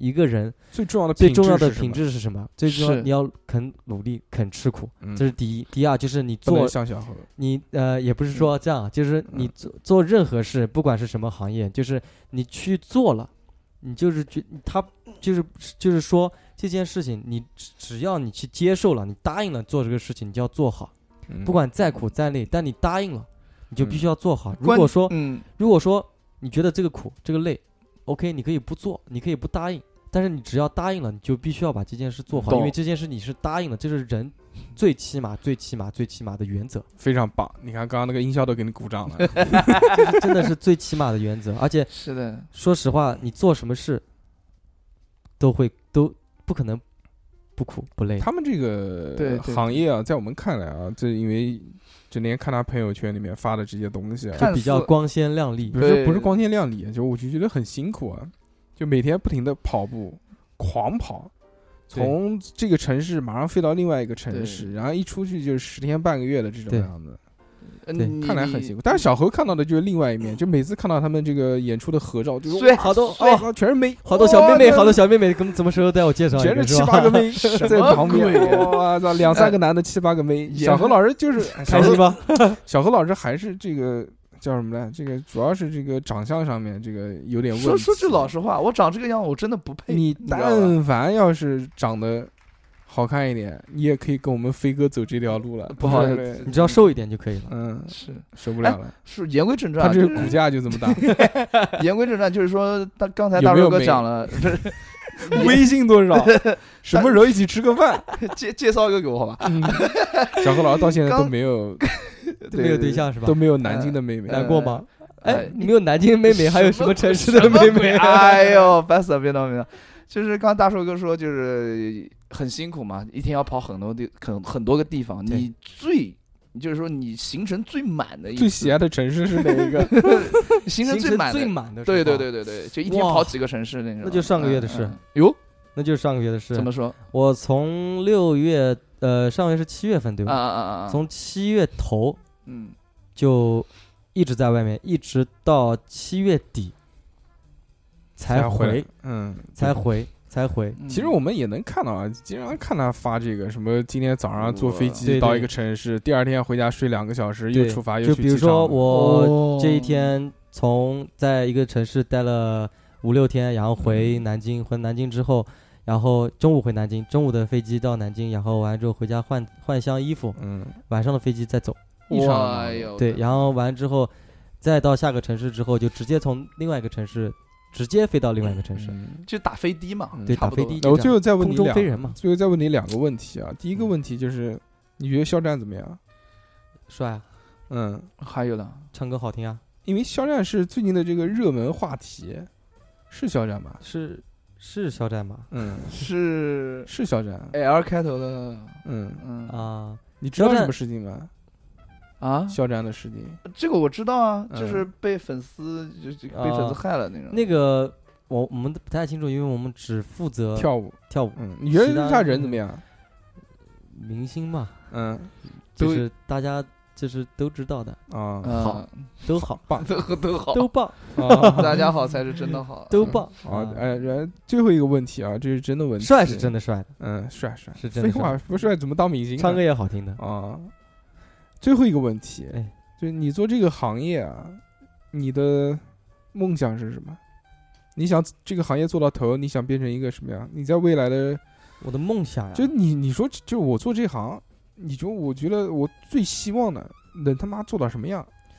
一个人最重要的最重要的品质是什么？最重要是你要肯努力，肯吃苦， 嗯这是第一。第二就是你不能做像小何， 你呃也不是说这样，就是你做做任何事，不管是什么行业，就是你去做了，你就是觉他就是就是说这件事情，你只只要你去接受了，你答应了做这个事情，你就要做好， 嗯不管再苦再累，但你答应了，你就必须要做好。如关果说嗯， 如果说你觉得这个苦这个累 ，OK， 你可以不做，你可以不答应，但是你只要答应了，你就必须要把这件事做好， 懂因为这件事你是答应了，这是人最起码、最起码、最起码的原则， 非常棒。你看刚刚那个音效都给你鼓掌了， 这是真的是最起码的原则。而且是的， 说实话，你做什么事都会都不可能不苦不累。 他们这个对对行业啊，在我们看来啊，这因为整天看他朋友圈里面发的这些东西啊， 看比较似光鲜亮丽不， 对是不是光鲜亮丽，就我就觉得很辛苦啊，就每天不停的跑步，狂跑，从这个城市马上飞到另外一个城市，然后一出去就是十天半个月的这种对样子， 对嗯看来很辛苦。但是小何看到的就是另外一面，就每次看到他们这个演出的合照，就是对哇好多哇哦， 全是妹， 好多小妹妹， 哇好多小妹妹，跟什么时候带我介绍一全是个是吧？ 七八个妹在旁边， 鬼啊哇操，两三个男的，七八个妹。小何老师就是开心吗？ 小何老师还是这个叫什么呢？这个主要是这个长相上面这个有点问题。 说说句老实话，我长这个样，我真的不配。 你知道吧但凡要是长得好看一点，你也可以跟我们飞哥走这条路了。 不好意思对不对你只要瘦一点就可以了。 嗯， 是受不了了。 是言归正传，就他这个骨架就这么大， 言归正传，就是说，他刚才有没有妹大肉哥讲了，这微信多少？什么时候一起吃个饭？ 介介绍一个给我好吧？ 嗯，小何老师到现在都刚没有都没有对象是吧都？没有南京的妹妹。 难过吗？ 哎哎，你没有南京妹妹，还有什么城市的妹妹？ 哎呦，烦死了！别闹别闹，就是刚刚大寿哥说，就是很辛苦嘛，一天要跑很多地，很很多个地方。 对你最，就是说你行程最满的一次， 最喜爱的城市是哪一个？ 行程行程最满的最满的时候， 对对对对对，就一天哇跑几个城市那种。 那就上个月的事嗯嗯哟， 那就是上个月的事怎。么说？ 我从六月，呃，上个月是七月份对啊吧？ 啊啊啊！ 从七月头嗯， 就一直在外面，一直到七月底才回来回，。 嗯， 才回，才回。 嗯其实我们也能看到啊，经常看他发这个什么，今天早上坐飞对对机到一个城市，第二天回家睡两个小时，又对出发又就比如去机场说我哦这一天从在一个城市待了五六天，然后回南京，回南京之后，然后中午回南京，中午的飞机到南京，然后完了之后回家换换箱衣服， 嗯， 晚上的飞机再走。 异常忙哎呦， 对，然后完之后再到下个城市之后，就直接从另外一个城市直接飞到另外一个城市。 嗯就打飞的嘛， 嗯对， 差不多打飞的。 那我最后再问空你两中飞人嘛， 最后再问你两个问题啊。第一个问题就是，你觉得肖战怎么样？ 帅啊， 嗯， 还有呢， 唱歌好听啊， 因为肖战是最近的这个热门话题，是肖战吧？ 是是肖战吗？ 嗯， 是是肖战。 L 开头的， 嗯， 嗯啊， 你知道肖战什么事情吗？ 啊， 肖战的事情。 这个我知道啊， 嗯就是被粉丝就就被粉丝害了那种。 那个我我们不太清楚，因为我们只负责跳舞， 跳舞， 嗯，你觉得其他他人怎么样？ 明星嘛， 嗯， 都就是大家就是都知道的， 啊， 嗯好都好， 棒都都好， 都棒， 啊， 大家好才是真的好， 都棒啊啊， 哎，然后最后一个问题啊，这是真的问题， 帅是真的帅的， 嗯，帅帅是真的废话，不帅怎么当明星呢？ 唱歌也好听的。 啊。最后一个问题哎， 就是你做这个行业啊，你的梦想是什么？你想这个行业做到头，你想变成一个什么样？你在未来的， 我的梦想呀， 就你你说，就我做这行，你就我觉得我最希望的能他妈做到什么样？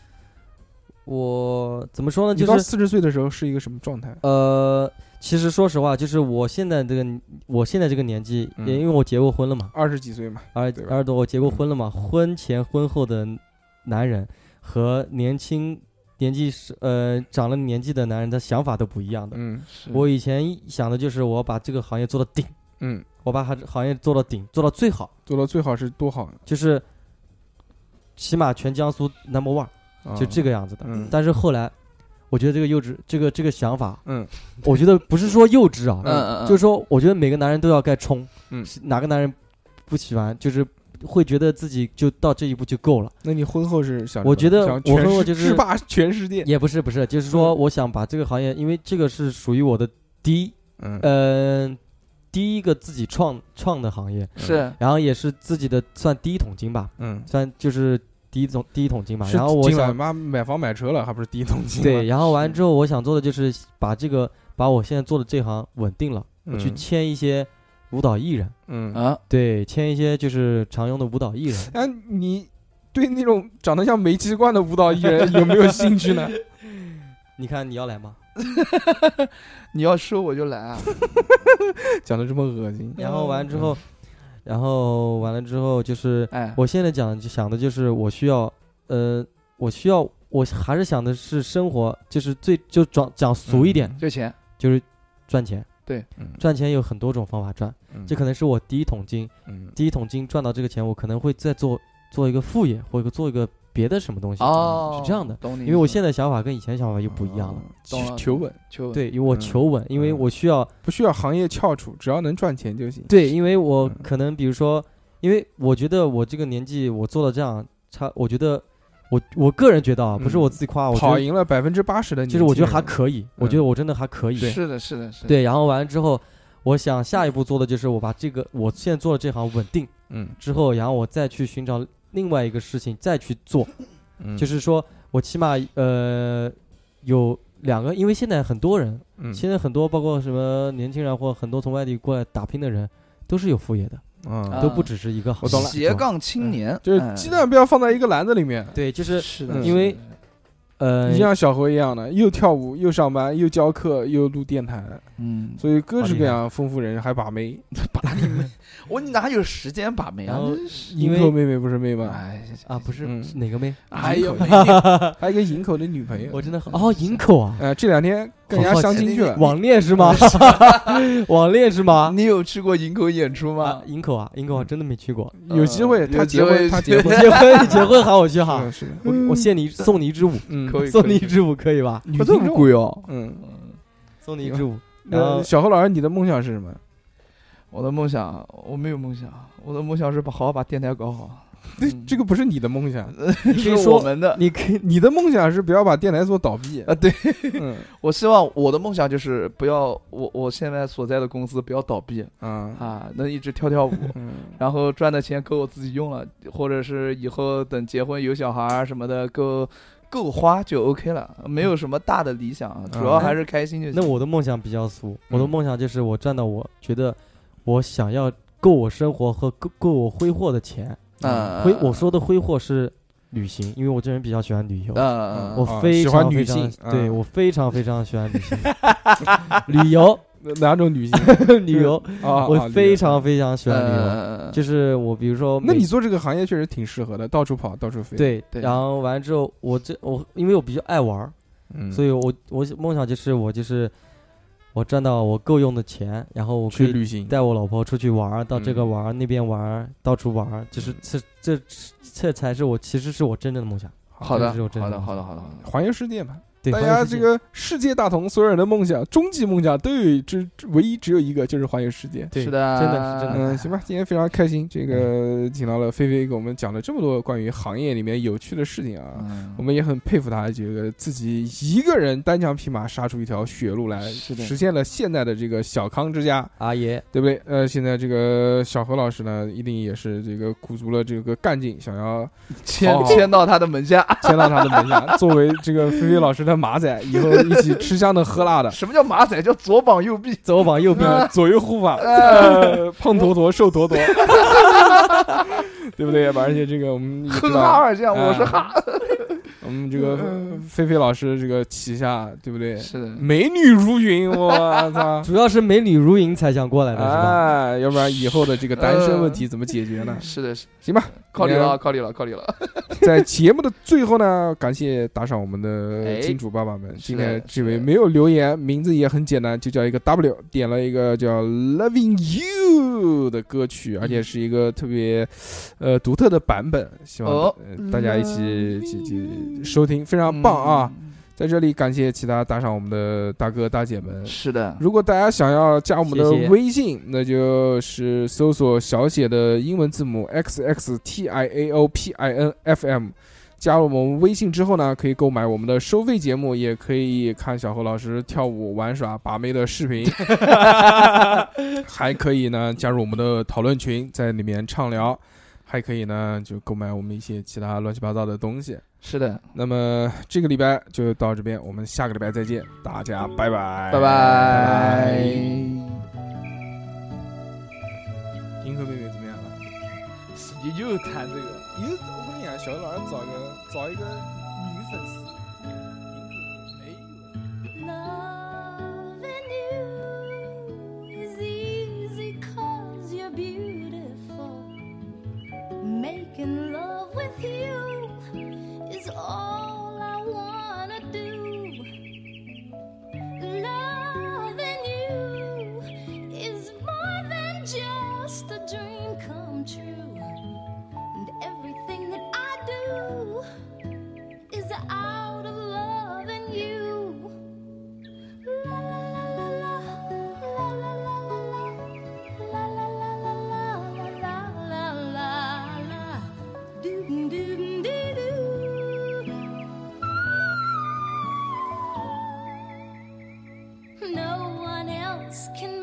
我怎么说呢？ 你到就是四十岁的时候是一个什么状态？ 呃，其实说实话，就是我现在这个我现在这个年纪， 嗯也因为我结过婚了嘛， 二十几岁嘛， 二对吧二十多我结过婚了嘛，婚前婚后的男人和年轻年纪是呃长了年纪的男人的想法都不一样的。 嗯是我以前想的就是我把这个行业做到顶， 嗯， 我把行行业做到顶，做到最好， 做到最好是多好， 就是起码全江苏 number one， 啊就这个样子的。 嗯但是后来，我觉得这个幼稚，这个这个想法， 嗯我觉得不是说幼稚啊， 嗯嗯嗯， 就是说，我觉得每个男人都要该冲， 嗯是哪个男人不喜欢，就是会觉得自己就到这一步就够了。 那你婚后是想什么？ 我觉得想我全世婚后就是制霸全世界。 也不是不是，就是说， 嗯我想把这个行业，因为这个是属于我的第一嗯、呃，第一个自己创创的行业是， 然后也是自己的算第一桶金吧，嗯，算就是第一桶第一桶金吧。然后我想妈买房买车了，还不是第一桶金？ 对，然后完之后我想做的就是把这个把我现在做的这行稳定了，嗯、去签一些舞蹈艺人，嗯啊，对，签一些就是常用的舞蹈艺人。 哎、啊，你对那种长得像煤气罐的舞蹈艺人有没有兴趣呢？ 你看你要来吗？ 你要说我就来啊！ 讲的这么恶心。 然后完之后，嗯、然后完了之后就是，哎，我现在讲就想的就是我需要，呃，我需要，我还是想的是生活，就是最就讲讲俗一点， 就、嗯、钱， 就是赚钱。 对， 嗯、赚钱有很多种方法赚，嗯、这可能是我第一桶金，嗯、第一桶金赚到这个钱，我可能会再做做一个副业，或者做一个。别的什么东西哦，是这样的，因为我现在想法跟以前想法又不一样了。 哦、求稳， 求稳， 对，因为我求稳，嗯、因为我需要不需要行业翘楚，只要能赚钱就行。 对，因为我可能比如说，因为我觉得我这个年纪我做到这样，差，我觉得我我个人觉得啊，不是我自己夸，我跑赢了百分之八十的， 就是我觉得还可以，我觉得我真的还可以。 是的，是的，是的。 对，然后完了之后，我想下一步做的就是我把这个我现在做的这行稳定，嗯，之后然后我再去寻找另外一个事情再去做。嗯、就是说我起码呃有两个，因为现在很多人，嗯、现在很多包括什么年轻人或很多从外地过来打拼的人，都是有副业的，嗯、都不只是一个行业。 我懂了， 斜杠青年， 嗯、就是鸡蛋不要放在一个篮子里面。 对，就是是的， 因为呃， 你像小何一样的，又跳舞又上班又教课又录电台，嗯，所以各式各样丰富人还把妹， 把你妹，我哪有时间把妹啊？ 营口妹妹不是妹吗？ 哎啊，不是哪个妹？ 还有还有一个营口的女朋友， 我真的哦，营口啊， 呃，这两天跟人家相亲去了， 网恋是吗？网恋是吗？ 你有去过营口演出吗？ 营口啊，营口真的没去过， 有机会他结婚，他结婚， 结婚，结婚喊我去哈，我我献你送你一支舞，嗯。送你一支舞可以吧？ 你这么贵哦，嗯， 送你一支舞。 然后小何老师，你的梦想是什么？ 我的梦想，我没有梦想，我的梦想是把好好把电台搞好。 这这个不是你的梦想， 是我们的。 你可以，你的梦想是不要把电台做倒闭啊？对，嗯，我希望我的梦想就是不要我我现在所在的公司不要倒闭，啊啊，能一直跳跳舞，然后赚的钱够我自己用了，或者是以后等结婚有小孩什么的够。够花就 OK 了，没有什么大的理想，嗯、主要还是开心就行。 那我的梦想比较俗，嗯、我的梦想就是我赚到我觉得我想要够我生活和够够我挥霍的钱。嗯，挥我说的挥霍是旅行，因为我这人比较喜欢旅游。嗯，我非常非常、嗯、对我非常非常喜欢旅行，旅游。 哪种旅行？ 旅游啊，我非常非常喜欢旅游。就是我比如说， 那你做这个行业确实挺适合的，到处跑，到处飞。 对，然后完了之后，我这我因为我比较爱玩，嗯，所以我我梦想就是我就是我赚到我够用的钱，然后我可以旅行， 带我老婆出去玩，到这个玩那边玩，到处玩，就是这这这才是我其实是我真正的梦想。 好的，好的，好的，好的，好的， 环游世界嘛。大家这个世界大同，所有人的梦想，终极梦想都有只唯一只有一个，就是环游世界。 对，是的， 真的是真的。 嗯，行吧，今天非常开心，这个请到了菲菲给我们讲了这么多关于行业里面有趣的事情啊，嗯、我们也很佩服他，这个自己一个人单枪匹马杀出一条血路来，实现了现在的这个小康之家。 阿爷， 对不对？呃，现在这个小何老师呢，一定也是这个鼓足了这个干劲，想要迁迁到他的门下， 迁到他的门下，作为这个菲菲老师的马仔，以后一起吃香的喝辣的。 什么叫马仔？叫左膀右臂， 左膀右臂， 左右护法，呃，胖坨坨，瘦坨坨，对不对？而且这个我们哼哈二将，我是哈。 我们这个菲菲老师这个旗下，对不对？ 是的， 美女如云，我操！ 主要是美女如云才想过来的，是吧？ 哎，要不然以后的这个单身问题怎么解决呢？ 是的，是行吧， 靠你了，靠你了，靠你了。 在节目的最后呢，感谢打赏我们的金主爸爸们。今天这位没有留言，名字也很简单，就叫一个 W， 点了一个叫 Loving You 的歌曲，而且是一个特别呃独特的版本，希望、呃、大家一起一起收听，非常棒啊！嗯，在这里感谢其他打赏我们的大哥大姐们。 是的， 如果大家想要加我们的微信，谢谢，那就是搜索小写的英文字母 X X T I A O P I N F M， 加入我们微信之后呢，可以购买我们的收费节目，也可以看小何老师跳舞、玩耍、把妹的视频，还可以呢加入我们的讨论群，在里面畅聊，还可以呢就购买我们一些其他乱七八糟的东西。 是的， 那么这个礼拜就到这边，我们下个礼拜再见，大家拜拜， 拜拜。 银河妹妹怎么样了？ 你又谈这个？ 有，我跟你讲，小何老师找一个找一个女粉丝。 Making love with you is all I wanna do. Loving you is more than just a dream come true. And everything that I do is out of loving you. La la la la la, la la la la la, la la la la la, la la la. No one else can